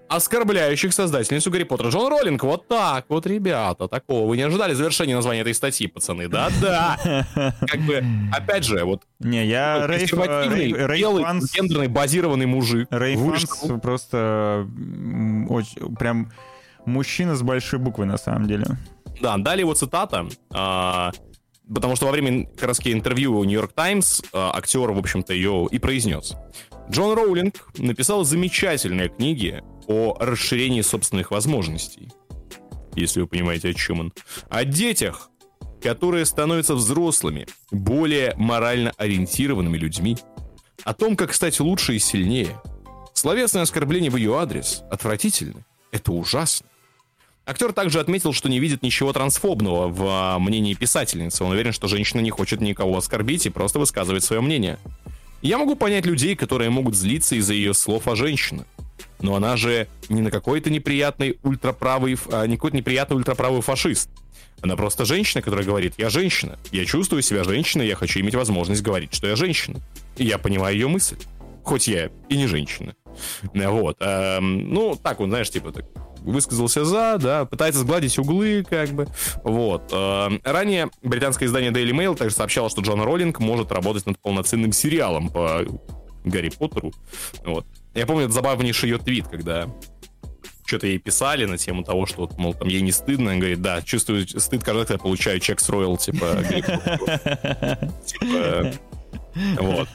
оскорбляющих создательницу Гарри Поттера Джон Роулинг. Вот так вот, ребята, такого. Вы не ожидали завершения названия этой статьи, пацаны? Да-да. Как бы, опять же, вот...
Не, я Рэй
белый, гендерный, базированный мужик.
Рэй Фанс просто очень, прям мужчина с большой буквы, на самом деле.
Да, далее его цитата, а, потому что во время как раз интервью у Нью-Йорк Таймс а, актер, в общем-то, ее и произнес. Джон Роулинг написал замечательные книги о расширении собственных возможностей, если вы понимаете, о чем он. О детях, которые становятся взрослыми, более морально ориентированными людьми. О том, как стать лучше и сильнее. Словесное оскорбление в ее адрес отвратительно. Это ужасно. Актер также отметил, что не видит ничего трансфобного в мнении писательницы. Он уверен, что женщина не хочет никого оскорбить и просто высказывает свое мнение. Я могу понять людей, которые могут злиться из-за ее слов о женщинах. Но она же не на какой-то неприятный ультраправый, а не какой-то неприятный ультраправый фашист. Она просто женщина, которая говорит: я женщина, я чувствую себя женщиной, я хочу иметь возможность говорить, что я женщина. И я понимаю ее мысль. Хоть я и не женщина. Вот. Эм, ну, так он, знаешь, типа так высказался за, да, пытается сгладить углы, как бы. Вот. Эм, ранее британское издание Daily Mail также сообщало, что Джон Роулинг может работать над полноценным сериалом по Гарри Поттеру. Вот. Я помню, это забавнейший ее твит, когда что-то ей писали на тему того, что, вот, мол, там ей не стыдно. Она говорит: да, чувствую стыд, когда я получаю чек с роялти по Гарри Поттеру. Типа, вот.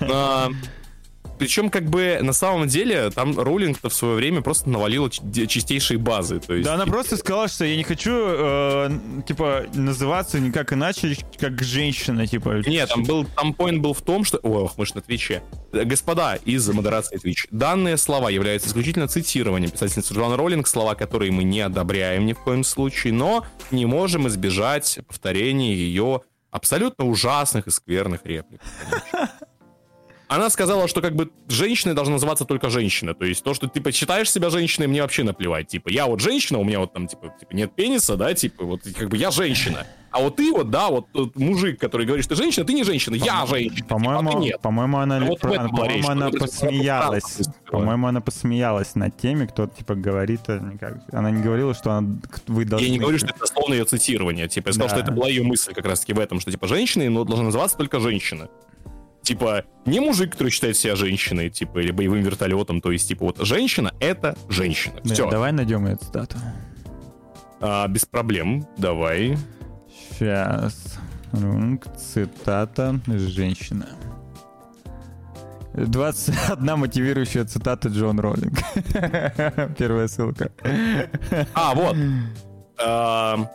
Причем, как бы, на самом деле, там Роулинг-то в свое время просто навалила чистейшие базы. То есть,
да, она
типа...
просто сказала, что я не хочу, э, типа, называться никак иначе, как женщина, типа.
Нет, там был, там поинт был в том, что... Ох, мы же на Твиче. Господа из модерации Twitch, данные слова являются исключительно цитированием писательницы Джоан Роулинг, слова, которые мы не одобряем ни в коем случае, но не можем избежать повторения ее абсолютно ужасных и скверных реплик, конечно. Она сказала, что как бы женщиной должна называться только женщина. То есть то, что ты считаешь себя женщиной, мне вообще наплевать. Типа, я вот женщина, у меня вот там, типа, типа нет пениса, да, типа, вот как бы я женщина. А вот ты вот, да, вот тот мужик, который говорит, что ты женщина, ты не женщина, я женщина.
По-моему,
типа, а ты нет.
По-моему, она,
а вот
по-моему, речь, она посмеялась. По-моему, она посмеялась над теми, кто, типа, говорит, никак. Она не говорила, что она, вы должны...
Я не говорю, что это дословно ее цитирование. Типа, я сказал, да. что это была ее мысль как раз-таки в этом, что, типа, женщиной, но должна называться только женщина. Типа, не мужик, который считает себя женщиной, типа, или боевым вертолетом, то есть, типа, вот, женщина — это женщина.
Да,
все.
Давай найдем эту цитату.
А, без проблем, давай.
Сейчас. Цитата «женщина». двадцать одна мотивирующая цитата Джон Роулинг. Первая ссылка.
А, вот. А...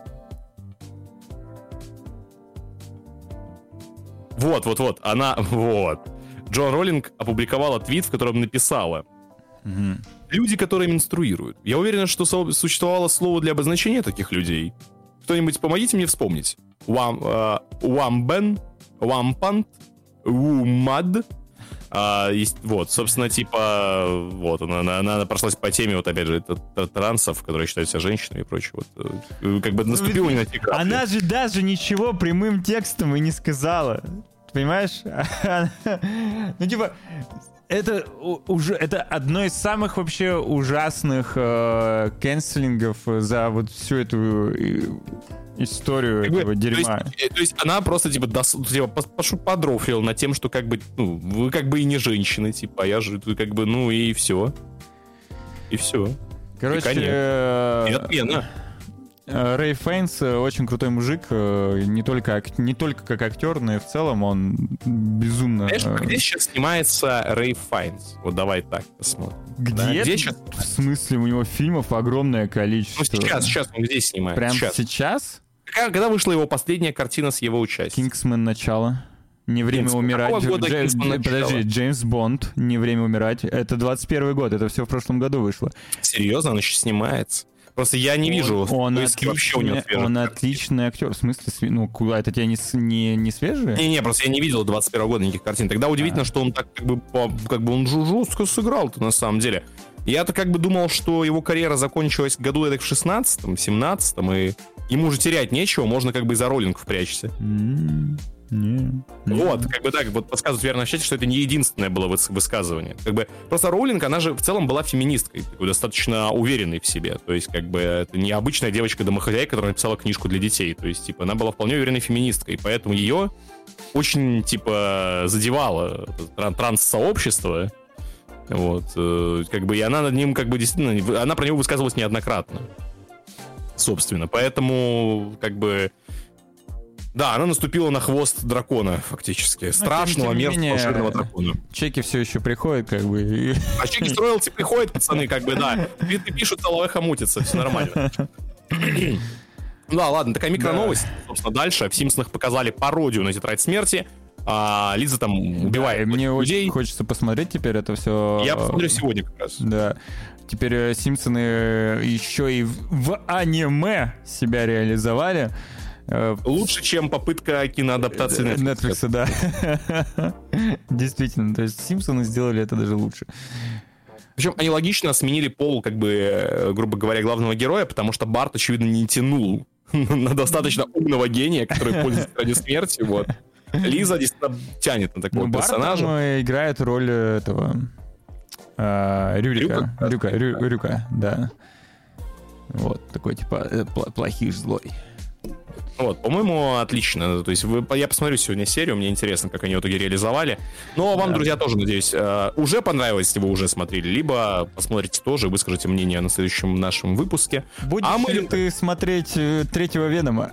Вот, вот, вот, она, вот. Джон Роулинг опубликовала твит, в котором написала: угу. Люди, которые менструируют. Я уверена, что существовало слово для обозначения таких людей. Кто-нибудь помогите мне вспомнить. Уамбен, уампант, умад. Есть, вот, собственно, типа, вот, она, она, она прошлась по теме, вот, опять же, это, трансов, которые считают себя женщинами и прочее, вот, как бы наступила не на те грабли.
Она же даже ничего прямым текстом и не сказала, понимаешь? Ну, типа, это уже, это одно из самых вообще ужасных э, кэнселингов за вот всю эту историю как этого бы, дерьма.
То есть, то есть она просто типа, дос, типа подрофлила над тем, что как бы, ну, вы как бы и не женщины, типа, а я же как бы, ну и все. И все.
Короче,
и
э, Рэй Файнс очень крутой мужик, не только, не только как актер, но и в целом он безумно...
Знаешь, где сейчас снимается Рэй Файнс? Вот давай так посмотрим.
Где?
Да? Где сейчас?
В смысле, у него фильмов огромное количество.
Ну сейчас, сейчас он где снимает?
Прямо
сейчас?
сейчас?
Когда вышла его последняя картина с его участием?
«Кингсман. Начало». «Не время
Кингсман.
умирать».
Года
Дж...
Кингсман
Подожди, «Джеймс Бонд. Не время умирать». Это двадцать первый год, это все в прошлом году вышло.
Серьезно? Он еще снимается? Просто я не
он,
вижу.
Он, отличный, он отличный актер. В смысле, ну, куда это тебе не, не, не свежие?
Не-не, просто я не видел двадцать первого года никаких картин. Тогда удивительно, а. что он так как бы, как бы он жестко сыграл-то на самом деле. Я-то как бы думал, что его карьера закончилась году эдак в шестнадцатом, семнадцатом, и ему уже терять нечего, можно как бы и за Роулинг впрячься.
Mm-hmm. Не, не.
Вот, как бы так, вот подсказывают верно в чате, что это не единственное было выс- высказывание. Как бы просто Роулинг, она же в целом была феминисткой, такой, достаточно уверенной в себе. То есть, как бы, это не обычная девочка-домохозяйка, которая написала книжку для детей. То есть, типа, она была вполне уверенной феминисткой, поэтому ее очень, типа, задевало тран- транс-сообщество. Вот, э, как бы, и она над ним, как бы, действительно, она про него высказывалась неоднократно. Собственно, поэтому, как бы... Да, она наступила на хвост дракона, фактически. Страшного, мерзкого, жирного дракона.
Чеки все еще приходят, как бы. И...
А чеки с роялти приходят, пацаны, как бы, да. Твиты пишут, лавеха мутится, все нормально. Да, ладно, такая микроновость. Собственно, дальше в Симпсонах показали пародию на тетрадь смерти. А Лиза там убивает
мне
людей.
Очень хочется посмотреть теперь это все.
Я посмотрю сегодня как раз.
Да. Теперь Симпсоны еще и в аниме себя реализовали.
Лучше, чем попытка киноадаптации
Netflix, да. Действительно, то есть Симпсоны сделали это даже лучше.
Причем они логично сменили пол, как бы, грубо говоря, главного героя, потому что Барт, очевидно, не тянул на достаточно умного гения, который пользуется ради смерти, вот. Лиза действительно тянет на такого
ну,
персонажа.
Барт играет роль этого... А, Рюрика. Рюка, Рю, Рюка, да. Вот, такой, типа, плохиш злой.
Вот, по-моему, отлично. То есть вы, я посмотрю сегодня серию, мне интересно, как они в итоге реализовали. Но вам, да. друзья, тоже, надеюсь, уже понравилось, если вы уже смотрели, либо посмотрите тоже, выскажите мнение на следующем нашем выпуске.
Будешь а мы... ли ты смотреть третьего Венома?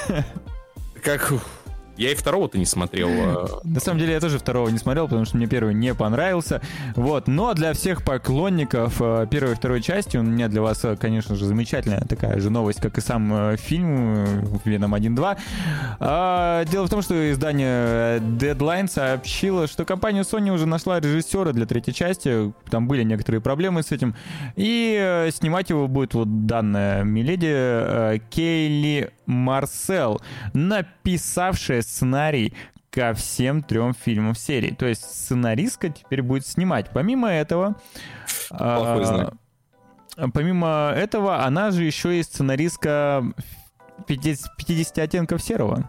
Как... Я и второго-то не смотрел.
На самом деле я тоже второго не смотрел, потому что мне первый не понравился. Вот. Но для всех поклонников первой и второй части у меня для вас, конечно же, замечательная такая же новость, как и сам фильм «Веном один-два». Дело в том, что издание Deadline сообщило, что компания Sony уже нашла режиссера для третьей части. Там были некоторые проблемы с этим. И снимать его будет вот данная миледи Кейли Марсел, написавшая сценарий ко всем трем фильмам серии. То есть сценаристка теперь будет снимать. Помимо этого, а, помимо этого, она же еще и сценаристка пятьдесят оттенков серого.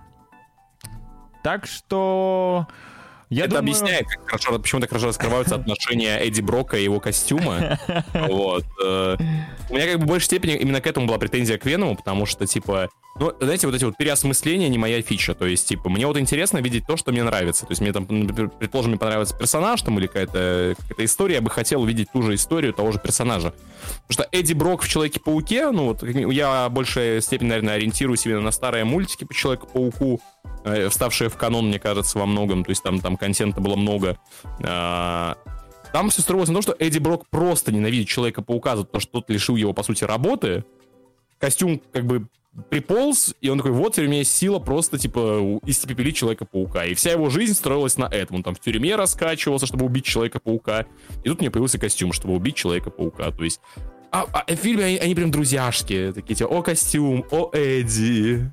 Так что... Я
Это
думаю...
объясняет, как хорошо, почему так хорошо раскрываются отношения Эдди Брока и его костюма. Вот. У меня как бы в большей степени именно к этому была претензия к Веному, потому что, типа, ну, знаете, вот эти вот переосмысления не моя фича. То есть, типа, мне вот интересно видеть то, что мне нравится. То есть, мне там, предположим, мне понравился персонаж там или какая-то, какая-то история, я бы хотел увидеть ту же историю того же персонажа. Потому что Эдди Брок в Человеке-пауке, ну, вот я в большей степени, наверное, ориентируюсь именно на старые мультики по Человеку-пауку, вставшие в канон, мне кажется, во многом. То есть там, там контента было много. Там все строилось на том, что Эдди Брок просто ненавидит Человека-паука за то, что тот лишил его, по сути, работы. Костюм как бы приполз, и он такой, вот, теперь у меня есть сила просто, типа, испепелить Человека-паука. И вся его жизнь строилась на этом. Он там в тюрьме раскачивался, чтобы убить Человека-паука. И тут у меня появился костюм, чтобы убить Человека-паука. То есть... А, а в фильме они, они прям друзьяшки. Такие, типа, о, костюм, о, Эдди.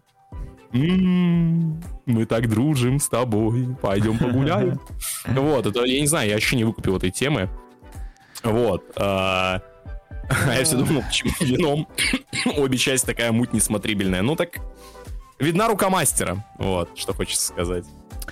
М-м-м, мы так дружим с тобой, пойдем погуляем. Вот, это, я не знаю, я вообще не выкупил этой темы. Вот. А я все думал, почему Веном обе части такая муть несмотрибельная. Ну так, видна рука мастера. Вот, что хочется сказать.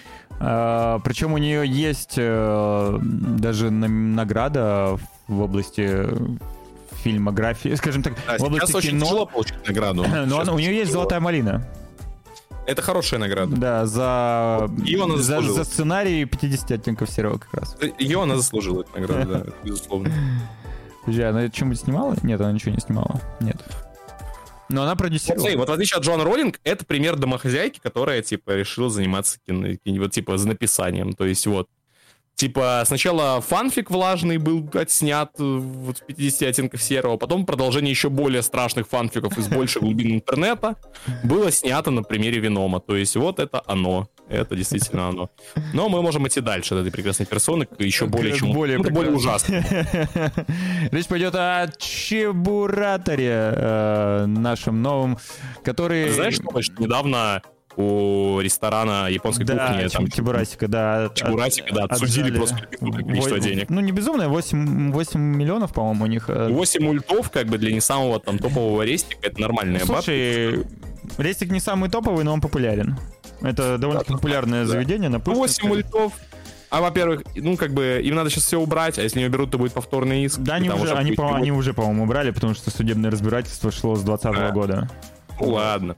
А, причем у нее есть э, даже награда в области фильмографии, скажем так,
да,
в области
сейчас
кино.
Очень тяжело получить награду.
Но она, у нее есть «Золотая малина».
Это хорошая награда.
Да, за,
вот
за, за сценарий пятьдесят оттенков серого как раз.
Ее она заслужила, эту награду, да, безусловно.
Подожди, она что-нибудь снимала? Нет, она ничего не снимала. Нет. Но она продюсировала.
Вот, вот в отличие от Джоан Роулинг, это пример домохозяйки, которая, типа, решила заниматься кино, вот, типа, с написанием. То есть, вот, типа, сначала фанфик влажный был отснят вот в пятьдесят оттенков серого, потом продолжение еще более страшных фанфиков из большей глубин интернета было снято на примере Венома. То есть вот это оно. Это действительно оно. Но мы можем идти дальше от этой прекрасной персоны к еще более, чем...
более,
более ужасно.
Речь пойдет о Чебураторе, э, нашем новом, который...
Знаешь, что недавно... у ресторана японской
да,
кухни.
Там, Чебурасика, да.
Чебурасика, да, отсудили просто безумное количество денег.
Ну, не безумное, восемь, восемь миллионов, по-моему, у них.
восемь ультов, как бы, для не самого там топового рестика, это нормальная бабка.
Слушай, рестик не самый топовый, но он популярен. Это довольно-таки популярное
да.
заведение на Пушкинской.
восемь мультов. А, во-первых, ну, как бы, им надо сейчас все убрать, а если не уберут, то будет повторный иск.
Да, они уже, уже, они, по, они уже, по-моему, убрали, потому что судебное разбирательство шло с двадцатого а. года.
Ну, ладно.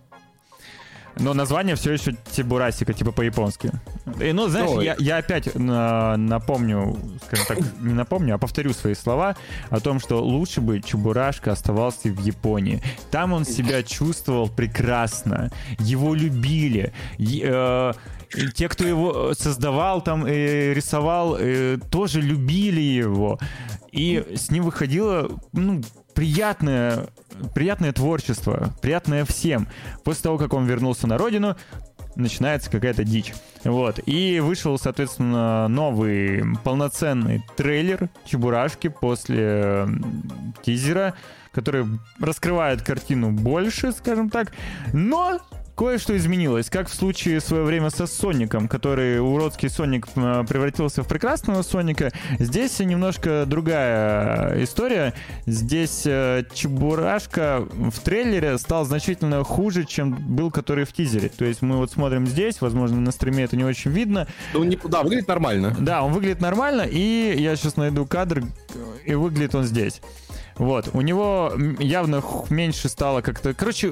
Но название все еще Чебурасика, типа по-японски. И, ну, знаешь, я, я опять на, напомню, скажем так, не напомню, а повторю свои слова о том, что лучше бы Чебурашка оставался в Японии. Там он себя чувствовал прекрасно. Его любили. Е, э, те, кто его создавал, там, э, рисовал, э, тоже любили его. И с ним выходило, ну, приятное, приятное творчество, приятное всем. После того, как он вернулся на родину, начинается какая-то дичь. Вот. И вышел, соответственно, новый полноценный трейлер Чебурашки после тизера, который раскрывает картину больше, скажем так. Но кое-что изменилось, как в случае в свое время со Соником, который уродский Соник превратился в прекрасного Соника. Здесь немножко другая история. Здесь Чебурашка в трейлере стал значительно хуже, чем был, который в тизере. То есть мы вот смотрим здесь, возможно, на стриме это не очень видно.
Да, он не, да, выглядит нормально.
Да, он выглядит нормально, и я сейчас найду кадр, и выглядит он здесь. Вот, у него явно меньше стало как-то... Короче...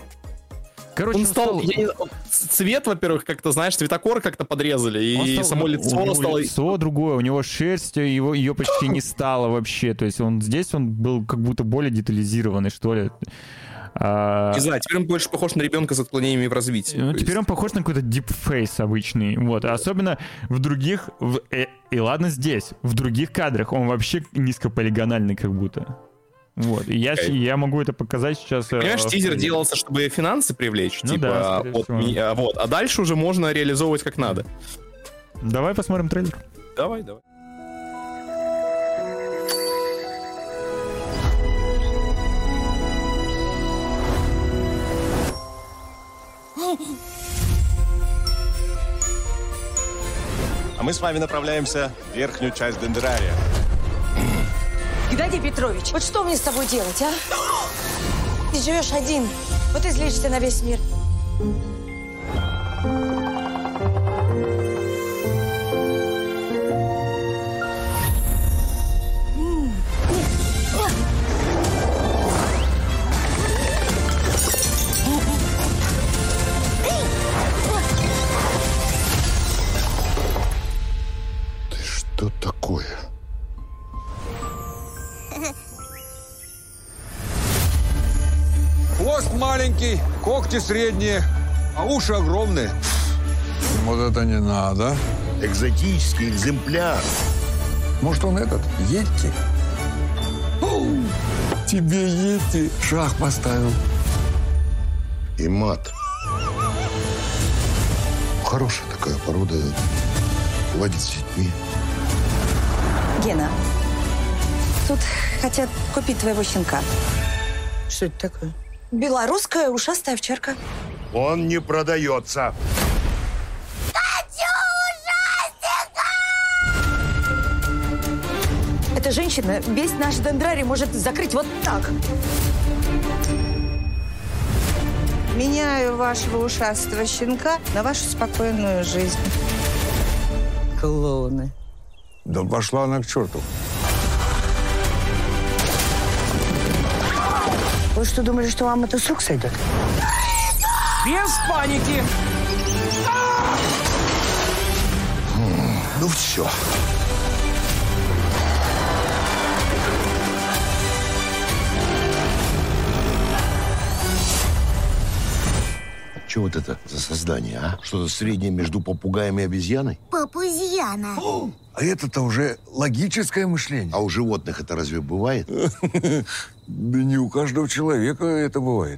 Короче,
он стал,
он стал...
Я, цвет, во-первых, как-то, знаешь, цветокор как-то подрезали, и стал, само лицо
у него
стало...
лицо другое, у него шерсть, его, ее почти не стало вообще, то есть он здесь он был как будто более детализированный, что ли. А...
Не знаю, теперь он больше похож на ребенка с отклонениями в развитии.
Ну, теперь есть... он похож на какой-то дипфейс обычный, вот, особенно в других, в... э, и ладно здесь, в других кадрах он вообще низкополигональный как будто. Вот, и я, okay. я могу это показать сейчас.
Понимаешь, э, тизер делался, чтобы финансы привлечь, ну, типа,
да,
от меня, вот, а дальше уже можно реализовывать как надо.
Давай посмотрим трейлер.
Давай, давай.
А мы с вами направляемся в верхнюю часть Дендрария.
Геннадий Петрович, вот что мне с тобой делать, а? Ты живешь один, вот и злишься на весь мир.
Ты что такое?
Хвост маленький, когти средние, а уши огромные.
Вот это не надо.
Экзотический экземпляр.
Может, он этот, Йети? Тебе Йети шах поставил.
И мат. Хорошая такая порода. Ладит с детьми.
Гена, тут хотят купить твоего щенка. Что это такое? Белорусская ушастая овчарка.
Он не продается.
Хочу ужастика! Эта женщина весь наш дендрарий может закрыть вот так.
Меняю вашего ушастого щенка на вашу спокойную жизнь. Клоуны.
Да пошла она к черту.
Вы что, думали, что вам это с рук сойдет?
Без паники!
Ну все. Что вот это за создание, а? Что-то среднее между попугаем и обезьяной?
Папузьяна.
О, а это-то уже логическое мышление.
А у животных это разве бывает?
Да не у каждого человека это бывает.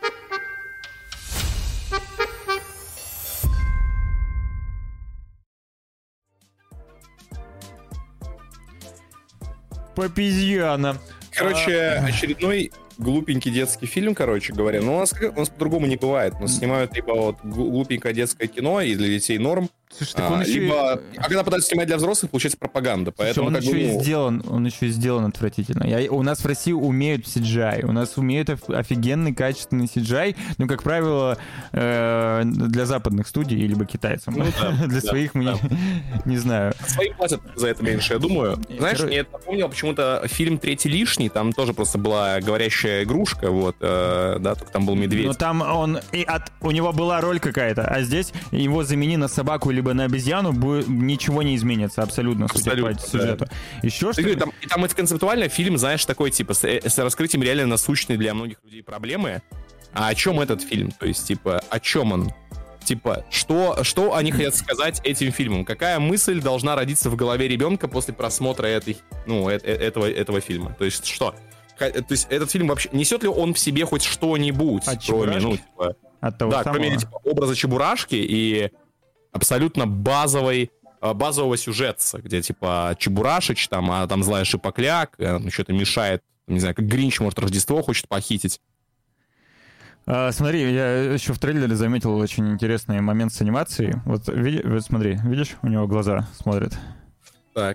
Попизьяна.
Короче, очередной глупенький детский фильм, короче говоря. Но у нас, у нас по-другому не бывает. У нас снимают либо вот глупенькое детское кино, и для детей норм.
Слушай, так он
а,
еще
либо,
и...
а когда пытаются снимать для взрослых, получается пропаганда.
Слушай,
Поэтому,
он,
как
еще
бы,
и
ну...
сделан, он еще и сделан отвратительно. Я, у нас в России умеют си джи ай. У нас умеют оф- офигенный, качественный си джи ай. Ну, как правило, э, для западных студий, либо китайцам.
Ну, да,
для
да,
своих мы
да.
не, не знаю.
Своим платят за это меньше, я думаю. Знаешь,
Короче...
мне это напомнило почему-то фильм «Третий лишний». Там тоже просто была говорящая игрушка, вот, э, да, только там был медведь.
Но там он... И от, у него была роль какая-то, а здесь его замени на собаку либо на обезьяну, будет, ничего не изменится абсолютно,
Абсолютно,
судя по сюжету.
Да.
Еще что?
И там, и там это концептуально фильм, знаешь, такой, типа, с, с раскрытием реально насущной для многих людей проблемы. А о чем этот фильм? То есть, типа, о чем он? Типа, что, что они хотят сказать этим фильмом? Какая мысль должна родиться в голове ребенка после просмотра этой, ну, э- э- этого, этого фильма? То есть, что? То есть, этот фильм вообще... Несет ли он в себе хоть что-нибудь?
От
кроме, ну, типа...
От того
да,
самого.
кроме типа, образа Чебурашки и абсолютно базовой, базового сюжета, где, типа, Чебурашич, там, а там злая Шипокляк, что-то мешает, не знаю, как Гринч, может, Рождество хочет похитить.
А, смотри, я еще в трейлере заметил очень интересный момент с анимацией. Вот, види, вот смотри, видишь, у него глаза смотрят.
Так.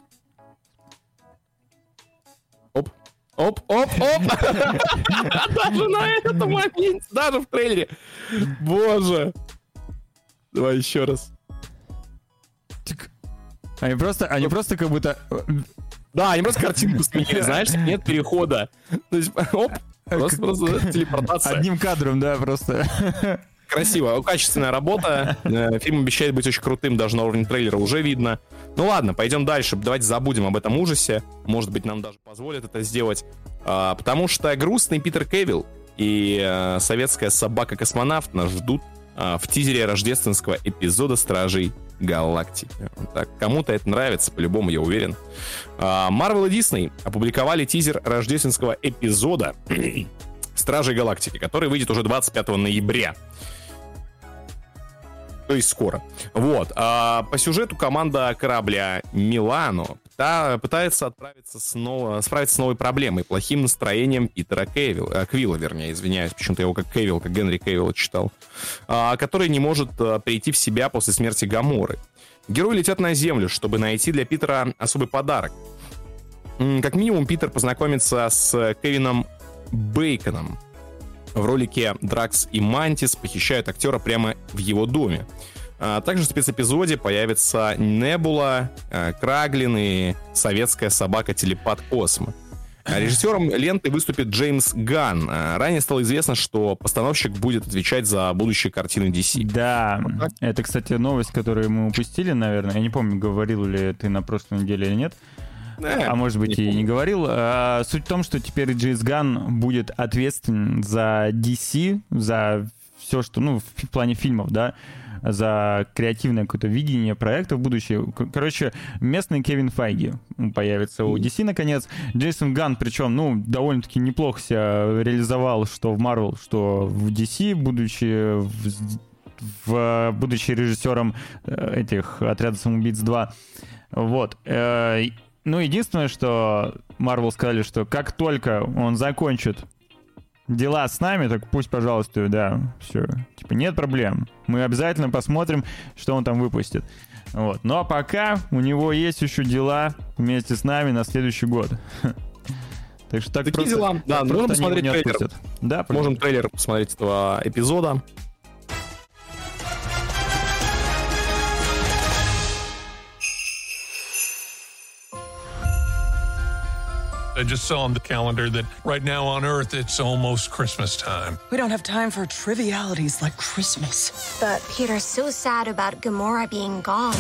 Оп. Оп, оп, оп! Даже на этом моменте, даже в трейлере. Боже. Давай еще раз.
Они просто, они просто как будто...
Да, они просто картинку сменили, знаешь, нет перехода. То есть, оп, просто, просто телепортация.
Одним кадром, да, просто.
Красиво, качественная работа. Фильм обещает быть очень крутым, даже на уровне трейлера уже видно. Ну ладно, пойдем дальше. Давайте забудем об этом ужасе. Может быть, нам даже позволят это сделать. А, потому что грустный Питер Кевилл и а, советская собака-космонавт нас ждут а, в тизере рождественского эпизода «Стражей Галактики». Так, кому-то это нравится, по-любому, я уверен. Marvel и Disney опубликовали тизер рождественского эпизода «Стражей Галактики», который выйдет уже двадцать пятого ноября. То есть скоро. Вот. А по сюжету команда корабля Милано пытается отправиться снова, справиться с новой проблемой, плохим настроением Питера Кевилла, Квилла, вернее, извиняюсь, почему-то я его как Кевилл, как Генри Кевилла читал, а, который не может а, прийти в себя после смерти Гаморы. Герои летят на Землю, чтобы найти для Питера особый подарок. Как минимум, Питер познакомится с Кевином Бейконом. В ролике Дракс и Мантис похищают актера прямо в его доме. А также в спецэпизоде появится Небула, Краглин и советская собака-телепат Космо. Режиссером ленты выступит Джеймс Ганн. Ранее стало известно, что постановщик будет отвечать за будущие картины ди си.
Да, вот это, кстати, новость, которую мы упустили, наверное. Я не помню, говорил ли ты на прошлой неделе или нет. А, а может быть, не и помню. Не говорил. А, суть в том, что теперь Джеймс Ганн будет ответственен за ди си, за все, что, ну, в плане фильмов, да, за креативное какое-то видение проекта в будущее. Короче, местный Кевин Файги появится у ди си, наконец. Джейсон Ганн, причем, ну, довольно-таки неплохо себя реализовал, что в Marvel, что в ди си, будучи в, в, будучи режиссером этих «Отряда самоубийц два». Вот. Ну, единственное, что Marvel сказали, что как только он закончит дела с нами, так пусть, пожалуйста, да, все. Типа, нет проблем. Мы обязательно посмотрим, что он там выпустит. Вот. Ну, а пока у него есть еще дела вместе с нами на следующий год. Так что так
Такие
просто,
дела. Да,
так
можем
просто
посмотреть трейлер.
Да,
можем трейлер посмотреть этого эпизода.
I just saw on the calendar that right now on Earth it's almost Christmas time.
We don't have time for trivialities like Christmas.
But Peter's so sad about Gamora being gone.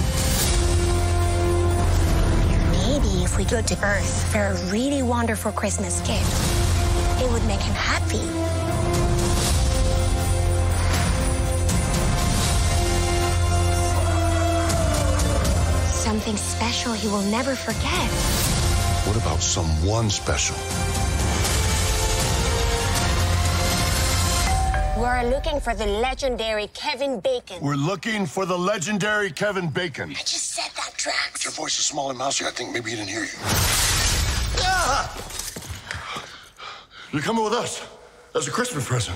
Maybe if we go to Earth for a really wonderful Christmas gift, it would make him happy. Something special he will never forget.
What about someone special?
We're looking for the legendary Kevin Bacon.
We're looking for the legendary Kevin Bacon.
I just said that, Drax.
But your voice is small and mousy. I think maybe he didn't hear you. Ah! You're coming with us as a Christmas present.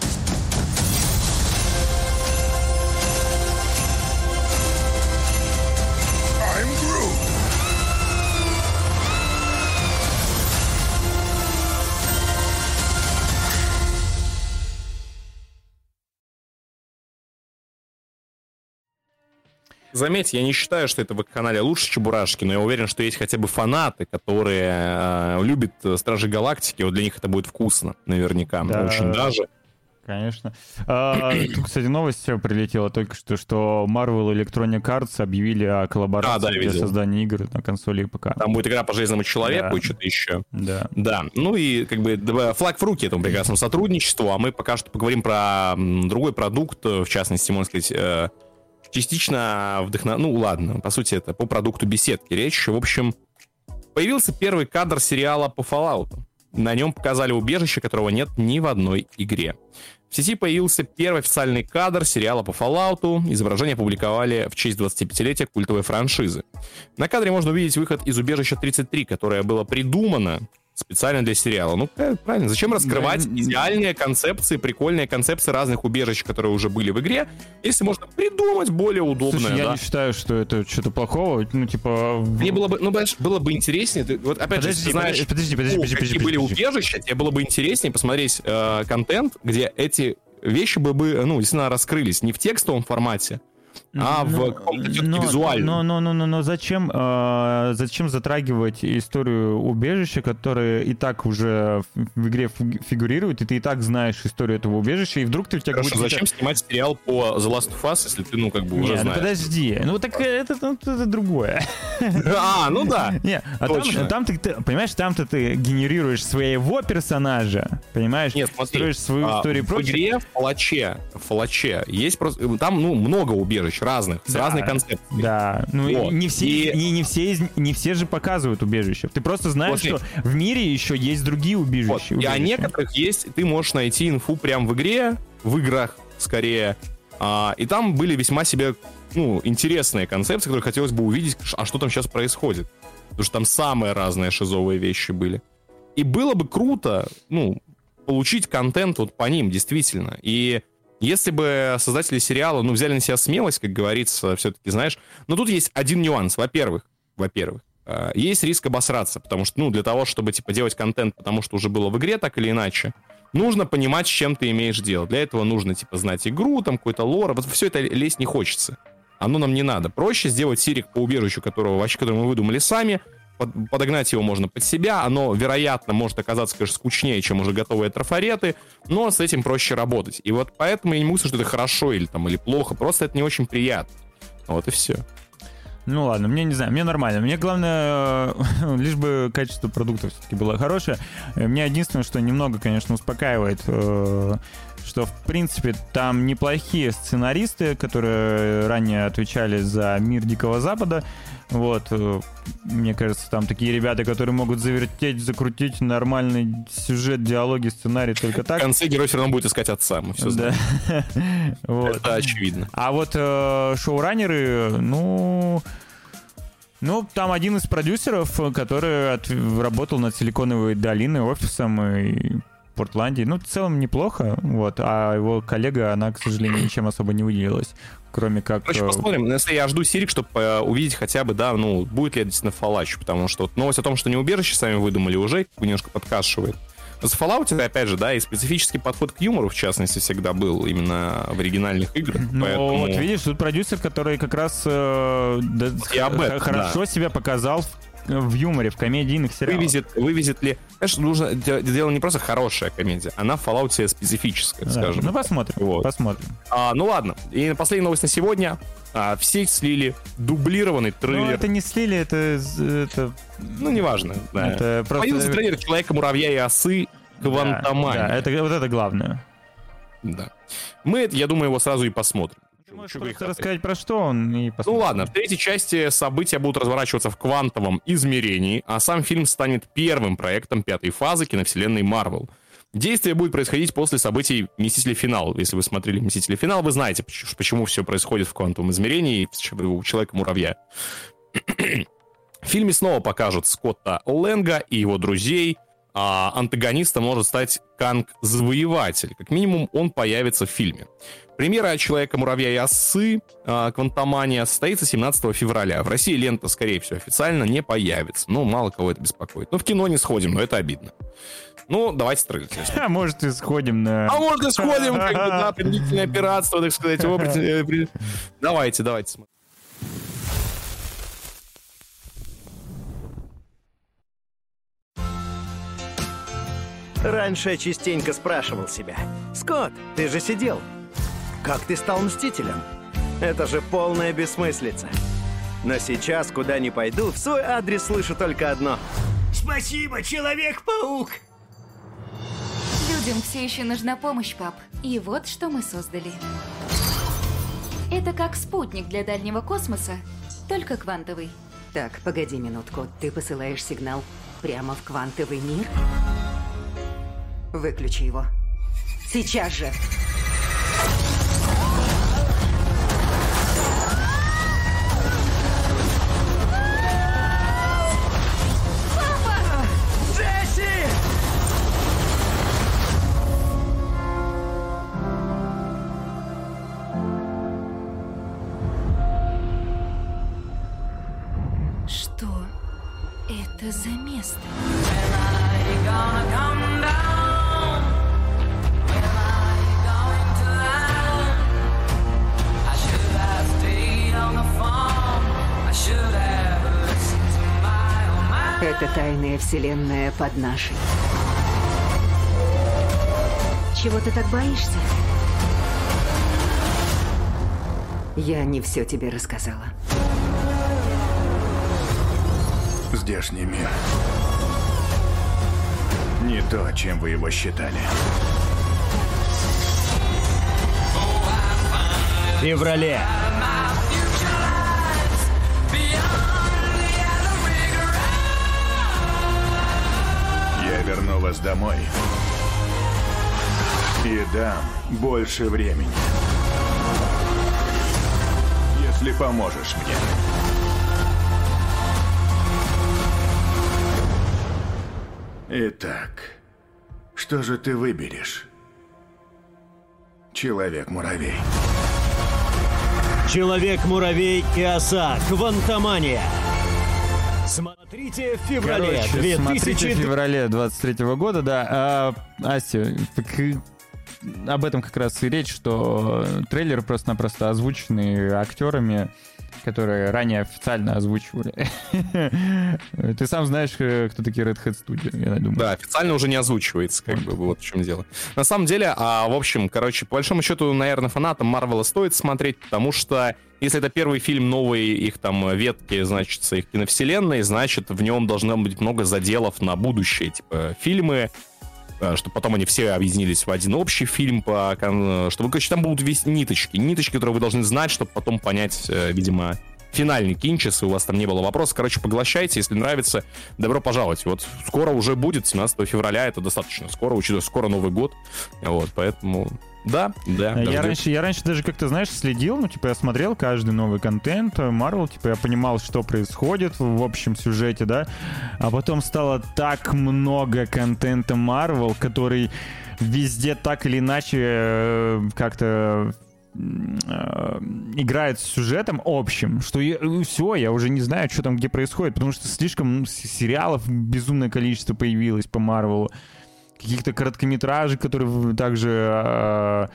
Заметь, я не считаю, что это вакханалия лучше Чебурашки, но я уверен, что есть хотя бы фанаты, которые э, любят Стражи Галактики, вот для них это будет вкусно, наверняка, да. Очень даже.
Конечно. А, тут, кстати, новость прилетела только что, что Marvel Electronic Arts объявили о коллаборации а, да, для создания игр на консоли и ПК.
Там будет игра по Железному Человеку да. и что-то еще.
Да.
Да. Ну и как бы флаг в руки этому прекрасному сотрудничеству, а мы пока что поговорим про другой продукт, в частности, можно сказать, частично вдохновен... Ну ладно, по сути, это по продукту беседки речь. В общем, появился первый кадр сериала по Fallout. На нем показали убежище, которого нет ни в одной игре. В сети появился первый официальный кадр сериала по Fallout. Изображение опубликовали в честь двадцатипятилетия культовой франшизы. На кадре можно увидеть выход из убежища тридцать три, которое было придумано специально для сериала. Ну, правильно, зачем раскрывать да, идеальные концепции, прикольные концепции разных убежищ, которые уже были в игре, если можно придумать более удобное.
Слушай, я
да?
не считаю, что это что-то плохого, ну, типа...
Мне было бы, ну, понимаешь, было бы интереснее, ты, вот опять подожди, же, ты знаешь,
подожди, подожди,
о,
подожди,
какие
подожди,
были
подожди.
убежища, тебе было бы интереснее посмотреть э, контент, где эти вещи бы, бы, ну, действительно раскрылись, не в текстовом формате, а но, в каком-то все-таки визуальном.
Но, но, но, но, но зачем, э, зачем затрагивать историю убежища, которая и так уже в игре фигурирует, и ты и так знаешь историю этого убежища, и вдруг ты у тебя...
Хорошо, будет... зачем снимать сериал по The Last of Us, если ты, ну, как бы уже
не,
знаешь?
Ну, подожди, ну, так это, это, это другое.
А, ну да.
Не, а там, там ты, ты, понимаешь, там-то ты генерируешь своего персонажа, понимаешь?
Нет, смотри,
строишь свою
а,
историю и прочее.
В игре, в Фалаче, в Фалаче есть просто... Там, ну, много убежищ разных, с да, разной концепцией.
Да, ну вот. не, все,
и...
не, не, все из, не все же показывают убежища. Ты просто знаешь, вот, что в мире еще есть другие убежища. Вот. убежища.
И о некоторых есть, ты можешь найти инфу прям в игре, в играх скорее. А, и там были весьма себе, ну, интересные концепции, которые хотелось бы увидеть, а что там сейчас происходит. Потому что там самые разные шизовые вещи были. И было бы круто, ну, получить контент вот по ним, действительно. И если бы создатели сериала, ну, взяли на себя смелость, как говорится, все-таки, знаешь, но тут есть один нюанс. Во-первых, во-первых, э, есть риск обосраться, потому что, ну, для того, чтобы, типа, делать контент, потому что уже было в игре, так или иначе, нужно понимать, с чем ты имеешь дело. Для этого нужно, типа, знать игру, там, какой-то лор. Вот все это лезть не хочется. Оно нам не надо. Проще сделать сирик по убежищу, которого, вообще, который мы выдумали сами, подогнать его можно под себя, оно, вероятно, может оказаться, конечно, скучнее, чем уже готовые трафареты, но с этим проще работать. И вот поэтому я не могу сказать, что это хорошо или, там, или плохо, просто это не очень приятно. Вот и все.
Ну ладно, мне не знаю, мне нормально. Мне главное, лишь бы качество продукта все-таки было хорошее. Меня единственное, что немного, конечно, успокаивает, что, в принципе, там неплохие сценаристы, которые ранее отвечали за «Мир Дикого Запада». Вот, мне кажется, там такие ребята, которые могут завертеть, закрутить нормальный сюжет, диалоги, сценарий только так.
В конце герой все равно будет искать отца, мы все знаем.
Вот.
Это очевидно.
А вот э, шоураннеры, ну... Ну, там один из продюсеров, который от... работал над «Силиконовой долиной», офисом и Портландии. Ну, в целом неплохо, вот. А его коллега, она, к сожалению, ничем особо не выделилась. Кроме как...
Короче, посмотрим. Если я жду сирик, чтобы увидеть хотя бы, да, ну, будет ли это действительно Fallout, потому что вот новость о том, что не убежище сами выдумали, уже немножко подкашивает. В Fallout, опять же, да, и специфический подход к юмору, в частности, всегда был именно в оригинальных играх.
Ну,
поэтому...
вот видишь, тут продюсер, который как раз э, да, х- хорошо да. себя показал в юморе, в комедийных сериалах.
Вывезет, вывезет ли... Конечно, нужно... Дело не просто хорошая комедия, она в Fallout специфическая, да, скажем.
Ну, посмотрим, вот. посмотрим.
А, ну, ладно. И последняя новость на сегодня. А, все слили дублированный трейлер.
Ну, это не слили, это... это...
Ну, неважно. Да.
Это просто...
Появился трейлер Человека-муравья и осы Квантомания.
Да, да, это, вот это главное.
Да. Мы, я думаю, его сразу и посмотрим.
Ты можешь просто рассказать, про что он, и посмотрим.
Ну ладно, в третьей части события будут разворачиваться в квантовом измерении, а сам фильм станет первым проектом пятой фазы киновселенной Marvel. Действие будет происходить после событий «Мстители. Финал». Если вы смотрели «Мстители. Финал», вы знаете, почему все происходит в квантовом измерении у Человека-муравья. В фильме снова покажут Скотта Лэнга и его друзей, а антагонистом может стать Канг-завоеватель. Как минимум, он появится в фильме. Премьера Человека-муравья и осы Квантомания состоится семнадцатого февраля. В России лента, скорее всего, официально не появится. Ну, мало кого это беспокоит. Ну, в кино не сходим, но это обидно. Ну, давайте трейлер.
А может и сходим на...
А может и сходим, как бы, на принудительное пиратство, так сказать. Давайте, давайте смотрим.
Раньше я частенько спрашивал себя: Скотт, ты же сидел. Как ты стал Мстителем? Это же полная бессмыслица. Но сейчас, куда ни пойду, в свой адрес слышу только одно: спасибо, Человек-паук!
Людям все еще нужна помощь, пап. И вот что мы создали. Это как спутник для дальнего космоса, только квантовый.
Так, погоди минутку. Ты посылаешь сигнал прямо в квантовый мир? Выключи его. Сейчас же.
Папа! Джесси!
Что это за место?
Это тайная вселенная под нашей. Чего ты так боишься? Я не все тебе рассказала.
Здешний мир не то, чем вы его считали.
В феврале.
Я верну вас домой и дам больше времени, если поможешь мне. Итак, что же ты выберешь, Человек-муравей?
Человек-муравей и оса. Квантомания. Смотрите в феврале.
Короче,
две тысячи...
смотрите в феврале двадцать третьего года, да. А, Астя, так, об этом как раз и речь, что трейлер просто-напросто озвученный актерами, которые ранее официально озвучивали. Ты сам знаешь, кто такие Red Hat Studio, я думаю.
Да, официально уже не озвучивается, как бы, вот в чем дело. На самом деле, а, в общем, короче, по большому счету, наверное, фанатам Марвела стоит смотреть, потому что если это первый фильм новой их там ветки, значит, их киновселенной, значит, в нем должно быть много заделов на будущее, типа фильмы, чтобы потом они все объединились в один общий фильм, по, чтобы, короче, там будут весь ниточки, ниточки, которые вы должны знать, чтобы потом понять, видимо, финальный кинчес, и у вас там не было вопроса. Короче, поглощайте, если нравится, добро пожаловать. Вот скоро уже будет, семнадцатого февраля, это достаточно скоро, учитывая, скоро Новый год, вот, поэтому... Да, да.
Я раньше, я раньше даже как-то, знаешь, следил, ну, типа, я смотрел каждый новый контент Marvel, типа, я понимал, что происходит в общем сюжете, да, а потом стало так много контента Marvel, который везде так или иначе э, как-то э, играет с сюжетом общим, что я, все, я уже не знаю, что там где происходит, потому что слишком сериалов безумное количество появилось по Marvel, каких-то короткометражек, которые также э,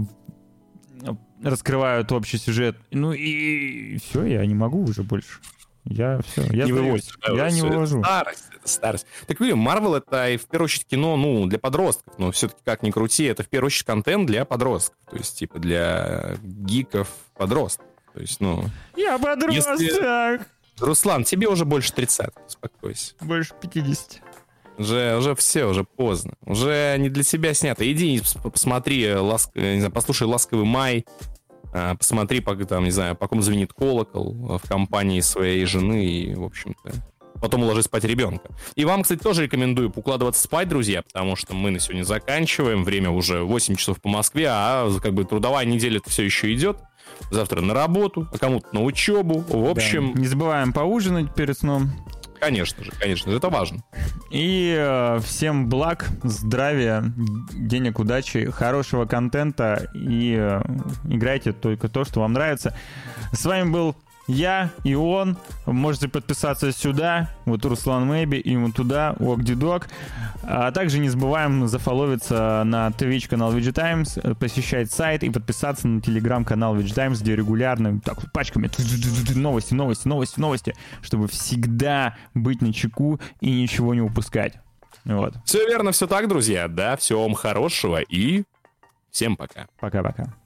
раскрывают общий сюжет. Ну и все, я не могу уже больше. Я все, я
не вывозишь, да,
я не вывожу.
Старость, это старость. Так видим, Marvel это в первую очередь кино, ну, для подростков, но все-таки как ни крути, это в первую очередь контент для подростков, то есть типа для гиков подростков. То есть, ну...
Я подросток! Если...
Руслан, тебе уже больше тридцати, успокойся.
Больше пятидесяти.
Уже, уже все, уже поздно. Уже не для тебя снято. Иди, посмотри, ласк... не знаю, послушай «Ласковый май», посмотри, по, там, не знаю, по ком звенит колокол в компании своей жены и, в общем-то, потом уложи спать ребенка. И вам, кстати, тоже рекомендую укладываться спать, друзья, потому что мы на сегодня заканчиваем. Время уже восемь часов по Москве, а как бы трудовая неделя все еще идет. Завтра на работу, а кому-то на учебу. В общем...
Да. Не забываем поужинать перед сном.
Конечно же, конечно же, это важно.
И э, всем благ, здравия, денег, удачи, хорошего контента и э, играйте только то, что вам нравится. С вами был я и он. Можете подписаться сюда, вот Руслан Мэйби, и вот туда, Ок-Дидок. А также не забываем зафоловиться на Twitch канал ви джи Times, посещать сайт и подписаться на телеграм-канал ви джи Times, где регулярно так вот пачками новости, новости, новости, новости, чтобы всегда быть начеку и ничего не упускать. Вот.
Все верно, все так, друзья. Да, всего вам хорошего и всем пока.
Пока-пока.